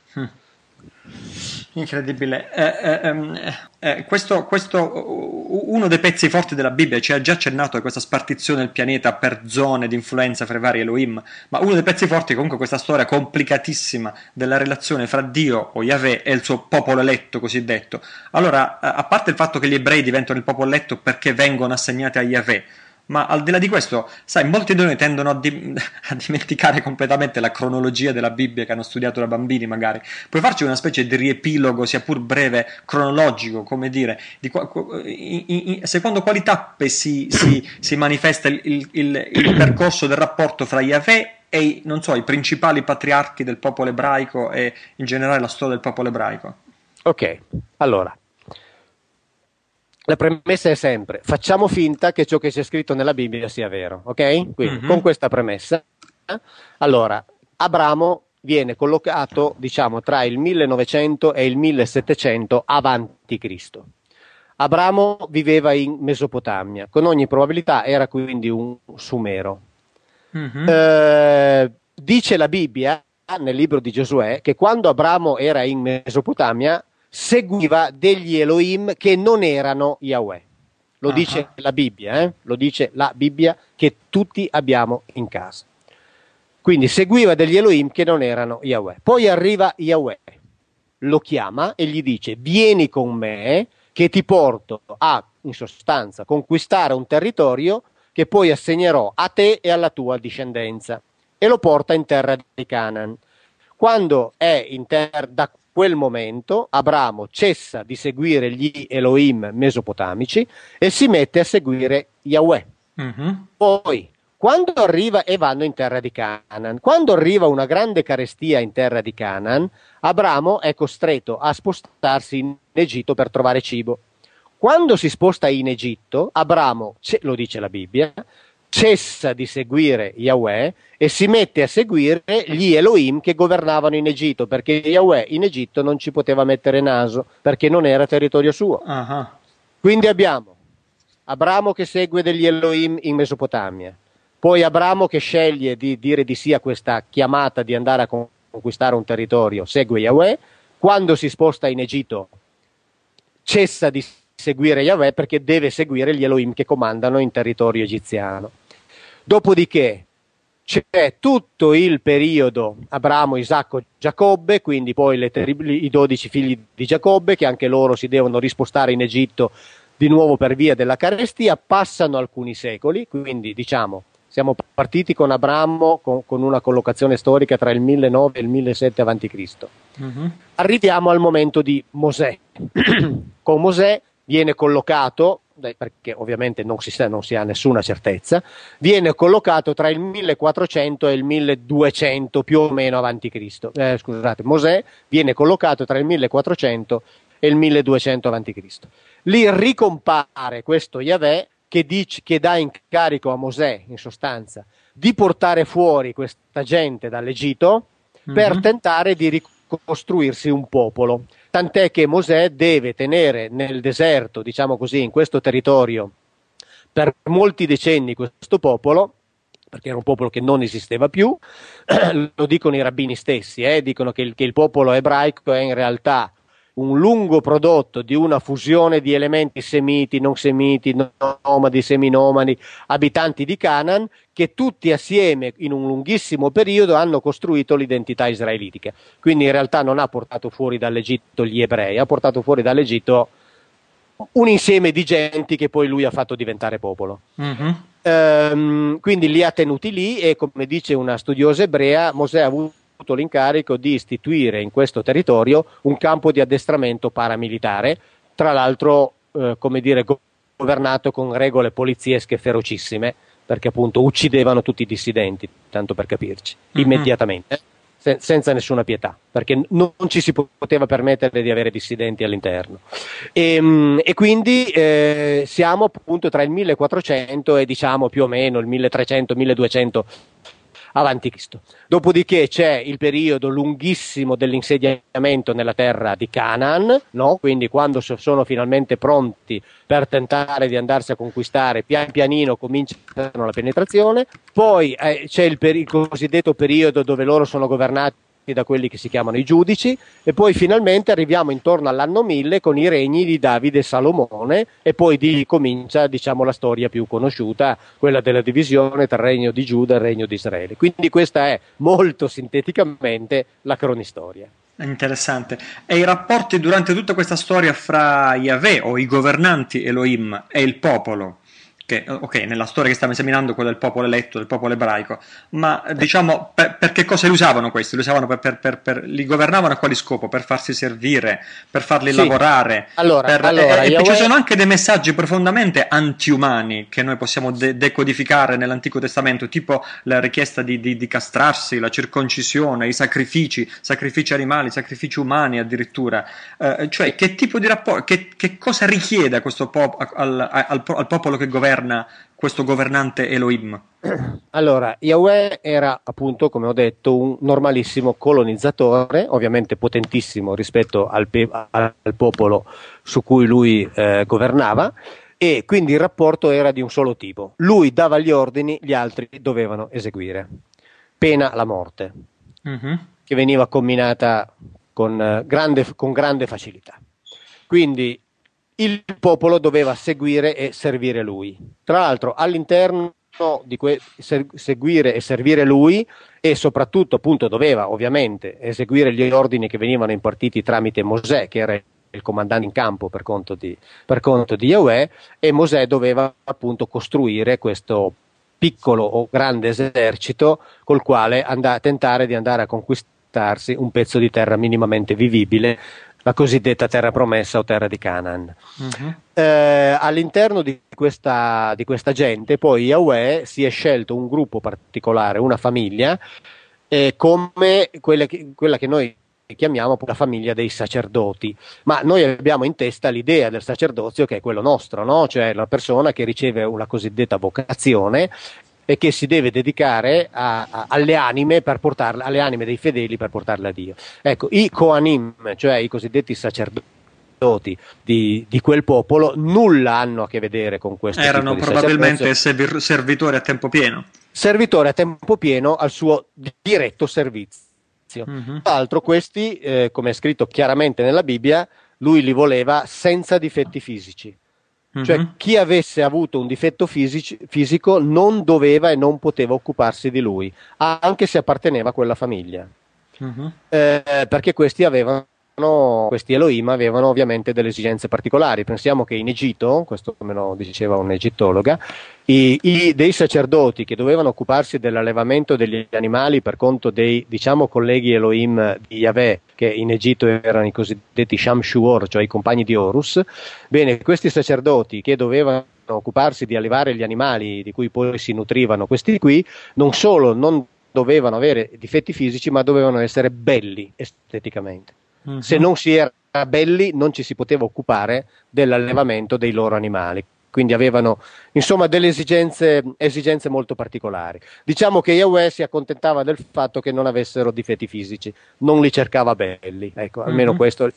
Incredibile. Questo uno dei pezzi forti della Bibbia, ci ha già accennato a questa spartizione del pianeta per zone di influenza fra i vari Elohim, ma uno dei pezzi forti è comunque questa storia complicatissima della relazione fra Dio o Yahweh e il suo popolo eletto cosiddetto. Allora, a parte il fatto che gli ebrei diventano il popolo eletto perché vengono assegnati a Yahweh, ma al di là di questo, sai, molti di noi tendono a dimenticare completamente la cronologia della Bibbia che hanno studiato da bambini, magari. Puoi farci una specie di riepilogo, sia pur breve, cronologico, come dire, secondo quali tappe si manifesta il percorso del rapporto fra Yahweh e, non so, i principali patriarchi del popolo ebraico e in generale la storia del popolo ebraico? Ok, allora. La premessa è sempre: facciamo finta che ciò che c'è scritto nella Bibbia sia vero, ok? Quindi, con questa premessa, allora, Abramo viene collocato, diciamo, tra il 1900 e il 1700 avanti Cristo. Abramo viveva in Mesopotamia, con ogni probabilità era quindi un sumero. Dice la Bibbia, nel libro di Giosuè, che quando Abramo era in Mesopotamia seguiva degli Elohim che non erano Yahweh. Lo dice la Bibbia, lo dice la Bibbia che tutti abbiamo in casa. Quindi seguiva degli Elohim che non erano Yahweh. Poi arriva Yahweh, lo chiama e gli dice: vieni con me che ti porto a, in sostanza, conquistare un territorio che poi assegnerò a te e alla tua discendenza, e lo porta in terra di Canaan. Quando è da quel momento Abramo cessa di seguire gli Elohim mesopotamici e si mette a seguire Yahweh. Poi, quando arriva, e vanno in terra di Canaan, quando arriva una grande carestia in terra di Canaan, Abramo è costretto a spostarsi in Egitto per trovare cibo. Quando si sposta in Egitto, Abramo, lo dice la Bibbia, cessa di seguire Yahweh e si mette a seguire gli Elohim che governavano in Egitto, perché Yahweh in Egitto non ci poteva mettere naso, perché non era territorio suo. Quindi abbiamo Abramo che segue degli Elohim in Mesopotamia, poi Abramo che sceglie di dire di sì a questa chiamata di andare a conquistare un territorio, segue Yahweh. Quando si sposta in Egitto cessa di seguire Yahweh perché deve seguire gli Elohim che comandano in territorio egiziano. Dopodiché c'è tutto il periodo Abramo, Isacco, Giacobbe, quindi poi i 12 figli di Giacobbe, che anche loro si devono rispostare in Egitto di nuovo per via della carestia. Passano alcuni secoli, quindi diciamo siamo partiti con Abramo con una collocazione storica tra il 1009 e il 1007 a.C. Arriviamo al momento di Mosè. Con Mosè viene collocato, perché ovviamente non si ha nessuna certezza, viene collocato tra il 1400 e il 1200 più o meno avanti Cristo. Mosè viene collocato tra il 1400 e il 1200 avanti Cristo. Lì ricompare questo Yahweh che dà incarico a Mosè, in sostanza, di portare fuori questa gente dall'Egitto per tentare di ricostruirsi un popolo. Tant'è che Mosè deve tenere nel deserto, diciamo così, in questo territorio, per molti decenni questo popolo, perché era un popolo che non esisteva più. Lo dicono i rabbini stessi, dicono che il popolo ebraico è in realtà un lungo prodotto di una fusione di elementi semiti, non semiti, nomadi, seminomadi, abitanti di Canaan, che tutti assieme in un lunghissimo periodo hanno costruito l'identità israelitica. Quindi in realtà non ha portato fuori dall'Egitto gli ebrei, ha portato fuori dall'Egitto un insieme di genti che poi lui ha fatto diventare popolo. Quindi li ha tenuti lì, e come dice una studiosa ebrea, Mosè ha avuto l'incarico di istituire in questo territorio un campo di addestramento paramilitare, tra l'altro governato con regole poliziesche ferocissime, perché appunto uccidevano tutti i dissidenti, tanto per capirci, immediatamente, senza nessuna pietà, perché non ci si poteva permettere di avere dissidenti all'interno. E quindi siamo appunto tra il 1400 e diciamo più o meno il 1300-1200 avanti Cristo. Dopodiché c'è il periodo lunghissimo dell'insediamento nella terra di Canaan, no? Quindi quando sono finalmente pronti per tentare di andarsi a conquistare, pian pianino cominciano la penetrazione. Poi c'è il cosiddetto periodo dove loro sono governati da quelli che si chiamano i giudici, e poi finalmente arriviamo intorno all'anno 1000 con i regni di Davide e Salomone, e poi comincia, diciamo, la storia più conosciuta, quella della divisione tra il regno di Giuda e il regno di Israele. Quindi questa è molto sinteticamente la cronistoria. Interessante. E i rapporti durante tutta questa storia fra Yahweh o i governanti Elohim e il popolo? Che, ok, nella storia che stiamo esaminando, quella del popolo eletto, del popolo ebraico, ma diciamo per che cosa li usavano questi? Li usavano li governavano a quali scopo? Per farsi servire, per farli lavorare? E ci sono anche dei messaggi profondamente antiumani che noi possiamo decodificare nell'Antico Testamento, tipo la richiesta di castrarsi, la circoncisione, i sacrifici animali, sacrifici umani addirittura. Cioè, che tipo di rapporto, che cosa richiede a questo al popolo che governa questo governante Elohim? Allora, Yahweh era appunto, come ho detto, un normalissimo colonizzatore, ovviamente potentissimo rispetto al popolo su cui lui governava, e quindi il rapporto era di un solo tipo. Lui dava gli ordini, gli altri dovevano eseguire, pena la morte, che veniva comminata con grande facilità. Quindi il popolo doveva seguire e servire lui. Tra l'altro, all'interno di seguire e servire lui, e soprattutto appunto doveva ovviamente eseguire gli ordini che venivano impartiti tramite Mosè, che era il comandante in campo per conto di Yahweh, e Mosè doveva appunto costruire questo piccolo o grande esercito col quale tentare di andare a conquistarsi un pezzo di terra minimamente vivibile, la cosiddetta terra promessa o terra di Canaan. Uh-huh. All'interno di questa gente poi Yahweh si è scelto un gruppo particolare, una famiglia, come quella che noi chiamiamo la famiglia dei sacerdoti, ma noi abbiamo in testa l'idea del sacerdozio che è quello nostro, no? Cioè la persona che riceve una cosiddetta vocazione e che si deve dedicare alle anime alle anime dei fedeli per portarle a Dio. Ecco, i Kohanim, cioè i cosiddetti sacerdoti di quel popolo, nulla hanno a che vedere con questo. Erano probabilmente servitori a tempo pieno. Servitori a tempo pieno al suo diretto servizio. Uh-huh. Tra l'altro questi, come è scritto chiaramente nella Bibbia, lui li voleva senza difetti fisici. Uh-huh. Cioè chi avesse avuto un difetto fisico non doveva e non poteva occuparsi di lui, anche se apparteneva a quella famiglia. Uh-huh. Perché questi Elohim avevano ovviamente delle esigenze particolari. Pensiamo che in Egitto, questo me lo diceva un'egittologa, dei sacerdoti che dovevano occuparsi dell'allevamento degli animali per conto dei, diciamo, colleghi Elohim di Yahweh, che in Egitto erano i cosiddetti Shamshuor, cioè i compagni di Horus. Bene, questi sacerdoti che dovevano occuparsi di allevare gli animali di cui poi si nutrivano, questi qui non solo non dovevano avere difetti fisici, ma dovevano essere belli esteticamente. Uh-huh. Se non si era belli non ci si poteva occupare dell'allevamento dei loro animali, quindi avevano insomma delle esigenze molto particolari. Diciamo che Yahweh si accontentava del fatto che non avessero difetti fisici, non li cercava belli, ecco, almeno questo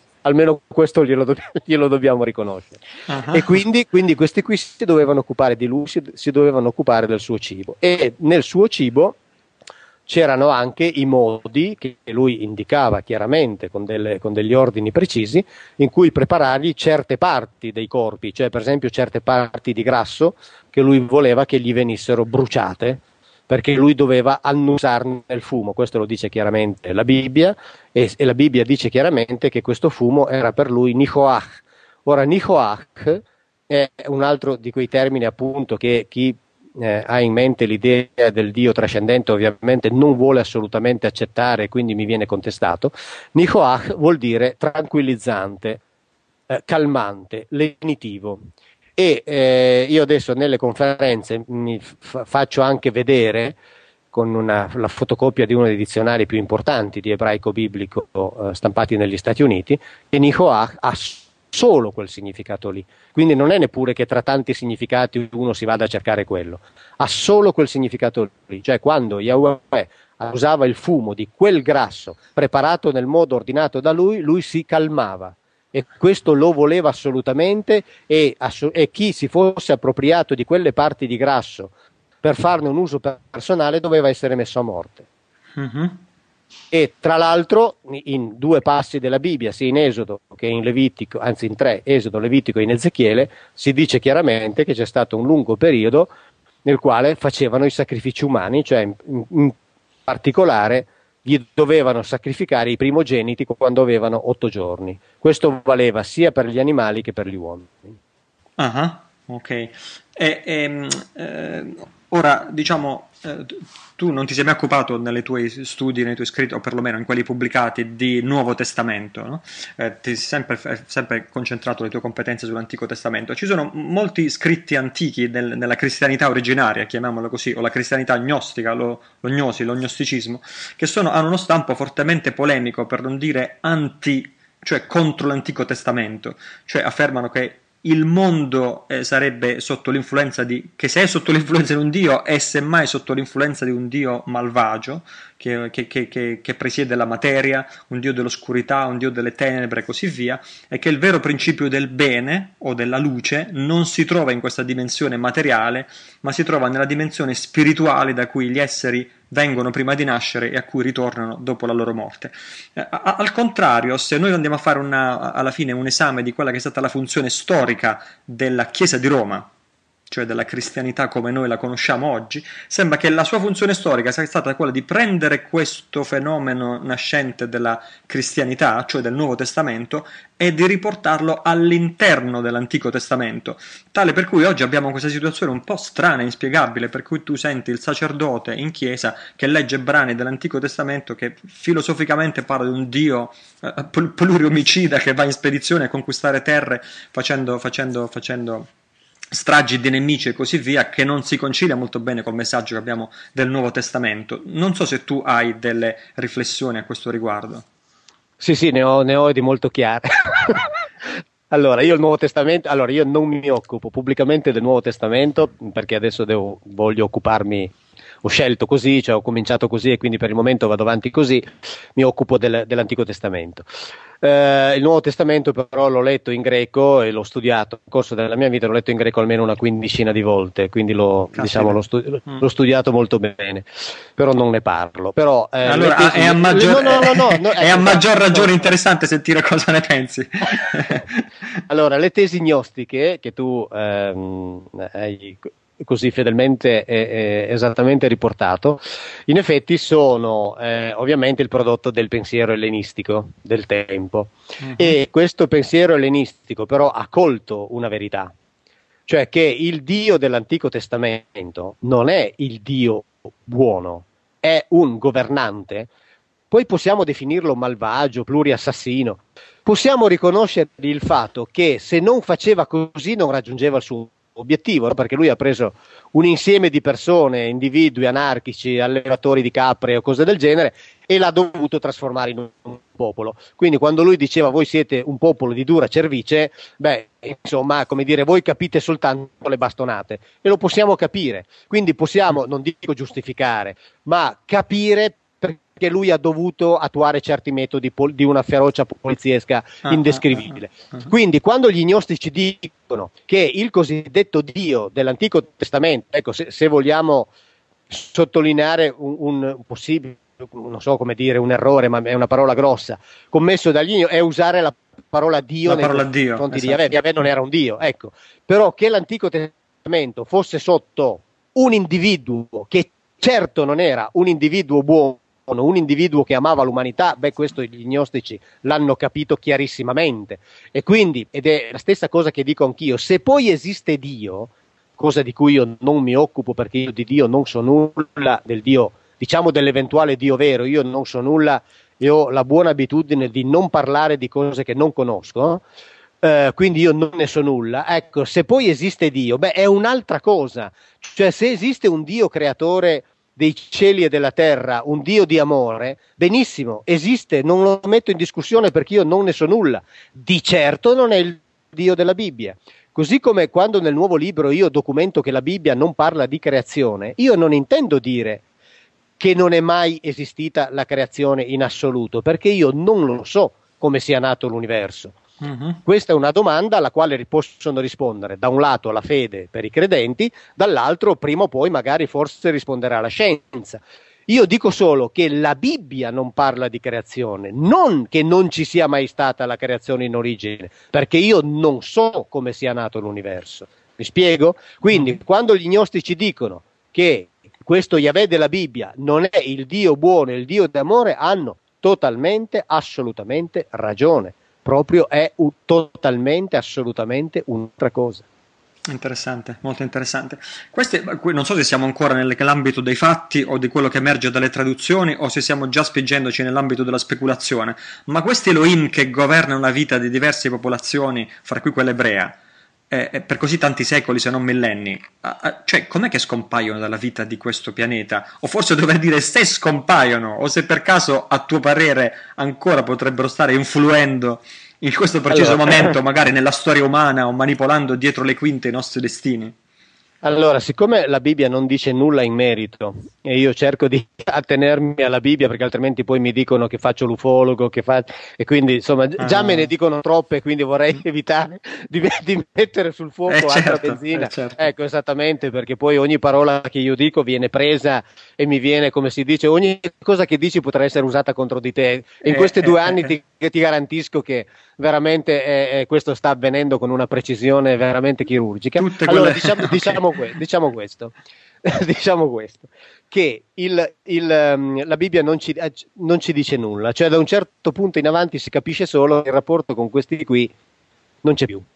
glielo dobbiamo riconoscere. Uh-huh. E quindi questi qui si dovevano occupare di lui, si dovevano occupare del suo cibo, e nel suo cibo c'erano anche i modi che lui indicava chiaramente con degli ordini precisi in cui preparargli certe parti dei corpi, cioè per esempio certe parti di grasso che lui voleva che gli venissero bruciate, perché lui doveva annusarne il fumo. Questo lo dice chiaramente la Bibbia, e la Bibbia dice chiaramente che questo fumo era per lui Nihoach. Ora Nihoach è un altro di quei termini appunto che chi ha in mente l'idea del Dio trascendente ovviamente non vuole assolutamente accettare, quindi mi viene contestato. Nihoach vuol dire tranquillizzante, calmante, lenitivo, e io adesso nelle conferenze faccio anche vedere con la fotocopia di uno dei dizionari più importanti di ebraico biblico stampati negli Stati Uniti, che Nihoach ha solo quel significato lì, quindi non è neppure che tra tanti significati uno si vada a cercare quello, ha solo quel significato lì, cioè quando Yahweh usava il fumo di quel grasso preparato nel modo ordinato da lui si calmava, e questo lo voleva assolutamente, e chi si fosse appropriato di quelle parti di grasso per farne un uso personale doveva essere messo a morte. Mm-hmm. E tra l'altro in due passi della Bibbia, sia in Esodo che in Levitico, anzi in tre, Esodo, Levitico e in Ezechiele, si dice chiaramente che c'è stato un lungo periodo nel quale facevano i sacrifici umani, cioè in particolare gli dovevano sacrificare i primogeniti quando avevano 8 giorni. Questo valeva sia per gli animali che per gli uomini. Ah, ok. Ora, diciamo, tu non ti sei mai occupato nei tuoi studi, nei tuoi scritti, o perlomeno in quelli pubblicati, di Nuovo Testamento, no? Ti sei sempre concentrato le tue competenze sull'Antico Testamento. Ci sono molti scritti antichi nella cristianità originaria, chiamiamola così, o la cristianità gnostica, lo gnosticismo, che hanno uno stampo fortemente polemico, per non dire cioè contro l'Antico Testamento, cioè affermano che il mondo sarebbe sotto l'influenza che se è sotto l'influenza di un dio è semmai sotto l'influenza di un dio malvagio che presiede la materia, un dio dell'oscurità, un dio delle tenebre e così via, e che il vero principio del bene o della luce non si trova in questa dimensione materiale, ma si trova nella dimensione spirituale da cui gli esseri vengono prima di nascere e a cui ritornano dopo la loro morte. Al contrario, se noi andiamo a fare alla fine un esame di quella che è stata la funzione storica della Chiesa di Roma, cioè della cristianità come noi la conosciamo oggi, sembra che la sua funzione storica sia stata quella di prendere questo fenomeno nascente della cristianità, cioè del Nuovo Testamento, e di riportarlo all'interno dell'Antico Testamento, tale per cui oggi abbiamo questa situazione un po' strana e inspiegabile, per cui tu senti il sacerdote in chiesa che legge brani dell'Antico Testamento che filosoficamente parla di un Dio pluriomicida che va in spedizione a conquistare terre facendo stragi di nemici e così via, che non si concilia molto bene col messaggio che abbiamo del Nuovo Testamento. Non so se tu hai delle riflessioni a questo riguardo. Sì, ne ho di molto chiare. Allora, io non mi occupo pubblicamente del Nuovo Testamento, perché adesso voglio occuparmi, ho scelto così, cioè ho cominciato così e quindi per il momento vado avanti così, mi occupo dell'Antico Testamento. Il Nuovo Testamento però l'ho letto in greco e l'ho studiato, nel corso della mia vita l'ho letto in greco almeno una quindicina di volte, quindi l'ho studiato molto bene, però non ne parlo. Però, allora è a maggior ragione interessante sentire cosa ne pensi. Allora, le tesi gnostiche che tu hai così fedelmente e esattamente riportato, in effetti sono ovviamente il prodotto del pensiero ellenistico del tempo. E questo pensiero ellenistico però ha colto una verità, cioè che il Dio dell'Antico Testamento non è il Dio buono, è un governante. Poi possiamo definirlo malvagio, pluriassassino, possiamo riconoscere il fatto che se non faceva così non raggiungeva il suo obiettivo, no? Perché lui ha preso un insieme di persone, individui anarchici, allevatori di capre o cose del genere, e l'ha dovuto trasformare in un popolo. Quindi quando lui diceva voi siete un popolo di dura cervice, insomma, come dire, voi capite soltanto le bastonate, e lo possiamo capire. Quindi possiamo, non dico giustificare, ma capire perché lui ha dovuto attuare certi metodi di una ferocia poliziesca indescrivibile. Quindi quando gli gnostici dicono che il cosiddetto Dio dell'Antico Testamento, ecco, se vogliamo sottolineare un possibile, non so come dire, un errore, ma è una parola grossa, commesso dagli gnostici, è usare la parola Dio nei confronti di Yahweh. Yahweh non era un Dio, ecco. Però che l'Antico Testamento fosse sotto un individuo che certo non era un individuo buono, un individuo che amava l'umanità, questo gli gnostici l'hanno capito chiarissimamente, e quindi, ed è la stessa cosa che dico anch'io, se poi esiste Dio, cosa di cui io non mi occupo perché io di Dio non so nulla, del Dio, diciamo dell'eventuale Dio vero, io non so nulla, io ho la buona abitudine di non parlare di cose che non conosco, quindi io non ne so nulla. Ecco, se poi esiste Dio, è un'altra cosa, cioè se esiste un Dio creatore dei cieli e della terra, un Dio di amore, benissimo, esiste, non lo metto in discussione perché io non ne so nulla, di certo non è il Dio della Bibbia. Così come quando nel nuovo libro io documento che la Bibbia non parla di creazione, io non intendo dire che non è mai esistita la creazione in assoluto, perché io non lo so come sia nato l'universo. Questa è una domanda alla quale possono rispondere da un lato la fede per i credenti, dall'altro prima o poi magari forse risponderà la scienza. Io dico solo che la Bibbia non parla di creazione, non che non ci sia mai stata la creazione in origine, perché io non so come sia nato l'universo. Mi spiego? Quindi quando gli gnostici dicono che questo Yahweh della Bibbia non è il Dio buono, il Dio d'amore, hanno totalmente, assolutamente ragione. Proprio è totalmente, assolutamente un'altra cosa. Interessante, molto interessante. Non so se siamo ancora nell'ambito dei fatti o di quello che emerge dalle traduzioni o se stiamo già spingendoci nell'ambito della speculazione, ma questi Elohim che governano la vita di diverse popolazioni, fra cui quella ebrea, per così tanti secoli se non millenni, cioè com'è che scompaiono dalla vita di questo pianeta? O forse dovrei dire se scompaiono, o se per caso a tuo parere ancora potrebbero stare influendo in questo preciso momento magari nella storia umana o manipolando dietro le quinte i nostri destini? Allora, siccome la Bibbia non dice nulla in merito e io cerco di attenermi alla Bibbia perché altrimenti poi mi dicono che faccio l'ufologo, e quindi insomma già me ne dicono troppe, quindi vorrei evitare di mettere sul fuoco altra benzina. Certo. Ecco, esattamente, perché poi ogni parola che io dico viene presa e mi viene, come si dice, ogni cosa che dici potrà essere usata contro di te. In questi 2 anni ti garantisco che veramente questo sta avvenendo con una precisione veramente chirurgica. Allora, diciamo questo, che la Bibbia non ci dice nulla, cioè da un certo punto in avanti si capisce solo che il rapporto con questi qui non c'è più.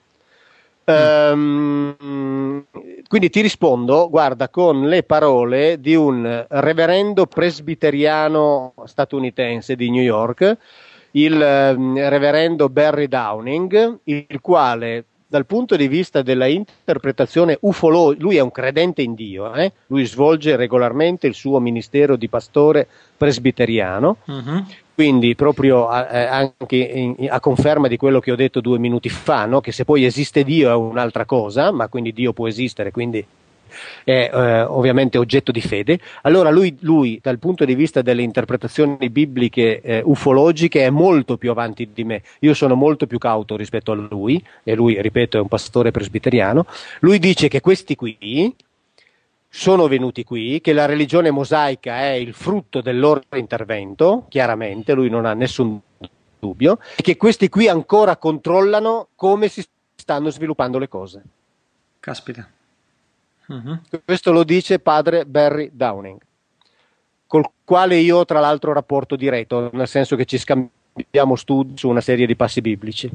Quindi ti rispondo, guarda, con le parole di un reverendo presbiteriano statunitense di New York, il reverendo Barry Downing, il quale dal punto di vista della interpretazione ufologica, lui è un credente in Dio, lui svolge regolarmente il suo ministero di pastore presbiteriano, quindi proprio anche a conferma di quello che ho detto 2 minuti fa, no? Che se poi esiste Dio è un'altra cosa, ma quindi Dio può esistere, quindi è ovviamente oggetto di fede. Allora lui dal punto di vista delle interpretazioni bibliche ufologiche è molto più avanti di me. Io sono molto più cauto rispetto a lui, e lui, ripeto, è un pastore presbiteriano. Lui dice che questi qui sono venuti qui, che la religione mosaica è il frutto del loro intervento, chiaramente, lui non ha nessun dubbio, e che questi qui ancora controllano come si stanno sviluppando le cose. Caspita. Questo lo dice padre Barry Downing, col quale io ho tra l'altro rapporto diretto, nel senso che ci scambiamo studi su una serie di passi biblici.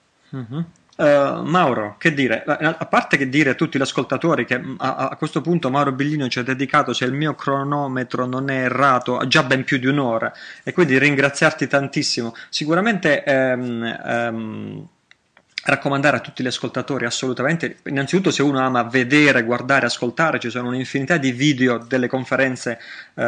Mauro, che dire? A parte che dire a tutti gli ascoltatori che a questo punto Mauro Biglino ci ha dedicato, se il mio cronometro non è errato, già ben più di 1 ora, e quindi ringraziarti tantissimo. Sicuramente raccomandare a tutti gli ascoltatori assolutamente, innanzitutto se uno ama vedere, guardare, ascoltare, ci sono un'infinità di video delle conferenze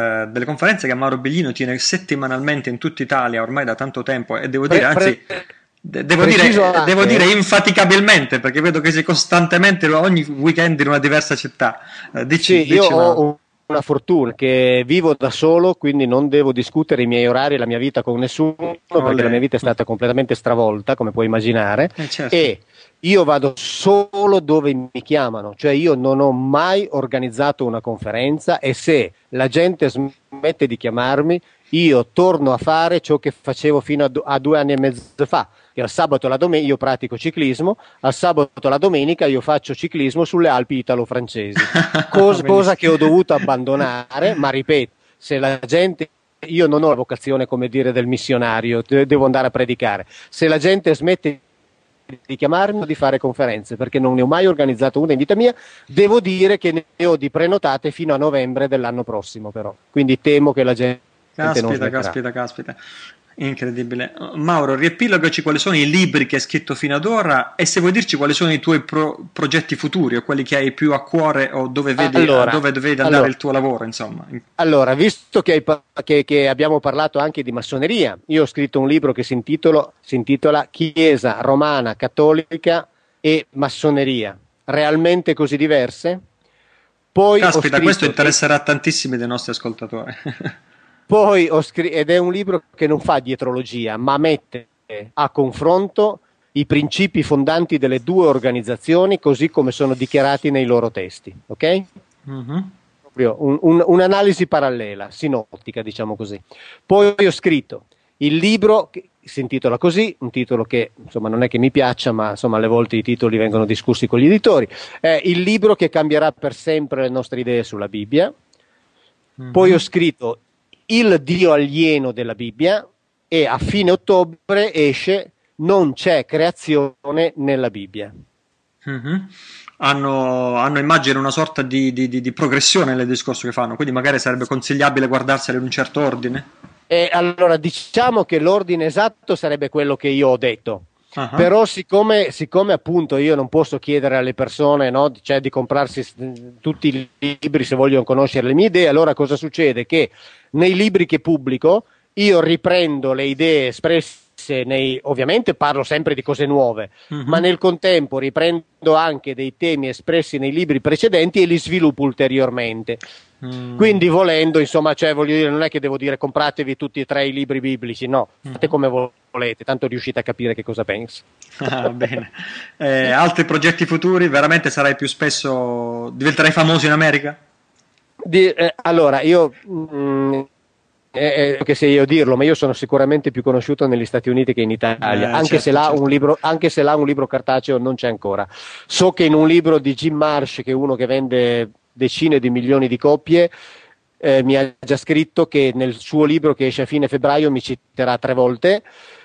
che Mauro Biglino tiene settimanalmente in tutta Italia ormai da tanto tempo, e devo dire, anzi devo dire infaticabilmente, perché vedo che sei costantemente ogni weekend in una diversa città. Dici, io ho una fortuna che vivo da solo, quindi non devo discutere i miei orari e la mia vita con nessuno, perché la mia vita è stata completamente stravolta, come puoi immaginare, certo. E io vado solo dove mi chiamano, cioè io non ho mai organizzato una conferenza, e se la gente smette di chiamarmi io torno a fare ciò che facevo fino a 2 anni e mezzo fa, che al sabato e la domenica io pratico ciclismo, al sabato e la domenica io faccio ciclismo sulle Alpi italo-francesi, cosa che ho dovuto abbandonare, ma ripeto, se la gente, io non ho la vocazione, come dire, del missionario, devo andare a predicare, se la gente smette di chiamarmi, di fare conferenze, perché non ne ho mai organizzato una in vita mia, devo dire che ne ho di prenotate fino a novembre dell'anno prossimo, però, quindi temo che la gente Caspita, incredibile. Mauro, riepilogaci quali sono i libri che hai scritto fino ad ora, e se vuoi dirci quali sono i tuoi progetti futuri, o quelli che hai più a cuore, o dove vedi andare il tuo lavoro, insomma. Allora, visto che abbiamo parlato anche di massoneria, io ho scritto un libro che si intitola Chiesa Romana Cattolica e Massoneria, realmente così diverse? Poi Caspita, questo interesserà tantissimi dei nostri ascoltatori. Poi ed è un libro che non fa dietrologia, ma mette a confronto i principi fondanti delle 2 organizzazioni così come sono dichiarati nei loro testi, ok? Proprio un'analisi parallela, sinottica, diciamo così. Poi ho scritto il libro che si intitola così, un titolo che insomma non è che mi piaccia, ma insomma alle volte i titoli vengono discussi con gli editori, è il libro che cambierà per sempre le nostre idee sulla Bibbia. Poi ho scritto Il Dio alieno della Bibbia, e a fine ottobre esce Non c'è creazione nella Bibbia. Hanno immagino una sorta di progressione nel discorso che fanno, quindi magari sarebbe consigliabile guardarsele in un certo ordine? Allora, diciamo che l'ordine esatto sarebbe quello che io ho detto. Però siccome appunto io non posso chiedere alle persone, no, cioè di comprarsi tutti i libri se vogliono conoscere le mie idee, allora cosa succede? Che nei libri che pubblico io riprendo le idee espresse ovviamente parlo sempre di cose nuove, ma nel contempo riprendo anche dei temi espressi nei libri precedenti e li sviluppo ulteriormente. Quindi volendo, insomma, cioè, voglio dire, non è che devo dire compratevi tutti e 3 i libri biblici, no, fate come volete, tanto riuscite a capire che cosa penso. Bene. Altri progetti futuri? Veramente sarai più spesso, diventerai famoso in America? Allora, io che se io dirlo, ma io sono sicuramente più conosciuto negli Stati Uniti che in Italia, anche se là un libro cartaceo non c'è ancora. So che in un libro di Jim Marsh, che è uno che vende decine di milioni di copie, mi ha già scritto che nel suo libro che esce a fine febbraio mi citerà 3 volte.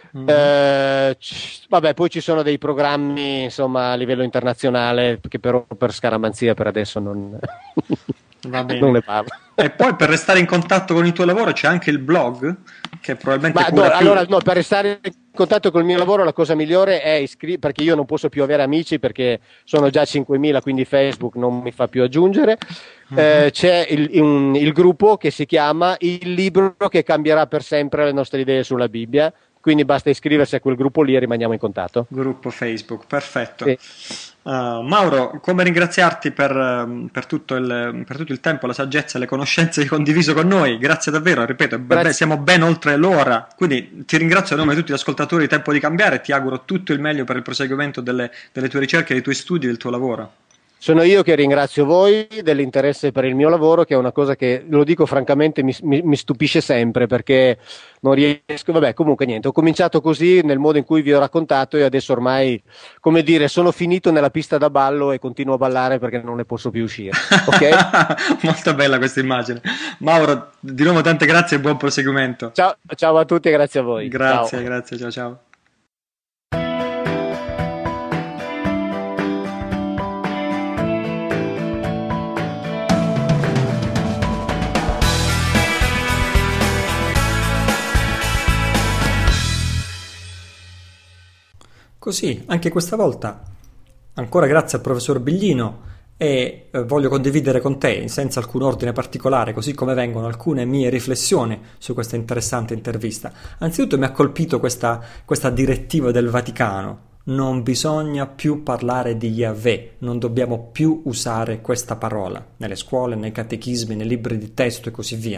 Vabbè, poi ci sono dei programmi, insomma, a livello internazionale che però per scaramanzia per adesso non non ne parlo. E poi per restare in contatto con il tuo lavoro c'è anche il blog, che probabilmente per restare in contatto con il mio lavoro la cosa migliore è perché io non posso più avere amici perché sono già 5.000, quindi Facebook non mi fa più aggiungere. C'è il gruppo che si chiama Il libro che cambierà per sempre le nostre idee sulla Bibbia, quindi basta iscriversi a quel gruppo lì e rimaniamo in contatto. Gruppo Facebook, perfetto. Sì. Mauro, come ringraziarti per tutto il tempo, la saggezza e le conoscenze che hai condiviso con noi. Grazie davvero, ripeto, siamo ben oltre l'ora, quindi ti ringrazio a nome di tutti gli ascoltatori di Tempo di Cambiare e ti auguro tutto il meglio per il proseguimento delle tue ricerche, dei tuoi studi, del tuo lavoro. Sono io che ringrazio voi dell'interesse per il mio lavoro, che è una cosa che, lo dico francamente, mi stupisce sempre, perché non riesco, vabbè, comunque niente, ho cominciato così nel modo in cui vi ho raccontato e adesso ormai, come dire, sono finito nella pista da ballo e continuo a ballare perché non ne posso più uscire. Ok? Molto bella questa immagine. Mauro, di nuovo tante grazie e buon proseguimento. Ciao a tutti e grazie a voi. Grazie, ciao. Così, anche questa volta, ancora grazie al professor Biglino e voglio condividere con te, senza alcun ordine particolare, così come vengono alcune mie riflessioni su questa interessante intervista. Anzitutto mi ha colpito questa direttiva del Vaticano: non bisogna più parlare di Yahweh, non dobbiamo più usare questa parola nelle scuole, nei catechismi, nei libri di testo e così via.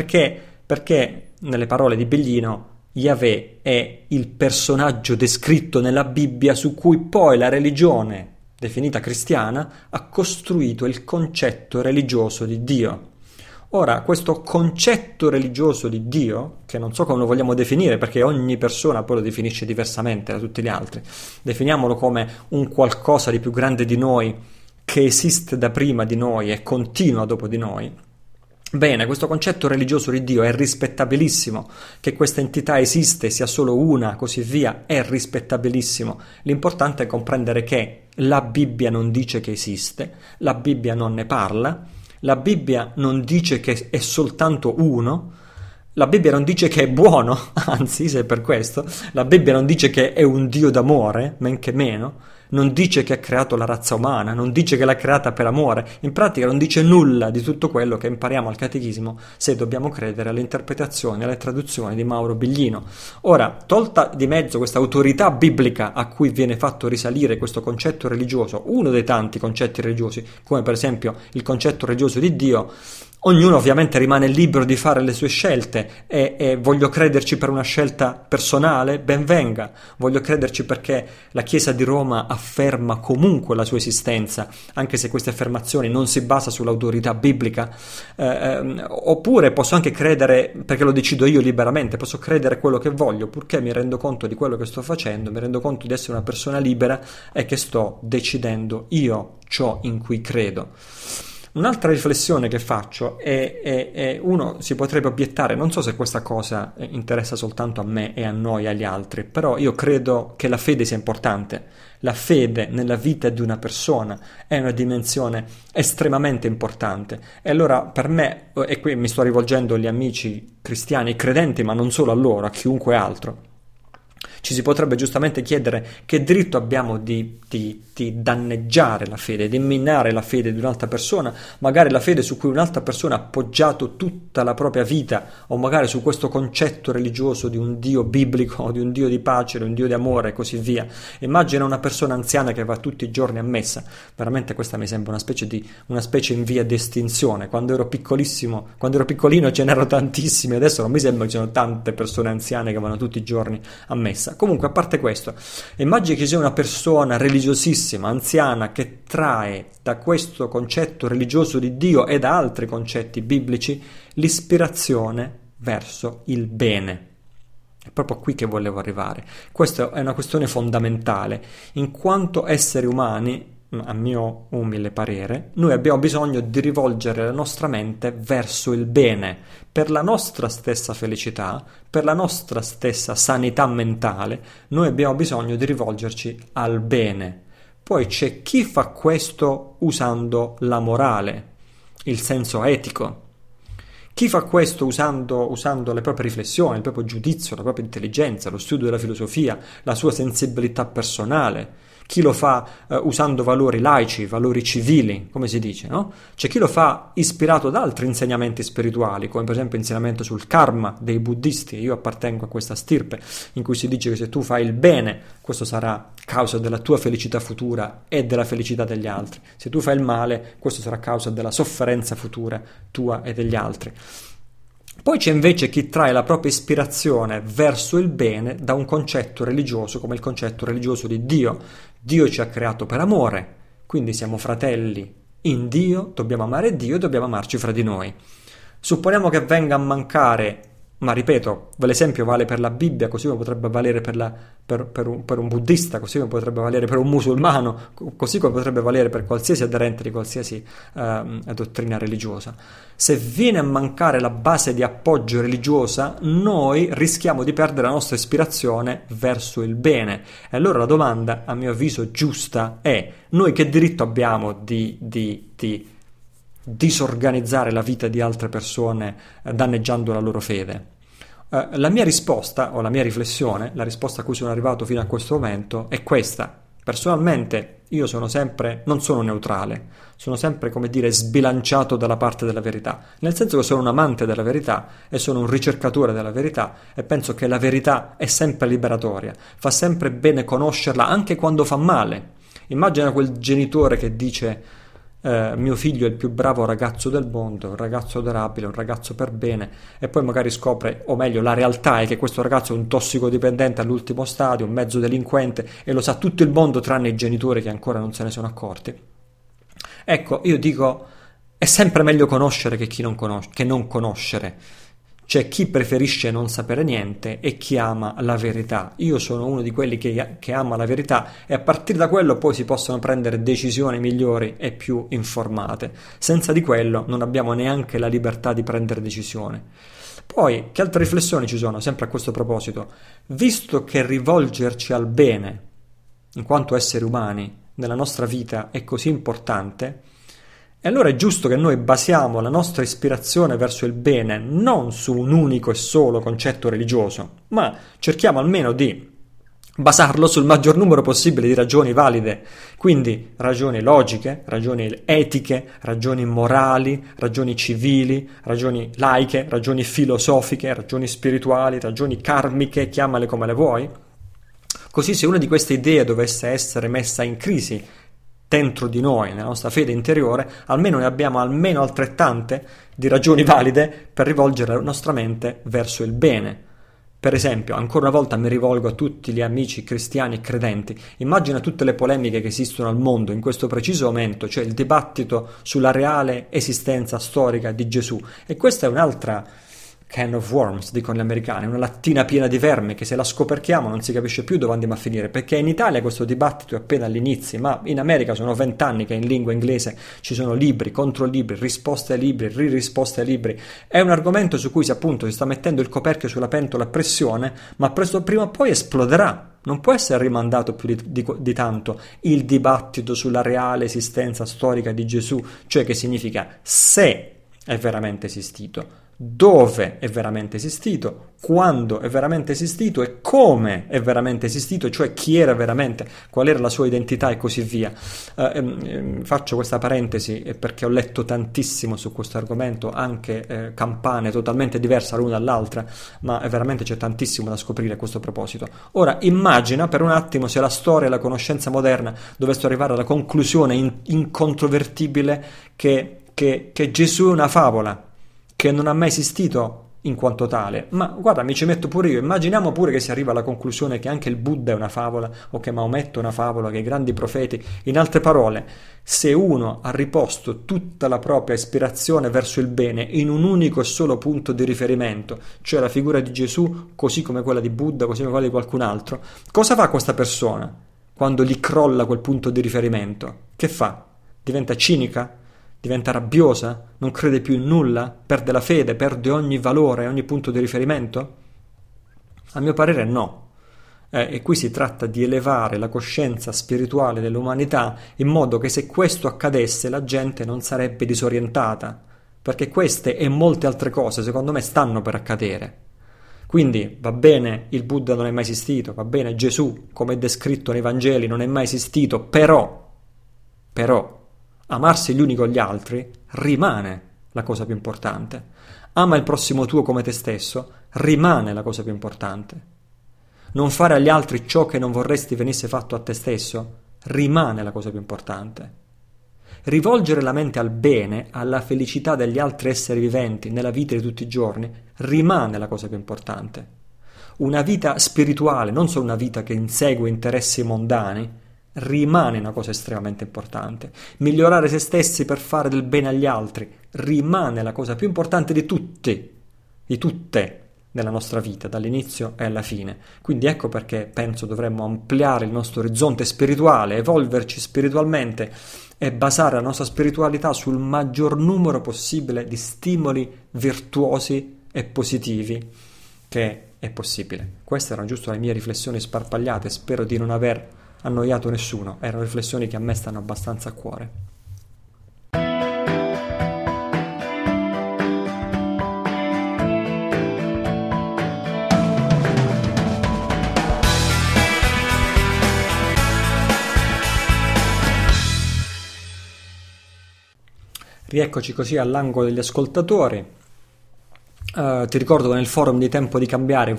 Perché nelle parole di Biglino Yahweh è il personaggio descritto nella Bibbia su cui poi la religione, definita cristiana, ha costruito il concetto religioso di Dio. Ora, questo concetto religioso di Dio, che non so come lo vogliamo definire perché ogni persona poi lo definisce diversamente da tutti gli altri, definiamolo come un qualcosa di più grande di noi, che esiste da prima di noi e continua dopo di noi. Bene, questo concetto religioso di Dio è rispettabilissimo, che questa entità esiste, sia solo una, così via, è rispettabilissimo. L'importante è comprendere che la Bibbia non dice che esiste, la Bibbia non ne parla, la Bibbia non dice che è soltanto uno, la Bibbia non dice che è buono, anzi, se è per questo, la Bibbia non dice che è un Dio d'amore, men che meno, non dice che ha creato la razza umana, non dice che l'ha creata per amore, in pratica non dice nulla di tutto quello che impariamo al catechismo se dobbiamo credere alle interpretazioni, alle traduzioni di Mauro Biglino. Ora, tolta di mezzo questa autorità biblica a cui viene fatto risalire questo concetto religioso, uno dei tanti concetti religiosi, come per esempio il concetto religioso di Dio, ognuno ovviamente rimane libero di fare le sue scelte e voglio crederci per una scelta personale, ben venga. Voglio crederci perché la Chiesa di Roma afferma comunque la sua esistenza, anche se queste affermazioni non si basa sull'autorità biblica, oppure posso anche credere, perché lo decido io liberamente, posso credere quello che voglio, purché mi rendo conto di quello che sto facendo, mi rendo conto di essere una persona libera e che sto decidendo io ciò in cui credo. Un'altra riflessione che faccio è uno si potrebbe obiettare, non so se questa cosa interessa soltanto a me e a noi, agli altri, però io credo che la fede sia importante. La fede nella vita di una persona è una dimensione estremamente importante e allora per me, e qui mi sto rivolgendo agli amici cristiani credenti, ma non solo a loro, a chiunque altro, ci si potrebbe giustamente chiedere che diritto abbiamo di di danneggiare la fede, di minare la fede di un'altra persona, magari la fede su cui un'altra persona ha appoggiato tutta la propria vita, o magari su questo concetto religioso di un Dio biblico, o di un Dio di pace, di un Dio di amore e così via. Immagina una persona anziana che va tutti i giorni a messa. Veramente questa mi sembra una specie in via di estinzione. Quando ero piccolino ce n'erano tantissimi, adesso non mi sembra che ci siano tante persone anziane che vanno tutti i giorni a messa. Comunque, a parte questo, immagini che ci sia una persona religiosissima, anziana, che trae da questo concetto religioso di Dio e da altri concetti biblici l'ispirazione verso il bene. È proprio qui che volevo arrivare. Questa è una questione fondamentale. In quanto esseri umani, a mio umile parere, noi abbiamo bisogno di rivolgere la nostra mente verso il bene, per la nostra stessa felicità, per la nostra stessa sanità mentale. Noi abbiamo bisogno di rivolgerci al bene. Poi c'è chi fa questo usando la morale, il senso etico. Chi fa questo usando le proprie riflessioni, il proprio giudizio, la propria intelligenza, lo studio della filosofia, la sua sensibilità personale. Chi lo fa usando valori laici, valori civili, come si dice, no? C'è chi lo fa ispirato da altri insegnamenti spirituali, come per esempio l'insegnamento sul karma dei buddisti. Io appartengo a questa stirpe in cui si dice che se tu fai il bene, questo sarà causa della tua felicità futura e della felicità degli altri. Se tu fai il male, questo sarà causa della sofferenza futura tua e degli altri. Poi c'è invece chi trae la propria ispirazione verso il bene da un concetto religioso, come il concetto religioso di Dio. Dio ci ha creato per amore, quindi siamo fratelli in Dio, dobbiamo amare Dio e dobbiamo amarci fra di noi. Supponiamo che venga a mancare, ma ripeto, l'esempio vale per la Bibbia, così come potrebbe valere per un buddista, così come potrebbe valere per un musulmano, così come potrebbe valere per qualsiasi aderente di qualsiasi dottrina religiosa. Se viene a mancare la base di appoggio religiosa, noi rischiamo di perdere la nostra ispirazione verso il bene. E allora la domanda, a mio avviso giusta, è: noi che diritto abbiamo di disorganizzare la vita di altre persone danneggiando la loro fede? La mia risposta, o la mia riflessione, la risposta a cui sono arrivato fino a questo momento è questa. Personalmente io non sono neutrale, sono sempre, come dire, sbilanciato dalla parte della verità, nel senso che sono un amante della verità e sono un ricercatore della verità, e penso che la verità è sempre liberatoria, fa sempre bene conoscerla anche quando fa male. Immagina quel genitore che dice: mio figlio è il più bravo ragazzo del mondo, un ragazzo adorabile, un ragazzo per bene, e poi magari scopre, o meglio la realtà è che questo ragazzo è un tossicodipendente all'ultimo stadio, un mezzo delinquente, e lo sa tutto il mondo tranne i genitori che ancora non se ne sono accorti. Ecco, io dico, è sempre meglio conoscere che non conoscere. C'è chi preferisce non sapere niente e chi ama la verità. Io sono uno di quelli che ama la verità, e a partire da quello poi si possono prendere decisioni migliori e più informate. Senza di quello non abbiamo neanche la libertà di prendere decisioni. Poi, che altre riflessioni ci sono, sempre a questo proposito? Visto che rivolgerci al bene, in quanto esseri umani, nella nostra vita è così importante, e allora è giusto che noi basiamo la nostra ispirazione verso il bene non su un unico e solo concetto religioso, ma cerchiamo almeno di basarlo sul maggior numero possibile di ragioni valide, quindi ragioni logiche, ragioni etiche, ragioni morali, ragioni civili, ragioni laiche, ragioni filosofiche, ragioni spirituali, ragioni karmiche, chiamale come le vuoi. Così, se una di queste idee dovesse essere messa in crisi dentro di noi, nella nostra fede interiore, almeno ne abbiamo almeno altrettante di ragioni valide per rivolgere la nostra mente verso il bene. Per esempio, ancora una volta mi rivolgo a tutti gli amici cristiani e credenti: immagina tutte le polemiche che esistono al mondo in questo preciso momento, cioè il dibattito sulla reale esistenza storica di Gesù, e questa è un'altra can of worms, dicono gli americani, una lattina piena di vermi che se la scoperchiamo non si capisce più dove andiamo a finire, perché in Italia questo dibattito è appena all'inizio, ma in America sono 20 anni che in lingua inglese ci sono libri, contro libri, risposte ai libri, ririsposte ai libri. È un argomento su cui si sta mettendo il coperchio sulla pentola a pressione, ma prima o poi esploderà. Non può essere rimandato più di tanto il dibattito sulla reale esistenza storica di Gesù, cioè che significa se è veramente esistito. dove è veramente esistito, quando è veramente esistito e come è veramente esistito, cioè chi era veramente, qual era la sua identità e così via. Faccio questa parentesi perché ho letto tantissimo su questo argomento, anche campane totalmente diverse l'una dall'altra, ma veramente c'è tantissimo da scoprire a questo proposito. Ora immagina per un attimo se la storia e la conoscenza moderna dovessero arrivare alla conclusione incontrovertibile che Gesù è una favola, che non ha mai esistito in quanto tale. Ma guarda, mi ci metto pure io. Immaginiamo pure che si arriva alla conclusione che anche il Buddha è una favola, o che Maometto è una favola, che i grandi profeti. In altre parole, se uno ha riposto tutta la propria ispirazione verso il bene in un unico e solo punto di riferimento, cioè la figura di Gesù, così come quella di Buddha, così come quella di qualcun altro, cosa fa questa persona quando gli crolla quel punto di riferimento? Che fa? Diventa cinica? Diventa rabbiosa? Non crede più in nulla? Perde la fede? Perde ogni valore, ogni punto di riferimento? A mio parere no. E qui si tratta di elevare la coscienza spirituale dell'umanità in modo che se questo accadesse la gente non sarebbe disorientata, perché queste e molte altre cose secondo me stanno per accadere. Quindi va bene il Buddha non è mai esistito, va bene Gesù come è descritto nei Vangeli non è mai esistito, però amarsi gli uni con gli altri rimane la cosa più importante. Ama il prossimo tuo come te stesso rimane la cosa più importante. Non fare agli altri ciò che non vorresti venisse fatto a te stesso rimane la cosa più importante. Rivolgere la mente al bene, alla felicità degli altri esseri viventi nella vita di tutti i giorni rimane la cosa più importante. Una vita spirituale, non solo una vita che insegue interessi mondani, rimane una cosa estremamente importante. Migliorare se stessi per fare del bene agli altri rimane la cosa più importante di tutte nella nostra vita, dall'inizio e alla fine. Quindi ecco perché penso dovremmo ampliare il nostro orizzonte spirituale, evolverci spiritualmente e basare la nostra spiritualità sul maggior numero possibile di stimoli virtuosi e positivi che è possibile. Queste erano giusto le mie riflessioni sparpagliate, spero di non aver annoiato nessuno, erano riflessioni che a me stanno abbastanza a cuore. Rieccoci così all'angolo degli ascoltatori. Ti ricordo che nel forum di Tempo di Cambiare,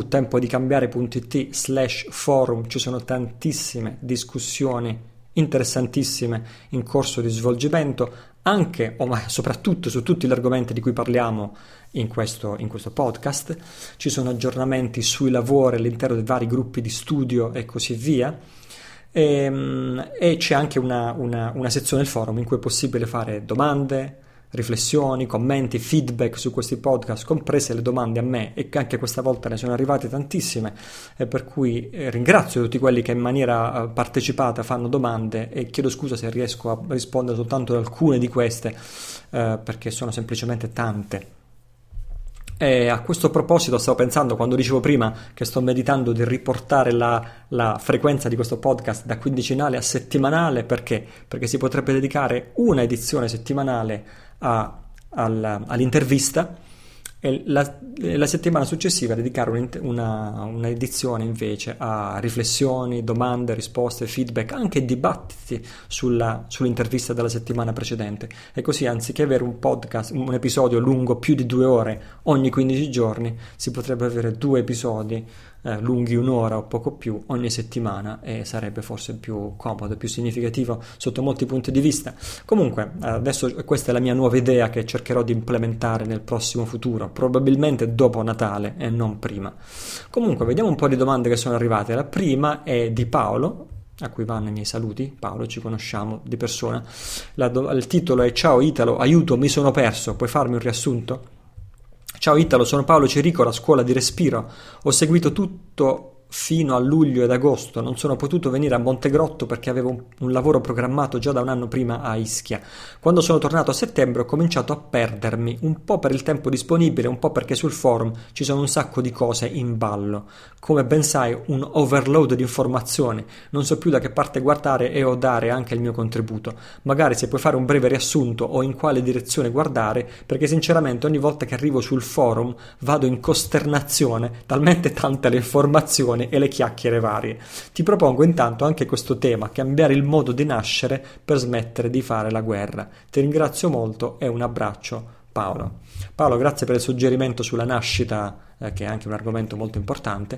www.tempodicambiare.it/forum, ci sono tantissime discussioni interessantissime in corso di svolgimento, anche ma soprattutto su tutti gli argomenti di cui parliamo in questo podcast. Ci sono aggiornamenti sui lavori all'interno dei vari gruppi di studio e così via. E c'è anche una sezione del forum in cui è possibile fare domande, riflessioni, commenti, feedback su questi podcast, comprese le domande a me, e anche questa volta ne sono arrivate tantissime, e per cui ringrazio tutti quelli che in maniera partecipata fanno domande, e chiedo scusa se riesco a rispondere soltanto ad alcune di queste, perché sono semplicemente tante. E a questo proposito stavo pensando, quando dicevo prima che sto meditando di riportare la frequenza di questo podcast da quindicinale a settimanale, perché si potrebbe dedicare una edizione settimanale all'intervista e la settimana successiva dedicare un'edizione invece a riflessioni, domande, risposte, feedback, anche dibattiti sull'intervista della settimana precedente. E così, anziché avere un episodio lungo più di 2 ore ogni 15 giorni, si potrebbe avere 2 episodi lunghi 1 ora o poco più ogni settimana, e sarebbe forse più comodo e più significativo sotto molti punti di vista. Comunque adesso questa è la mia nuova idea che cercherò di implementare nel prossimo futuro, probabilmente dopo Natale e non prima. Comunque vediamo un po' di domande che sono arrivate. La prima è di Paolo, a cui vanno i miei saluti. Paolo, ci conosciamo di persona. Il titolo è: ciao Italo, aiuto, mi sono perso, puoi farmi un riassunto? Ciao Italo, sono Paolo Cirico, la scuola di respiro. Ho seguito tutto fino a luglio ed agosto non sono potuto venire a Montegrotto perché avevo un lavoro programmato già da un anno prima a Ischia. Quando sono tornato a settembre ho cominciato a perdermi, un po' per il tempo disponibile, un po' perché sul forum ci sono un sacco di cose in ballo. Come ben sai, un overload di informazioni, non so più da che parte guardare e o dare anche il mio contributo. Magari se puoi fare un breve riassunto o in quale direzione guardare, perché sinceramente ogni volta che arrivo sul forum vado in costernazione, talmente tante le informazioni e le chiacchiere varie. Ti propongo intanto anche questo tema, cambiare il modo di nascere per smettere di fare la guerra. Ti ringrazio molto e un abbraccio, Paolo. Paolo, grazie per il suggerimento sulla nascita, che è anche un argomento molto importante.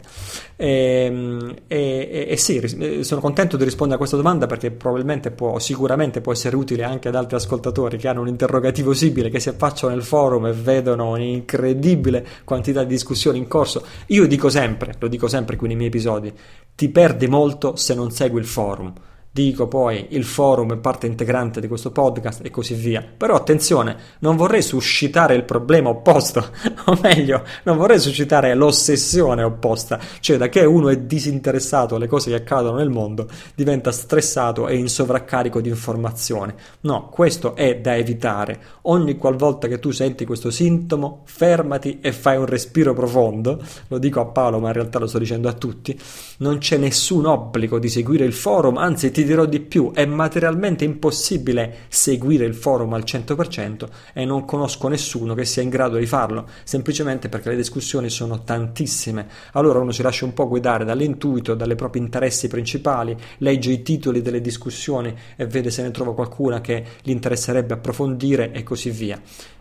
Sì, sono contento di rispondere a questa domanda perché sicuramente può essere utile anche ad altri ascoltatori che hanno un interrogativo simile, che si affacciano nel forum e vedono un'incredibile quantità di discussioni in corso. Io lo dico sempre qui nei miei episodi, ti perdi molto se non segui il forum. Dico poi il forum è parte integrante di questo podcast e così via, però attenzione, non vorrei suscitare il problema opposto, o meglio, non vorrei suscitare l'ossessione opposta, cioè da che uno è disinteressato alle cose che accadono nel mondo diventa stressato e in sovraccarico di informazione. No, questo è da evitare. Ogni qualvolta che tu senti questo sintomo, fermati e fai un respiro profondo. Lo dico a Paolo, ma in realtà lo sto dicendo a tutti. Non c'è nessun obbligo di seguire il forum, anzi ti dirò di più, è materialmente impossibile seguire il forum al 100% e non conosco nessuno che sia in grado di farlo, semplicemente perché le discussioni sono tantissime. Allora uno si lascia un po' guidare dall'intuito, dalle propri interessi principali, legge i titoli delle discussioni e vede se ne trova qualcuna che gli interesserebbe approfondire e così via.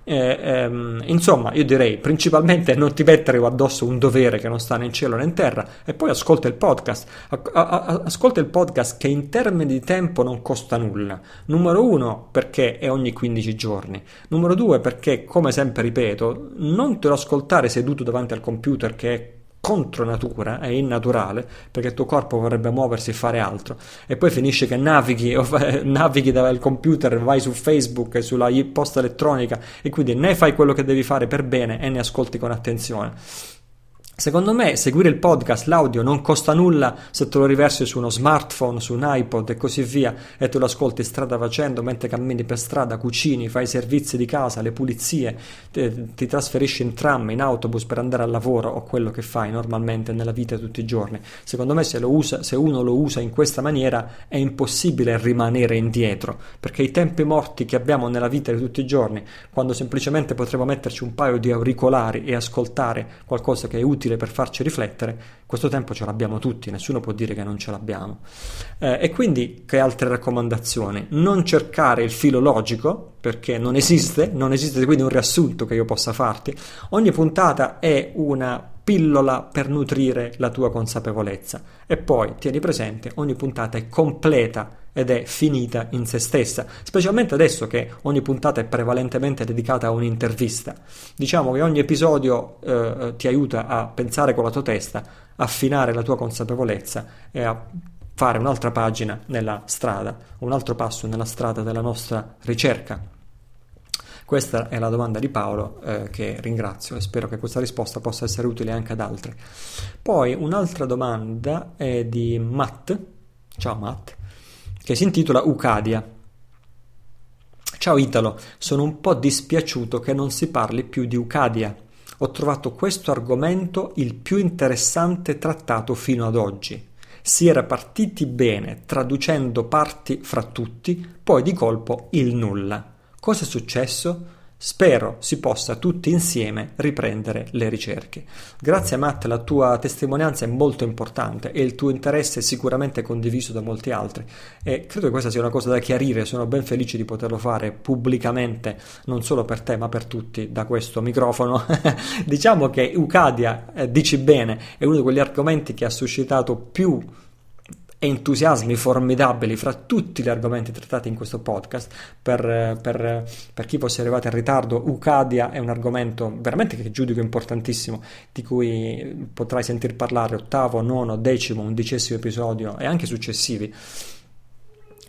Insomma, io direi principalmente non ti mettere addosso un dovere che non sta né in cielo né in terra, e poi ascolta il podcast. Ascolta il podcast, che in termini di tempo non costa nulla. Numero 1 perché è ogni 15 giorni. Numero 2 perché, come sempre ripeto, non te lo ascoltare seduto davanti al computer, che è contro natura, è innaturale, perché il tuo corpo vorrebbe muoversi e fare altro, e poi finisce che navighi dal computer, vai su Facebook e sulla posta elettronica, e quindi né fai quello che devi fare per bene e ne ascolti con attenzione. Secondo me seguire il podcast, l'audio, non costa nulla se te lo riversi su uno smartphone, su un iPod e così via, e te lo ascolti strada facendo, mentre cammini per strada, cucini, fai i servizi di casa, le pulizie, ti trasferisci in tram, in autobus per andare al lavoro, o quello che fai normalmente nella vita di tutti i giorni. Secondo me se uno lo usa in questa maniera è impossibile rimanere indietro, perché i tempi morti che abbiamo nella vita di tutti i giorni, quando semplicemente potremo metterci un paio di auricolari e ascoltare qualcosa che è utile per farci riflettere, questo tempo ce l'abbiamo tutti, nessuno può dire che non ce l'abbiamo. E quindi, che altre raccomandazioni? Non cercare il filo logico, perché non esiste quindi un riassunto che io possa farti. Ogni puntata è una pillola per nutrire la tua consapevolezza, e poi tieni presente, ogni puntata è completa ed è finita in se stessa, specialmente adesso che ogni puntata è prevalentemente dedicata a un'intervista. Diciamo che ogni episodio ti aiuta a pensare con la tua testa, affinare la tua consapevolezza e a fare un'altra pagina nella strada, un altro passo nella strada della nostra ricerca. Questa è la domanda di Paolo, che ringrazio, e spero che questa risposta possa essere utile anche ad altri. Poi un'altra domanda è di Matt. Ciao Matt, che si intitola Ucadia. Ciao Italo, sono un po' dispiaciuto che non si parli più di Ucadia. Ho trovato questo argomento il più interessante trattato fino ad oggi. Si era partiti bene traducendo parti fra tutti, poi di colpo il nulla. Cosa è successo? Spero si possa tutti insieme riprendere le ricerche. Grazie Matt, la tua testimonianza è molto importante e il tuo interesse è sicuramente condiviso da molti altri, e credo che questa sia una cosa da chiarire. Sono ben felice di poterlo fare pubblicamente, non solo per te ma per tutti, da questo microfono. Diciamo che Ucadia, dici bene, è uno di quegli argomenti che ha suscitato più entusiasmi formidabili fra tutti gli argomenti trattati in questo podcast. Per chi fosse arrivato in ritardo, Ucadia è un argomento veramente che giudico importantissimo, di cui potrai sentir parlare 8º, 9º, 10º, 11º episodio e anche successivi.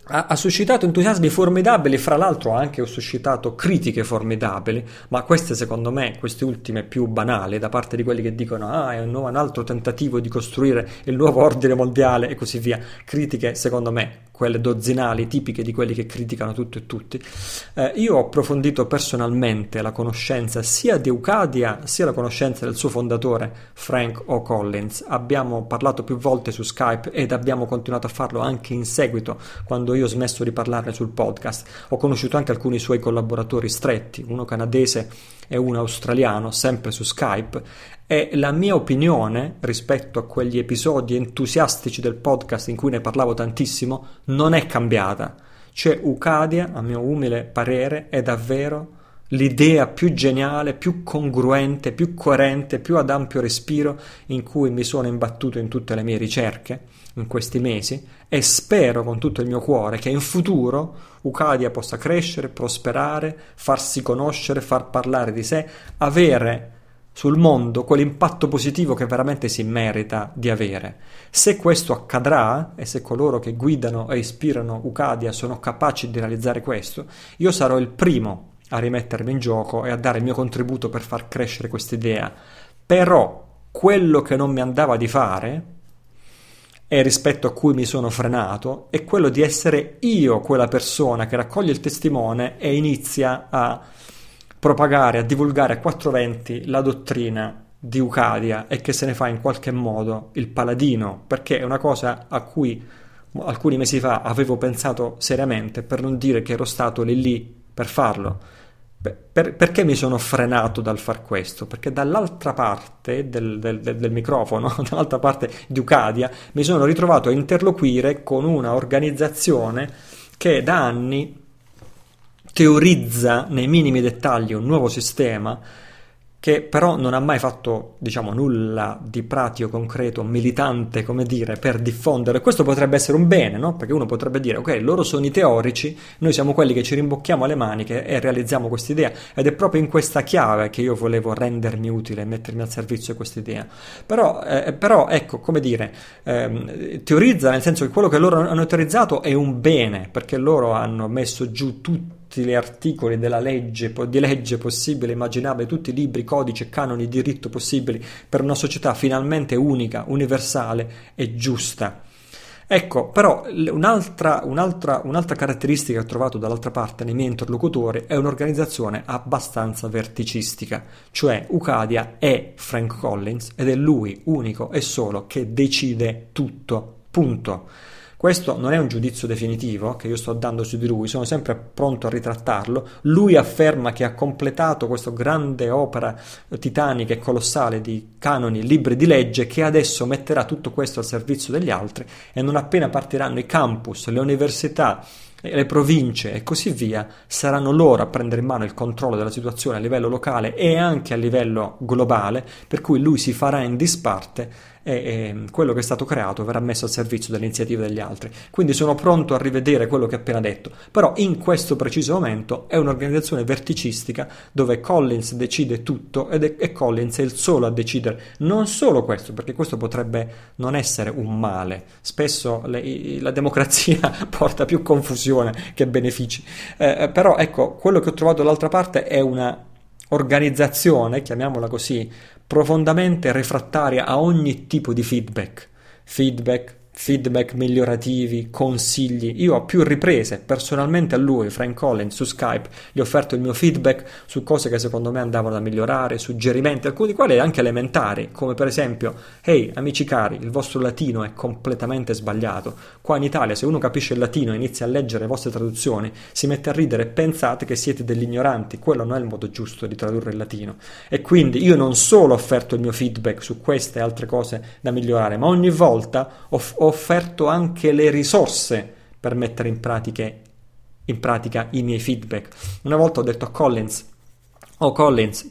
ha suscitato entusiasmi formidabili, fra l'altro anche ho suscitato critiche formidabili, ma queste secondo me, queste ultime più banali, da parte di quelli che dicono è un altro tentativo di costruire il nuovo ordine mondiale e così via, critiche secondo me, quelle dozzinali, tipiche di quelli che criticano tutto e tutti. Io ho approfondito personalmente la conoscenza sia di Eucadia sia la conoscenza del suo fondatore Frank O. Collins. Abbiamo parlato più volte su Skype ed abbiamo continuato a farlo anche in seguito, quando io ho smesso di parlarne sul podcast. Ho conosciuto anche alcuni suoi collaboratori stretti, uno canadese e uno australiano, sempre su Skype, e la mia opinione rispetto a quegli episodi entusiastici del podcast in cui ne parlavo tantissimo non è cambiata. Cioè Eucadia, a mio umile parere, è davvero l'idea più geniale, più congruente, più coerente, più ad ampio respiro in cui mi sono imbattuto in tutte le mie ricerche in questi mesi, e spero con tutto il mio cuore che in futuro Eucadia possa crescere, prosperare, farsi conoscere, far parlare di sé, avere sul mondo quell'impatto positivo che veramente si merita di avere. Se questo accadrà, e se coloro che guidano e ispirano Eucadia sono capaci di realizzare questo, io sarò il primo a rimettermi in gioco e a dare il mio contributo per far crescere quest'idea. Però quello che non mi andava di fare, e rispetto a cui mi sono frenato, è quello di essere io quella persona che raccoglie il testimone e inizia a propagare, a divulgare a 420 la dottrina di Eucadia e che se ne fa in qualche modo il paladino, perché è una cosa a cui alcuni mesi fa avevo pensato seriamente, per non dire che ero stato lì per farlo. Perché mi sono frenato dal far questo? Perché dall'altra parte del microfono, dall'altra parte di Eucadia, mi sono ritrovato a interloquire con una organizzazione che da anni teorizza nei minimi dettagli un nuovo sistema che però non ha mai fatto, diciamo, nulla di pratico, concreto, militante, come dire, per diffondere. Questo potrebbe essere un bene, no? Perché uno potrebbe dire, ok, loro sono i teorici, noi siamo quelli che ci rimbocchiamo le maniche e realizziamo quest'idea. Ed è proprio in questa chiave che io volevo rendermi utile e mettermi al servizio di quest'idea. Però ecco, come dire, teorizza nel senso che quello che loro hanno teorizzato è un bene, perché loro hanno messo giù tutti gli articoli della legge, di legge possibile, immaginabile, tutti i libri, codici e canoni di diritto possibili per una società finalmente unica, universale e giusta. Ecco, però un'altra caratteristica che ho trovato dall'altra parte nei miei interlocutori è un'organizzazione abbastanza verticistica, cioè Eucadia è Frank Collins ed è lui unico e solo che decide tutto, punto. Questo non è un giudizio definitivo che io sto dando su di lui, sono sempre pronto a ritrattarlo. Lui afferma che ha completato questa grande opera titanica e colossale di canoni, libri di legge, che adesso metterà tutto questo al servizio degli altri, e non appena partiranno i campus, le università, le province e così via, saranno loro a prendere in mano il controllo della situazione a livello locale e anche a livello globale, per cui lui si farà in disparte e quello che è stato creato verrà messo al servizio delle iniziative degli altri. Quindi sono pronto a rivedere quello che ho appena detto, però in questo preciso momento è un'organizzazione verticistica dove Collins decide tutto e Collins è il solo a decidere. Non solo questo, perché questo potrebbe non essere un male, spesso la democrazia porta più confusione che benefici, però ecco, quello che ho trovato dall'altra parte è una organizzazione, chiamiamola così, profondamente refrattaria a ogni tipo di feedback migliorativi, consigli. Io a più riprese personalmente a lui, Frank Collins, su Skype gli ho offerto il mio feedback su cose che secondo me andavano da migliorare, suggerimenti, alcuni di quali anche elementari, come per esempio: ehi amici cari, il vostro latino è completamente sbagliato. Qua in Italia se uno capisce il latino e inizia a leggere le vostre traduzioni si mette a ridere e pensate che siete degli ignoranti. Quello non è il modo giusto di tradurre il latino, e quindi io non solo ho offerto il mio feedback su queste e altre cose da migliorare, ma ogni volta ho offerto anche le risorse per mettere in pratica i miei feedback. Una volta ho detto a Collins: oh Collins,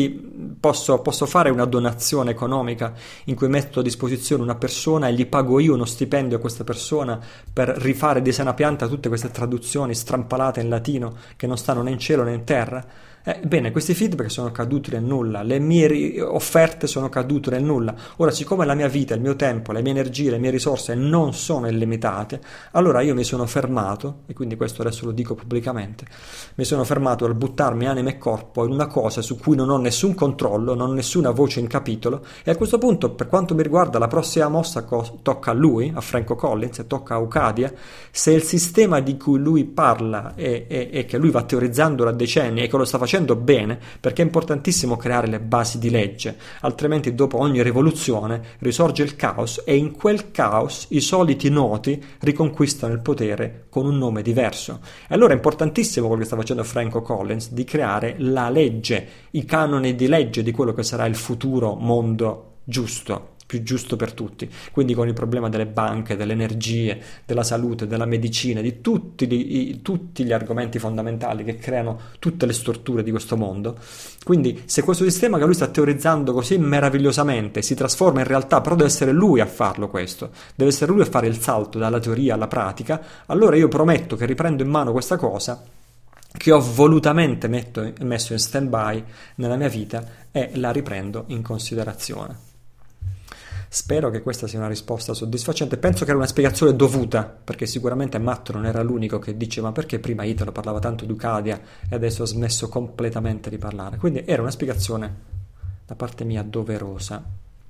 posso fare una donazione economica in cui metto a disposizione una persona e gli pago io uno stipendio a questa persona per rifare di sana pianta tutte queste traduzioni strampalate in latino che non stanno né in cielo né in terra? Bene, questi feedback sono caduti nel nulla, le mie offerte sono cadute nel nulla. Ora, siccome la mia vita, il mio tempo, le mie energie, le mie risorse non sono illimitate, allora io mi sono fermato, e quindi questo adesso lo dico pubblicamente, mi sono fermato al buttarmi anima e corpo in una cosa su cui non ho nessun controllo, non ho nessuna voce in capitolo, e a questo punto, per quanto mi riguarda, la prossima mossa tocca a lui, a Franco Collins, e tocca a Ucadia. Se il sistema di cui lui parla e che lui va teorizzando da decenni e che lo sta facendo bene, perché è importantissimo creare le basi di legge, altrimenti dopo ogni rivoluzione risorge il caos, e in quel caos i soliti noti riconquistano il potere con un nome diverso. E allora è importantissimo quello che sta facendo Franco Collins, di creare la legge, i canoni di legge di quello che sarà il futuro mondo giusto, più giusto per tutti, quindi con il problema delle banche, delle energie, della salute, della medicina, di tutti gli argomenti fondamentali che creano tutte le storture di questo mondo. Quindi se questo sistema che lui sta teorizzando così meravigliosamente si trasforma in realtà, però deve essere lui a farlo questo, deve essere lui a fare il salto dalla teoria alla pratica, allora io prometto che riprendo in mano questa cosa che ho volutamente messo in stand-by nella mia vita, e la riprendo in considerazione. Spero che questa sia una risposta soddisfacente. Penso che era una spiegazione dovuta, perché sicuramente Matt non era l'unico che dice ma perché prima Italo parlava tanto di Ucadia e adesso ha smesso completamente di parlare. Quindi era una spiegazione da parte mia doverosa.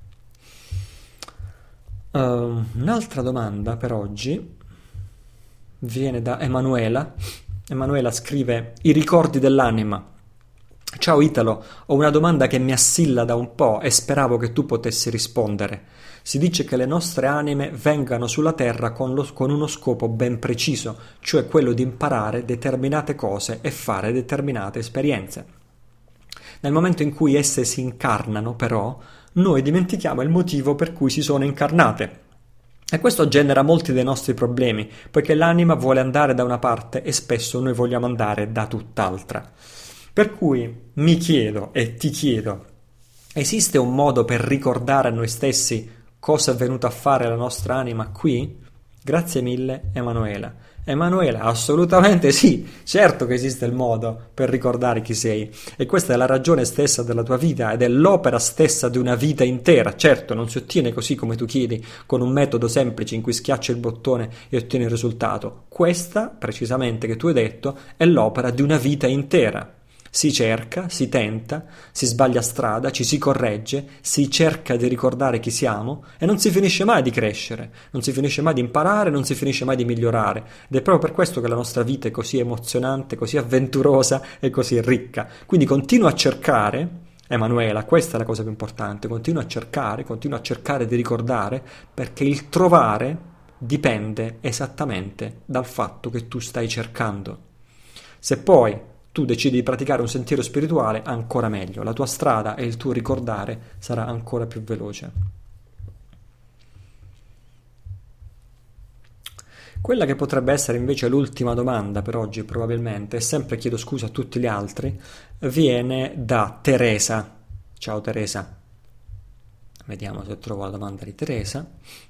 Un'altra domanda per oggi viene da Emanuela. Emanuela scrive: i ricordi dell'anima. Ciao Italo, ho una domanda che mi assilla da un po' e speravo che tu potessi rispondere. Si dice che le nostre anime vengano sulla Terra con uno scopo ben preciso, cioè quello di imparare determinate cose e fare determinate esperienze. Nel momento in cui esse si incarnano, però, noi dimentichiamo il motivo per cui si sono incarnate. E questo genera molti dei nostri problemi, poiché l'anima vuole andare da una parte e spesso noi vogliamo andare da tutt'altra. Per cui mi chiedo e ti chiedo, esiste un modo per ricordare a noi stessi cosa è venuto a fare la nostra anima qui? Grazie mille Emanuela. Emanuela, assolutamente sì, certo che esiste il modo per ricordare chi sei, e questa è la ragione stessa della tua vita ed è l'opera stessa di una vita intera. Certo, non si ottiene così come tu chiedi, con un metodo semplice in cui schiacci il bottone e ottieni il risultato. Questa, precisamente, che tu hai detto, è l'opera di una vita intera. Si cerca, si tenta, si sbaglia strada, ci si corregge, si cerca di ricordare chi siamo e non si finisce mai di crescere, non si finisce mai di imparare, non si finisce mai di migliorare. Ed è proprio per questo che la nostra vita è così emozionante, così avventurosa e così ricca. Quindi continua a cercare, Emanuela, questa è la cosa più importante, continua a cercare di ricordare, perché il trovare dipende esattamente dal fatto che tu stai cercando. Se poi tu decidi di praticare un sentiero spirituale, ancora meglio, la tua strada e il tuo ricordare sarà ancora più veloce. Quella che potrebbe essere invece l'ultima domanda per oggi, probabilmente, e sempre chiedo scusa a tutti gli altri, viene da Teresa. Ciao Teresa. Vediamo se trovo la domanda di Teresa.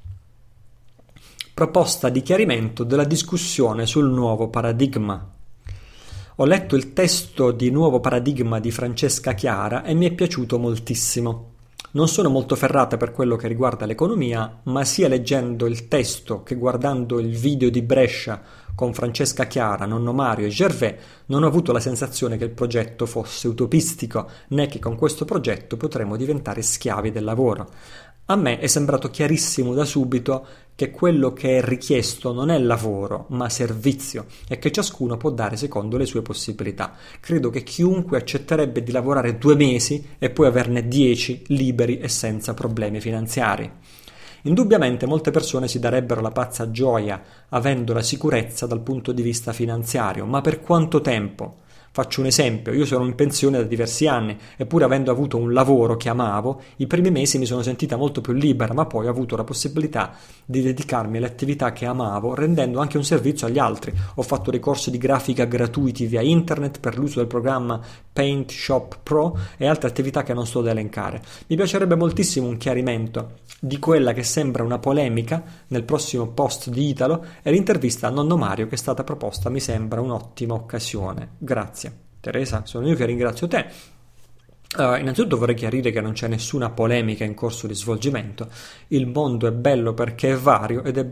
Proposta di chiarimento della discussione sul nuovo paradigma. Ho letto il testo di Nuovo Paradigma di Francesca Chiara e mi è piaciuto moltissimo. Non sono molto ferrata per quello che riguarda l'economia, ma sia leggendo il testo che guardando il video di Brescia con Francesca Chiara, Nonno Mario e Gervais, non ho avuto la sensazione che il progetto fosse utopistico, né che con questo progetto potremo diventare schiavi del lavoro. A me è sembrato chiarissimo da subito che quello che è richiesto non è lavoro, ma servizio, e che ciascuno può dare secondo le sue possibilità. Credo che chiunque accetterebbe di lavorare 2 mesi e poi averne 10 liberi e senza problemi finanziari. Indubbiamente molte persone si darebbero la pazza gioia avendo la sicurezza dal punto di vista finanziario, ma per quanto tempo? Faccio un esempio, io sono in pensione da diversi anni, eppure avendo avuto un lavoro che amavo, i primi mesi mi sono sentita molto più libera, ma poi ho avuto la possibilità di dedicarmi alle attività che amavo, rendendo anche un servizio agli altri. Ho fatto dei corsi di grafica gratuiti via internet per l'uso del programma Paint Shop Pro e altre attività che non sto ad elencare. Mi piacerebbe moltissimo un chiarimento di quella che sembra una polemica nel prossimo post di Italo, e l'intervista a Nonno Mario che è stata proposta mi sembra un'ottima occasione. Grazie. Teresa, sono io che ringrazio te. Innanzitutto vorrei chiarire che non c'è nessuna polemica in corso di svolgimento. Il mondo è bello perché è vario ed è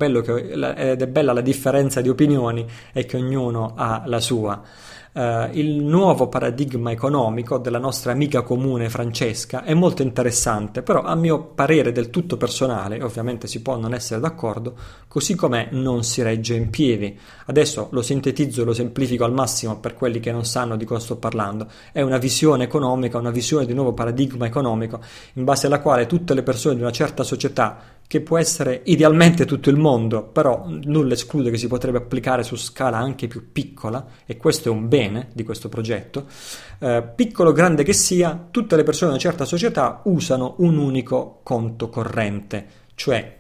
bella la differenza di opinioni e che ognuno ha la sua. Il nuovo paradigma economico della nostra amica comune Francesca è molto interessante, però a mio parere del tutto personale, ovviamente si può non essere d'accordo, così com'è non si regge in piedi. Adesso lo sintetizzo e lo semplifico al massimo per quelli che non sanno di cosa sto parlando. È una visione economica, una visione di nuovo paradigma economico in base alla quale tutte le persone di una certa società, che può essere idealmente tutto il mondo, però nulla esclude che si potrebbe applicare su scala anche più piccola, e questo è un bene di questo progetto, piccolo o grande che sia, tutte le persone di una certa società usano un unico conto corrente, cioè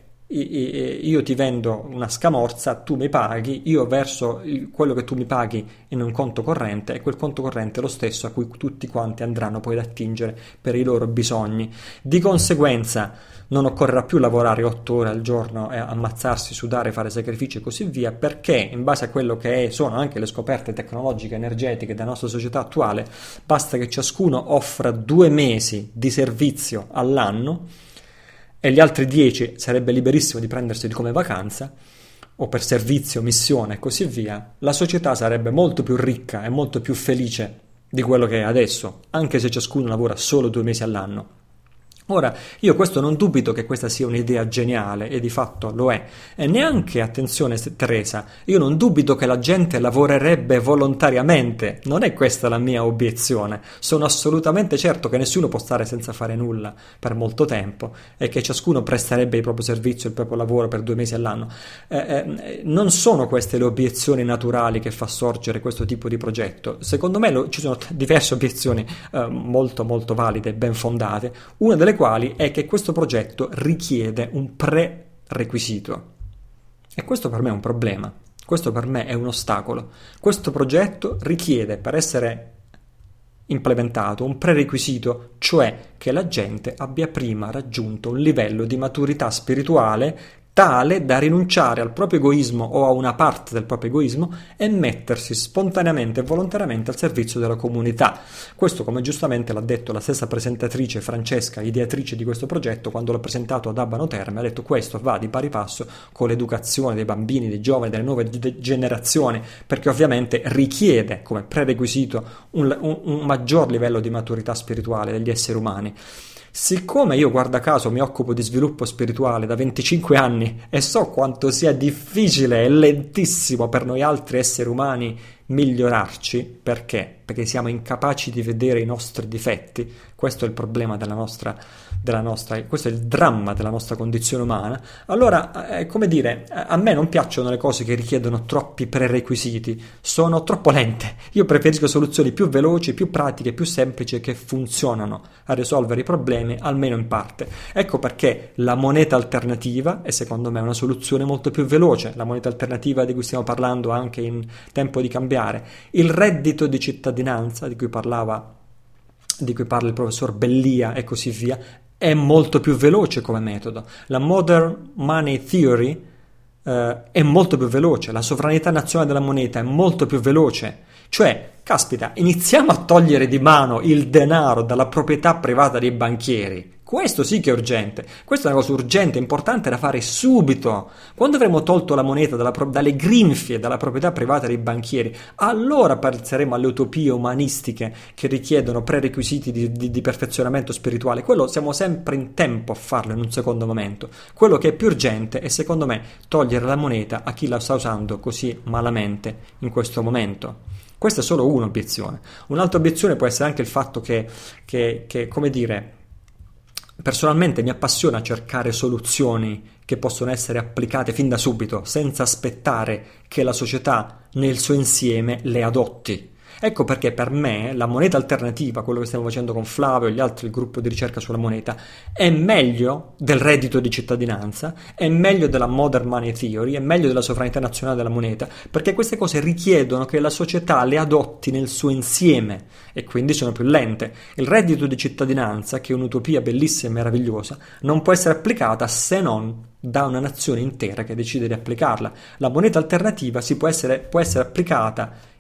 io ti vendo una scamorza, tu mi paghi, io verso quello che tu mi paghi in un conto corrente, e quel conto corrente è lo stesso a cui tutti quanti andranno poi ad attingere per i loro bisogni. Di conseguenza non occorrerà più lavorare 8 ore al giorno e ammazzarsi, sudare, fare sacrifici e così via, perché in base a quello che sono anche le scoperte tecnologiche energetiche della nostra società attuale, basta che ciascuno offra 2 mesi di servizio all'anno e gli altri 10 sarebbe liberissimo di prenderseli come vacanza o per servizio, missione e così via. La società sarebbe molto più ricca e molto più felice di quello che è adesso, anche se ciascuno lavora solo 2 mesi all'anno. Ora, io questo non dubito che questa sia un'idea geniale, e di fatto lo è, e neanche, attenzione Teresa, io non dubito che la gente lavorerebbe volontariamente, non è questa la mia obiezione, sono assolutamente certo che nessuno può stare senza fare nulla per molto tempo e che ciascuno presterebbe il proprio servizio, il proprio lavoro per 2 mesi all'anno. Non sono queste le obiezioni naturali che fa sorgere questo tipo di progetto. Secondo me ci sono diverse obiezioni molto molto valide e ben fondate, una delle quali è che questo progetto richiede un prerequisito, e questo per me è un problema, questo per me è un ostacolo. Questo progetto richiede, per essere implementato, un prerequisito, cioè che la gente abbia prima raggiunto un livello di maturità spirituale tale da rinunciare al proprio egoismo o a una parte del proprio egoismo e mettersi spontaneamente e volontariamente al servizio della comunità. Questo, come giustamente l'ha detto la stessa presentatrice Francesca, ideatrice di questo progetto, quando l'ha presentato ad Abano Terme, ha detto: questo va di pari passo con l'educazione dei bambini, dei giovani, delle nuove generazioni, perché ovviamente richiede come prerequisito un maggior livello di maturità spirituale degli esseri umani. Siccome io, guarda caso, mi occupo di sviluppo spirituale da 25 anni e so quanto sia difficile e lentissimo per noi altri esseri umani migliorarci, perché? Perché siamo incapaci di vedere i nostri difetti. Questo è il problema della nostra, questo è il dramma della nostra condizione umana. Allora, come dire, a me non piacciono le cose che richiedono troppi prerequisiti, sono troppo lente. Io preferisco soluzioni più veloci, più pratiche, più semplici, che funzionano a risolvere i problemi, almeno in parte. Ecco perché la moneta alternativa è secondo me una soluzione molto più veloce, la moneta alternativa di cui stiamo parlando anche in tempo di cambiare. Il reddito di cittadinanza di cui parla il professor Bellia e così via, è molto più veloce come metodo. La Modern Money Theory è molto più veloce, la sovranità nazionale della moneta è molto più veloce. Cioè, caspita, iniziamo a togliere di mano il denaro dalla proprietà privata dei banchieri. Questo sì che è urgente, questa è una cosa urgente, importante da fare subito. Quando avremo tolto la moneta dalle grinfie dalla proprietà privata dei banchieri, allora passeremo alle utopie umanistiche che richiedono prerequisiti di perfezionamento spirituale. Quello siamo sempre in tempo a farlo in un secondo momento. Quello che è più urgente è, secondo me, togliere la moneta a chi la sta usando così malamente in questo momento. Questa è solo un'obiezione. Un'altra obiezione può essere anche il fatto che come dire, personalmente mi appassiona cercare soluzioni che possono essere applicate fin da subito, senza aspettare che la società nel suo insieme le adotti. Ecco perché per me la moneta alternativa, quello che stiamo facendo con Flavio e gli altri, il gruppo di ricerca sulla moneta, è meglio del reddito di cittadinanza, è meglio della Modern Money Theory, è meglio della sovranità nazionale della moneta, perché queste cose richiedono che la società le adotti nel suo insieme e quindi sono più lente. Il reddito di cittadinanza, che è un'utopia bellissima e meravigliosa, non può essere applicata se non da una nazione intera che decide di applicarla. La moneta alternativa può essere applicata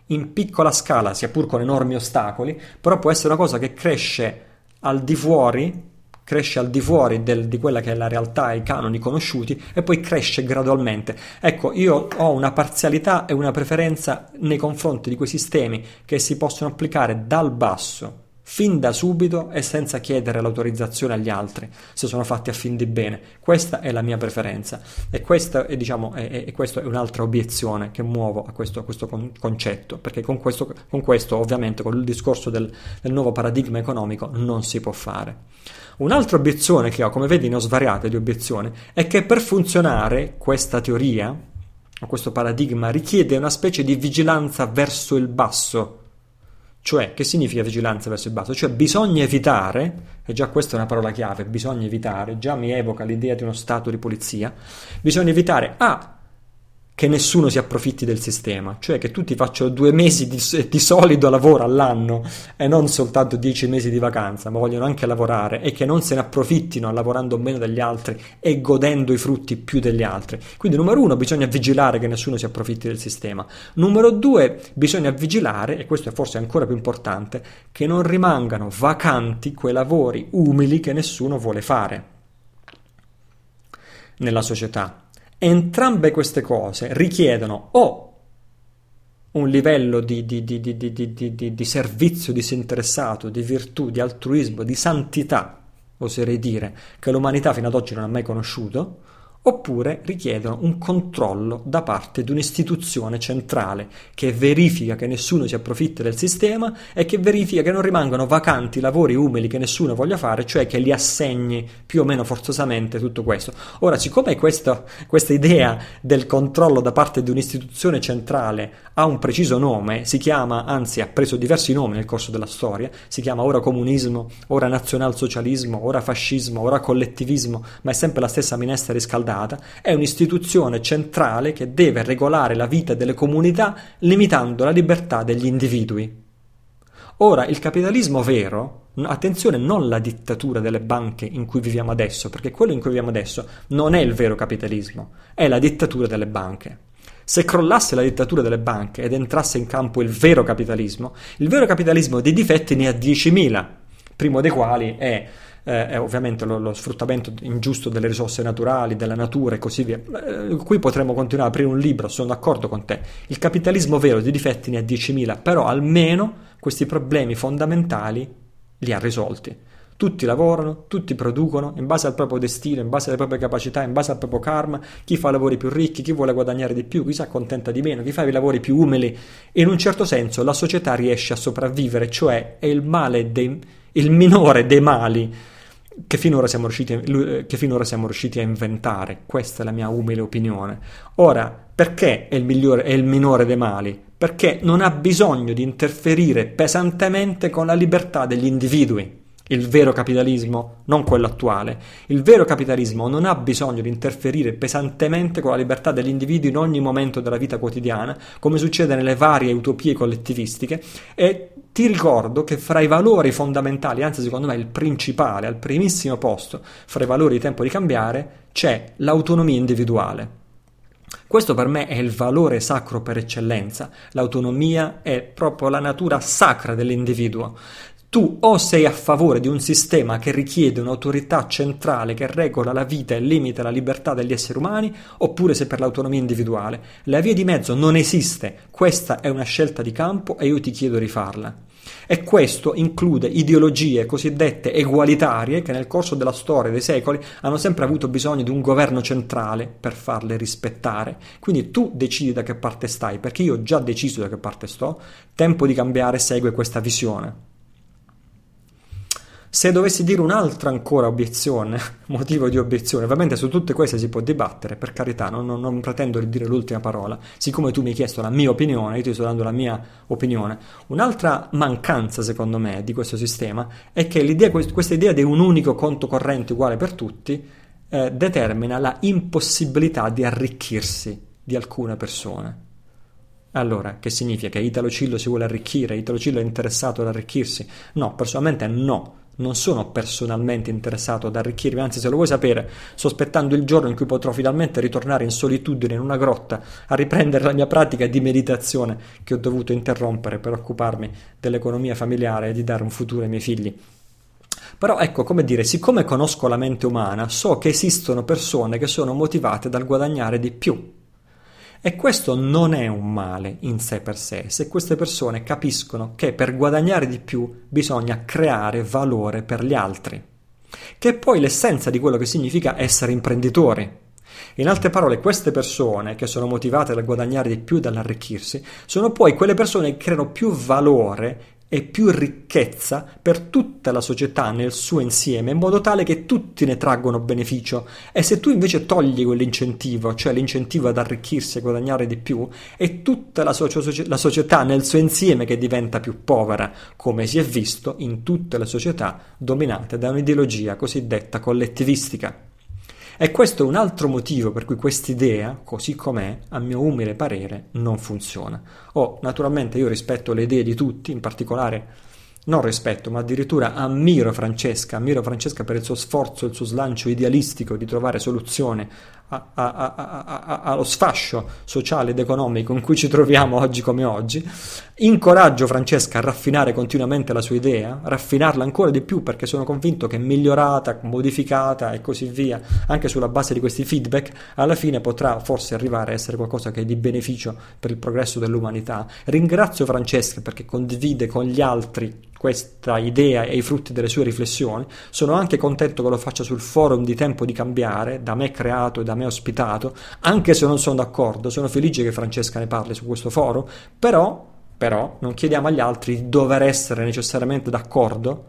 in piccola scala, sia pur con enormi ostacoli, però può essere una cosa che cresce al di fuori di quella che è la realtà e i canoni conosciuti e poi cresce gradualmente. Ecco, io ho una parzialità e una preferenza nei confronti di quei sistemi che si possono applicare dal basso, fin da subito e senza chiedere l'autorizzazione agli altri, se sono fatti a fin di bene. Questa è la mia preferenza e questa è, diciamo, questa è un'altra obiezione che muovo a questo concetto, perché con questo ovviamente con il discorso del nuovo paradigma economico non si può fare. Un'altra obiezione che ho, come vedi ne ho svariate di obiezioni, è che per funzionare questa teoria o questo paradigma richiede una specie di vigilanza verso il basso. Cioè, che significa vigilanza verso il basso? Cioè bisogna evitare, e già questa è una parola chiave, bisogna evitare, già mi evoca l'idea di uno stato di polizia, bisogna evitare che nessuno si approfitti del sistema, cioè che tutti facciano 2 mesi di solido lavoro all'anno e non soltanto 10 mesi di vacanza, ma vogliono anche lavorare e che non se ne approfittino lavorando meno degli altri e godendo i frutti più degli altri. Quindi numero 1 bisogna vigilare che nessuno si approfitti del sistema. Numero 2 bisogna vigilare, e questo è forse ancora più importante, che non rimangano vacanti quei lavori umili che nessuno vuole fare nella società. Entrambe queste cose richiedono o un livello di servizio disinteressato, di virtù, di altruismo, di santità, oserei dire, che l'umanità fino ad oggi non ha mai conosciuto, oppure richiedono un controllo da parte di un'istituzione centrale che verifica che nessuno si approfitta del sistema e che verifica che non rimangano vacanti lavori umili che nessuno voglia fare, cioè che li assegni più o meno forzosamente tutto questo. Ora, siccome questa idea del controllo da parte di un'istituzione centrale ha un preciso nome, si chiama, anzi ha preso diversi nomi nel corso della storia, si chiama ora comunismo, ora nazionalsocialismo, ora fascismo, ora collettivismo, ma è sempre la stessa minestra riscaldata, è un'istituzione centrale che deve regolare la vita delle comunità limitando la libertà degli individui. Ora, il capitalismo vero, attenzione, non la dittatura delle banche in cui viviamo adesso, perché quello in cui viviamo adesso non è il vero capitalismo, è la dittatura delle banche. Se crollasse la dittatura delle banche ed entrasse in campo il vero capitalismo dei difetti ne ha 10.000, primo dei quali è ovviamente lo sfruttamento ingiusto delle risorse naturali, della natura e così via. Qui potremmo continuare a aprire un libro, sono d'accordo con te. Il capitalismo vero di difetti ne ha 10.000, però almeno questi problemi fondamentali li ha risolti. Tutti lavorano, tutti producono in base al proprio destino, in base alle proprie capacità, in base al proprio karma, chi fa lavori più ricchi, chi vuole guadagnare di più, chi si accontenta di meno, chi fa i lavori più umili. In un certo senso la società riesce a sopravvivere, cioè è il minore dei mali che finora siamo riusciti a inventare. Questa è la mia umile opinione. Ora, perché è il minore dei mali? Perché non ha bisogno di interferire pesantemente con la libertà degli individui. Il vero capitalismo, non quello attuale, il vero capitalismo non ha bisogno di interferire pesantemente con la libertà degli individui in ogni momento della vita quotidiana, come succede nelle varie utopie collettivistiche, e ti ricordo che fra i valori fondamentali, anzi secondo me il principale, al primissimo posto, fra i valori di tempo di cambiare, c'è l'autonomia individuale. Questo per me è il valore sacro per eccellenza. L'autonomia è proprio la natura sacra dell'individuo. Tu o sei a favore di un sistema che richiede un'autorità centrale che regola la vita e limita la libertà degli esseri umani, oppure sei per l'autonomia individuale. La via di mezzo non esiste, questa è una scelta di campo e io ti chiedo di farla. E questo include ideologie cosiddette egualitarie che nel corso della storia dei secoli hanno sempre avuto bisogno di un governo centrale per farle rispettare. Quindi tu decidi da che parte stai, perché io ho già deciso da che parte sto. Tempo di cambiare segue questa visione. Se dovessi dire un'altra ancora obiezione, motivo di obiezione, ovviamente su tutte queste si può dibattere, per carità, non pretendo di dire l'ultima parola, siccome tu mi hai chiesto la mia opinione, io ti sto dando la mia opinione. Un'altra mancanza, secondo me, di questo sistema è che questa idea di un unico conto corrente uguale per tutti determina la impossibilità di arricchirsi di alcune persone. Allora, che significa? Che Italo Cillo si vuole arricchire? Italo Cillo è interessato ad arricchirsi? No, personalmente no. non sono personalmente interessato ad arricchirmi, anzi, se lo vuoi sapere, sto aspettando il giorno in cui potrò finalmente ritornare in solitudine in una grotta a riprendere la mia pratica di meditazione che ho dovuto interrompere per occuparmi dell'economia familiare e di dare un futuro ai miei figli. Però ecco, come dire, siccome conosco la mente umana, so che esistono persone che sono motivate dal guadagnare di più. E questo non è un male in sé per sé, se queste persone capiscono che per guadagnare di più bisogna creare valore per gli altri, che è poi l'essenza di quello che significa essere imprenditori. In altre parole, queste persone che sono motivate dal guadagnare di più e dall'arricchirsi, sono poi quelle persone che creano più valore e più ricchezza per tutta la società nel suo insieme, in modo tale che tutti ne traggono beneficio. E se tu invece togli quell'incentivo, cioè l'incentivo ad arricchirsi e guadagnare di più, è tutta la società nel suo insieme che diventa più povera, come si è visto in tutte le società dominate da un'ideologia cosiddetta collettivistica. E questo è un altro motivo per cui quest'idea, così com'è, a mio umile parere, non funziona. Naturalmente io rispetto le idee di tutti, in particolare, non rispetto, ma addirittura ammiro Francesca per il suo sforzo, il suo slancio idealistico di trovare soluzione allo sfascio sociale ed economico in cui ci troviamo oggi come oggi. Incoraggio Francesca a raffinare continuamente la sua idea, raffinarla ancora di più, perché sono convinto che migliorata, modificata e così via, anche sulla base di questi feedback, alla fine potrà forse arrivare a essere qualcosa che è di beneficio per il progresso dell'umanità. Ringrazio Francesca perché condivide con gli altri questa idea e i frutti delle sue riflessioni. Sono anche contento che lo faccia sul forum di Tempo di Cambiare, da me creato e da me ospitato, anche se non sono d'accordo. Sono felice che Francesca ne parli su questo forum, però non chiediamo agli altri di dover essere necessariamente d'accordo,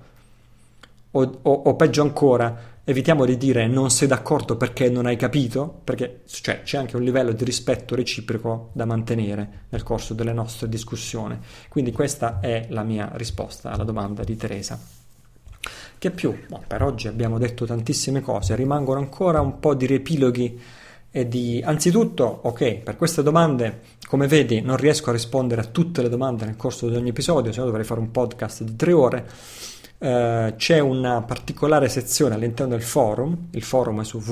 o peggio ancora, evitiamo di dire non sei d'accordo perché non hai capito, perché c'è anche un livello di rispetto reciproco da mantenere nel corso delle nostre discussioni. Quindi questa è la mia risposta alla domanda di Teresa. Che più? Per oggi abbiamo detto tantissime cose, rimangono ancora un po' di riepiloghi anzitutto, per queste domande, come vedi, non riesco a rispondere a tutte le domande nel corso di ogni episodio, se no dovrei fare un podcast di 3 ore. C'è una particolare sezione all'interno del forum, il forum è su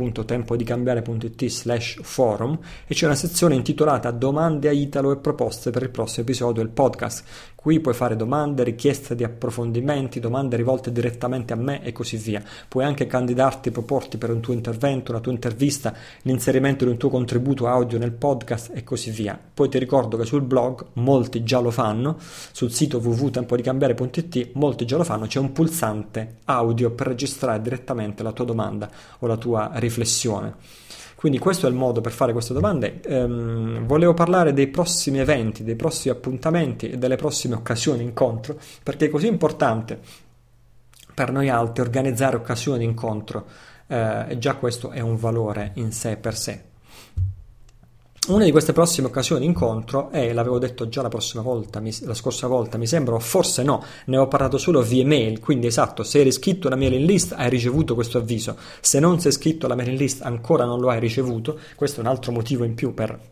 www.tempodicambiare.it/forum, e c'è una sezione intitolata Domande a Italo e proposte per il prossimo episodio del podcast. Qui puoi fare domande, richieste di approfondimenti, domande rivolte direttamente a me e così via. Puoi anche candidarti, proporti per un tuo intervento, una tua intervista, l'inserimento di un tuo contributo audio nel podcast e così via. Poi ti ricordo che sul blog molti già lo fanno, sul sito www.tempodicambiare.it molti già lo fanno, c'è un pulsante audio per registrare direttamente la tua domanda o la tua riflessione. Quindi questo è il modo per fare queste domande. Volevo parlare dei prossimi eventi, dei prossimi appuntamenti e delle prossime occasioni incontro, perché è così importante per noi altri organizzare occasioni di incontro, e già questo è un valore in sé per sé. Una di queste prossime occasioni di incontro è, l'avevo detto già la scorsa volta mi sembra, o forse no, ne ho parlato solo via mail, quindi esatto, se eri iscritto alla mailing list hai ricevuto questo avviso, se non sei iscritto alla mailing list ancora non lo hai ricevuto, questo è un altro motivo in più per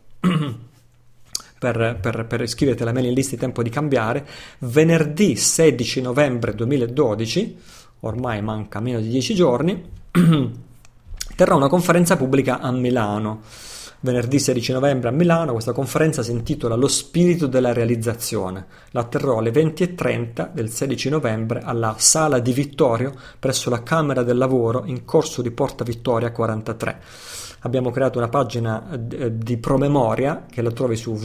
iscriverti alla mailing list di Tempo di Cambiare. Venerdì 16 novembre 2012, ormai manca meno di 10 giorni, terrò una conferenza pubblica a Milano. Venerdì 16 novembre a Milano, questa conferenza si intitola Lo spirito della realizzazione. La terrò alle 20:30 del 16 novembre alla Sala di Vittorio presso la Camera del Lavoro in Corso di Porta Vittoria 43. Abbiamo creato una pagina di promemoria che la trovi su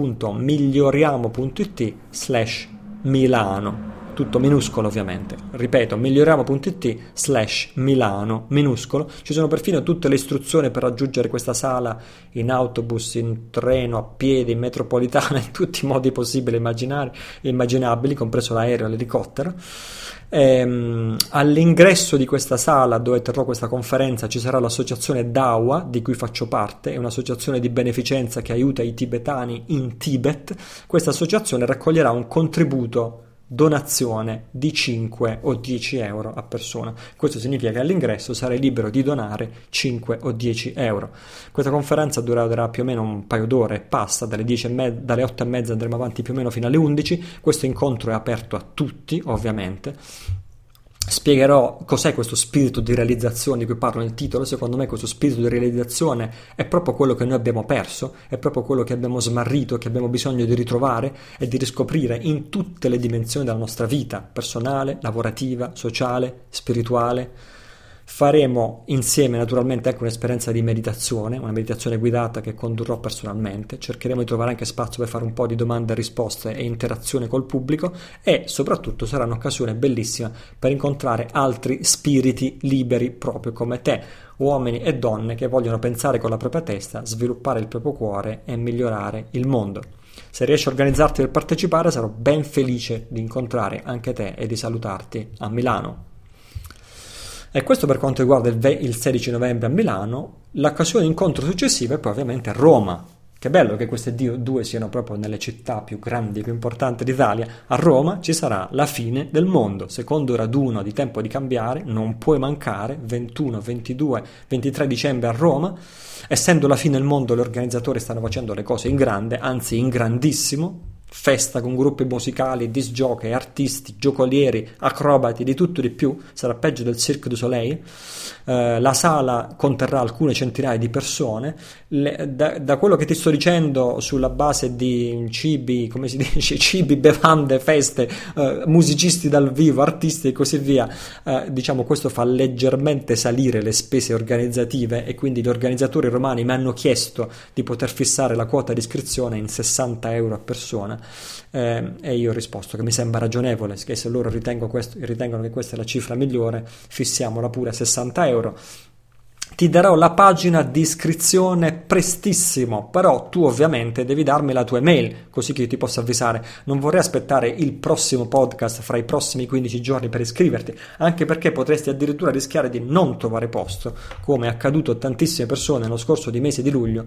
www.miglioriamo.it/Milano. Tutto minuscolo ovviamente, ripeto, miglioriamo.it/Milano minuscolo. Ci sono perfino tutte le istruzioni per raggiungere questa sala in autobus, in treno, a piedi, in metropolitana, in tutti i modi possibili e immaginabili, compreso l'aereo e l'elicottero. All'ingresso di questa sala dove terrò questa conferenza ci sarà l'associazione Dawa, di cui faccio parte, è un'associazione di beneficenza che aiuta i tibetani in Tibet. Questa associazione raccoglierà un contributo, donazione di 5 o 10 euro a persona. Questo significa che all'ingresso sarai libero di donare 5 o 10 euro. Questa conferenza durerà più o meno un paio d'ore e passa, dalle 8:30 andremo avanti più o meno fino alle 11. Questo incontro è aperto a tutti, ovviamente. Spiegherò cos'è questo spirito di realizzazione di cui parlo nel titolo. Secondo me questo spirito di realizzazione è proprio quello che noi abbiamo perso, è proprio quello che abbiamo smarrito, che abbiamo bisogno di ritrovare e di riscoprire in tutte le dimensioni della nostra vita, personale, lavorativa, sociale, spirituale. Faremo insieme naturalmente anche un'esperienza di meditazione, una meditazione guidata che condurrò personalmente. Cercheremo di trovare anche spazio per fare un po' di domande e risposte e interazione col pubblico, e soprattutto sarà un'occasione bellissima per incontrare altri spiriti liberi proprio come te, uomini e donne che vogliono pensare con la propria testa, sviluppare il proprio cuore e migliorare il mondo. Se riesci a organizzarti per partecipare, sarò ben felice di incontrare anche te e di salutarti a Milano. E questo per quanto riguarda il 16 novembre a Milano. L'occasione di incontro successiva è poi ovviamente a Roma. Che bello che queste due siano proprio nelle città più grandi e più importanti d'Italia. A Roma ci sarà la fine del mondo, secondo raduno di Tempo di Cambiare, non puoi mancare, 21, 22, 23 dicembre a Roma. Essendo la fine del mondo, gli organizzatori stanno facendo le cose in grande, anzi in grandissimo. Festa con gruppi musicali, disc jockey, artisti, giocolieri, acrobati, di tutto di più. Sarà peggio del Cirque du Soleil. La sala conterrà alcune centinaia di persone. Da quello che ti sto dicendo, sulla base di cibi, come si dice, cibi, bevande, feste, musicisti dal vivo, artisti e così via, diciamo questo fa leggermente salire le spese organizzative, e quindi gli organizzatori romani mi hanno chiesto di poter fissare la quota di iscrizione in 60 euro a persona. E io ho risposto che mi sembra ragionevole, che se loro ritengono che questa è la cifra migliore, fissiamola pure a 60 euro. Ti darò la pagina di iscrizione prestissimo, però tu ovviamente devi darmi la tua email, così che io ti possa avvisare. Non vorrei aspettare il prossimo podcast fra i prossimi 15 giorni per iscriverti, anche perché potresti addirittura rischiare di non trovare posto, come è accaduto a tantissime persone nello scorso mese di luglio,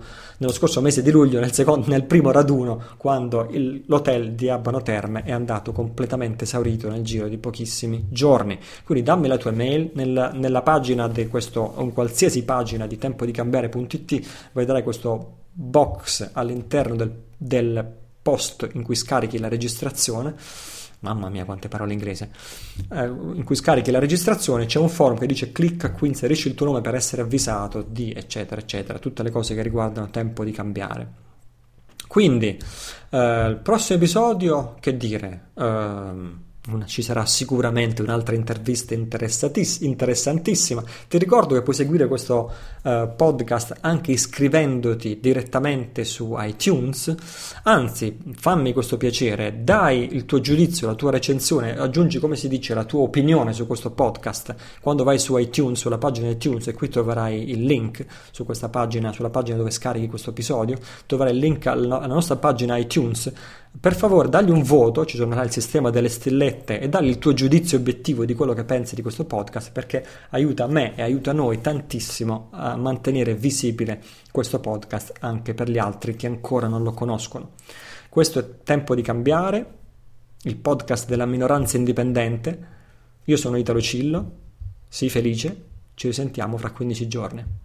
nel primo raduno, quando l'hotel di Abano Terme è andato completamente esaurito nel giro di pochissimi giorni. Quindi dammi la tua email nella pagina di questo, o in qualsiasi pagina di tempodicambiare.it, vedrai questo box all'interno del post in cui scarichi la registrazione. Mamma mia, quante parole inglese. In cui scarichi la registrazione c'è un forum che dice clicca qui, inserisci il tuo nome per essere avvisato di eccetera eccetera, tutte le cose che riguardano Tempo di Cambiare. Quindi il prossimo episodio, che dire, ci sarà sicuramente un'altra intervista interessantissima. Ti ricordo che puoi seguire questo podcast anche iscrivendoti direttamente su iTunes. Anzi, fammi questo piacere, dai il tuo giudizio, la tua recensione, aggiungi, come si dice, la tua opinione su questo podcast quando vai su iTunes, sulla pagina iTunes, e qui troverai il link su questa pagina, sulla pagina dove scarichi questo episodio, troverai il link alla nostra pagina iTunes. Per favore dagli un voto, ci tornerà il sistema delle stellette, e dagli il tuo giudizio obiettivo di quello che pensi di questo podcast, perché aiuta me e aiuta noi tantissimo a mantenere visibile questo podcast anche per gli altri che ancora non lo conoscono. Questo è Tempo di Cambiare, il podcast della minoranza indipendente. Io sono Italo Cillo, sii felice, ci risentiamo fra 15 giorni.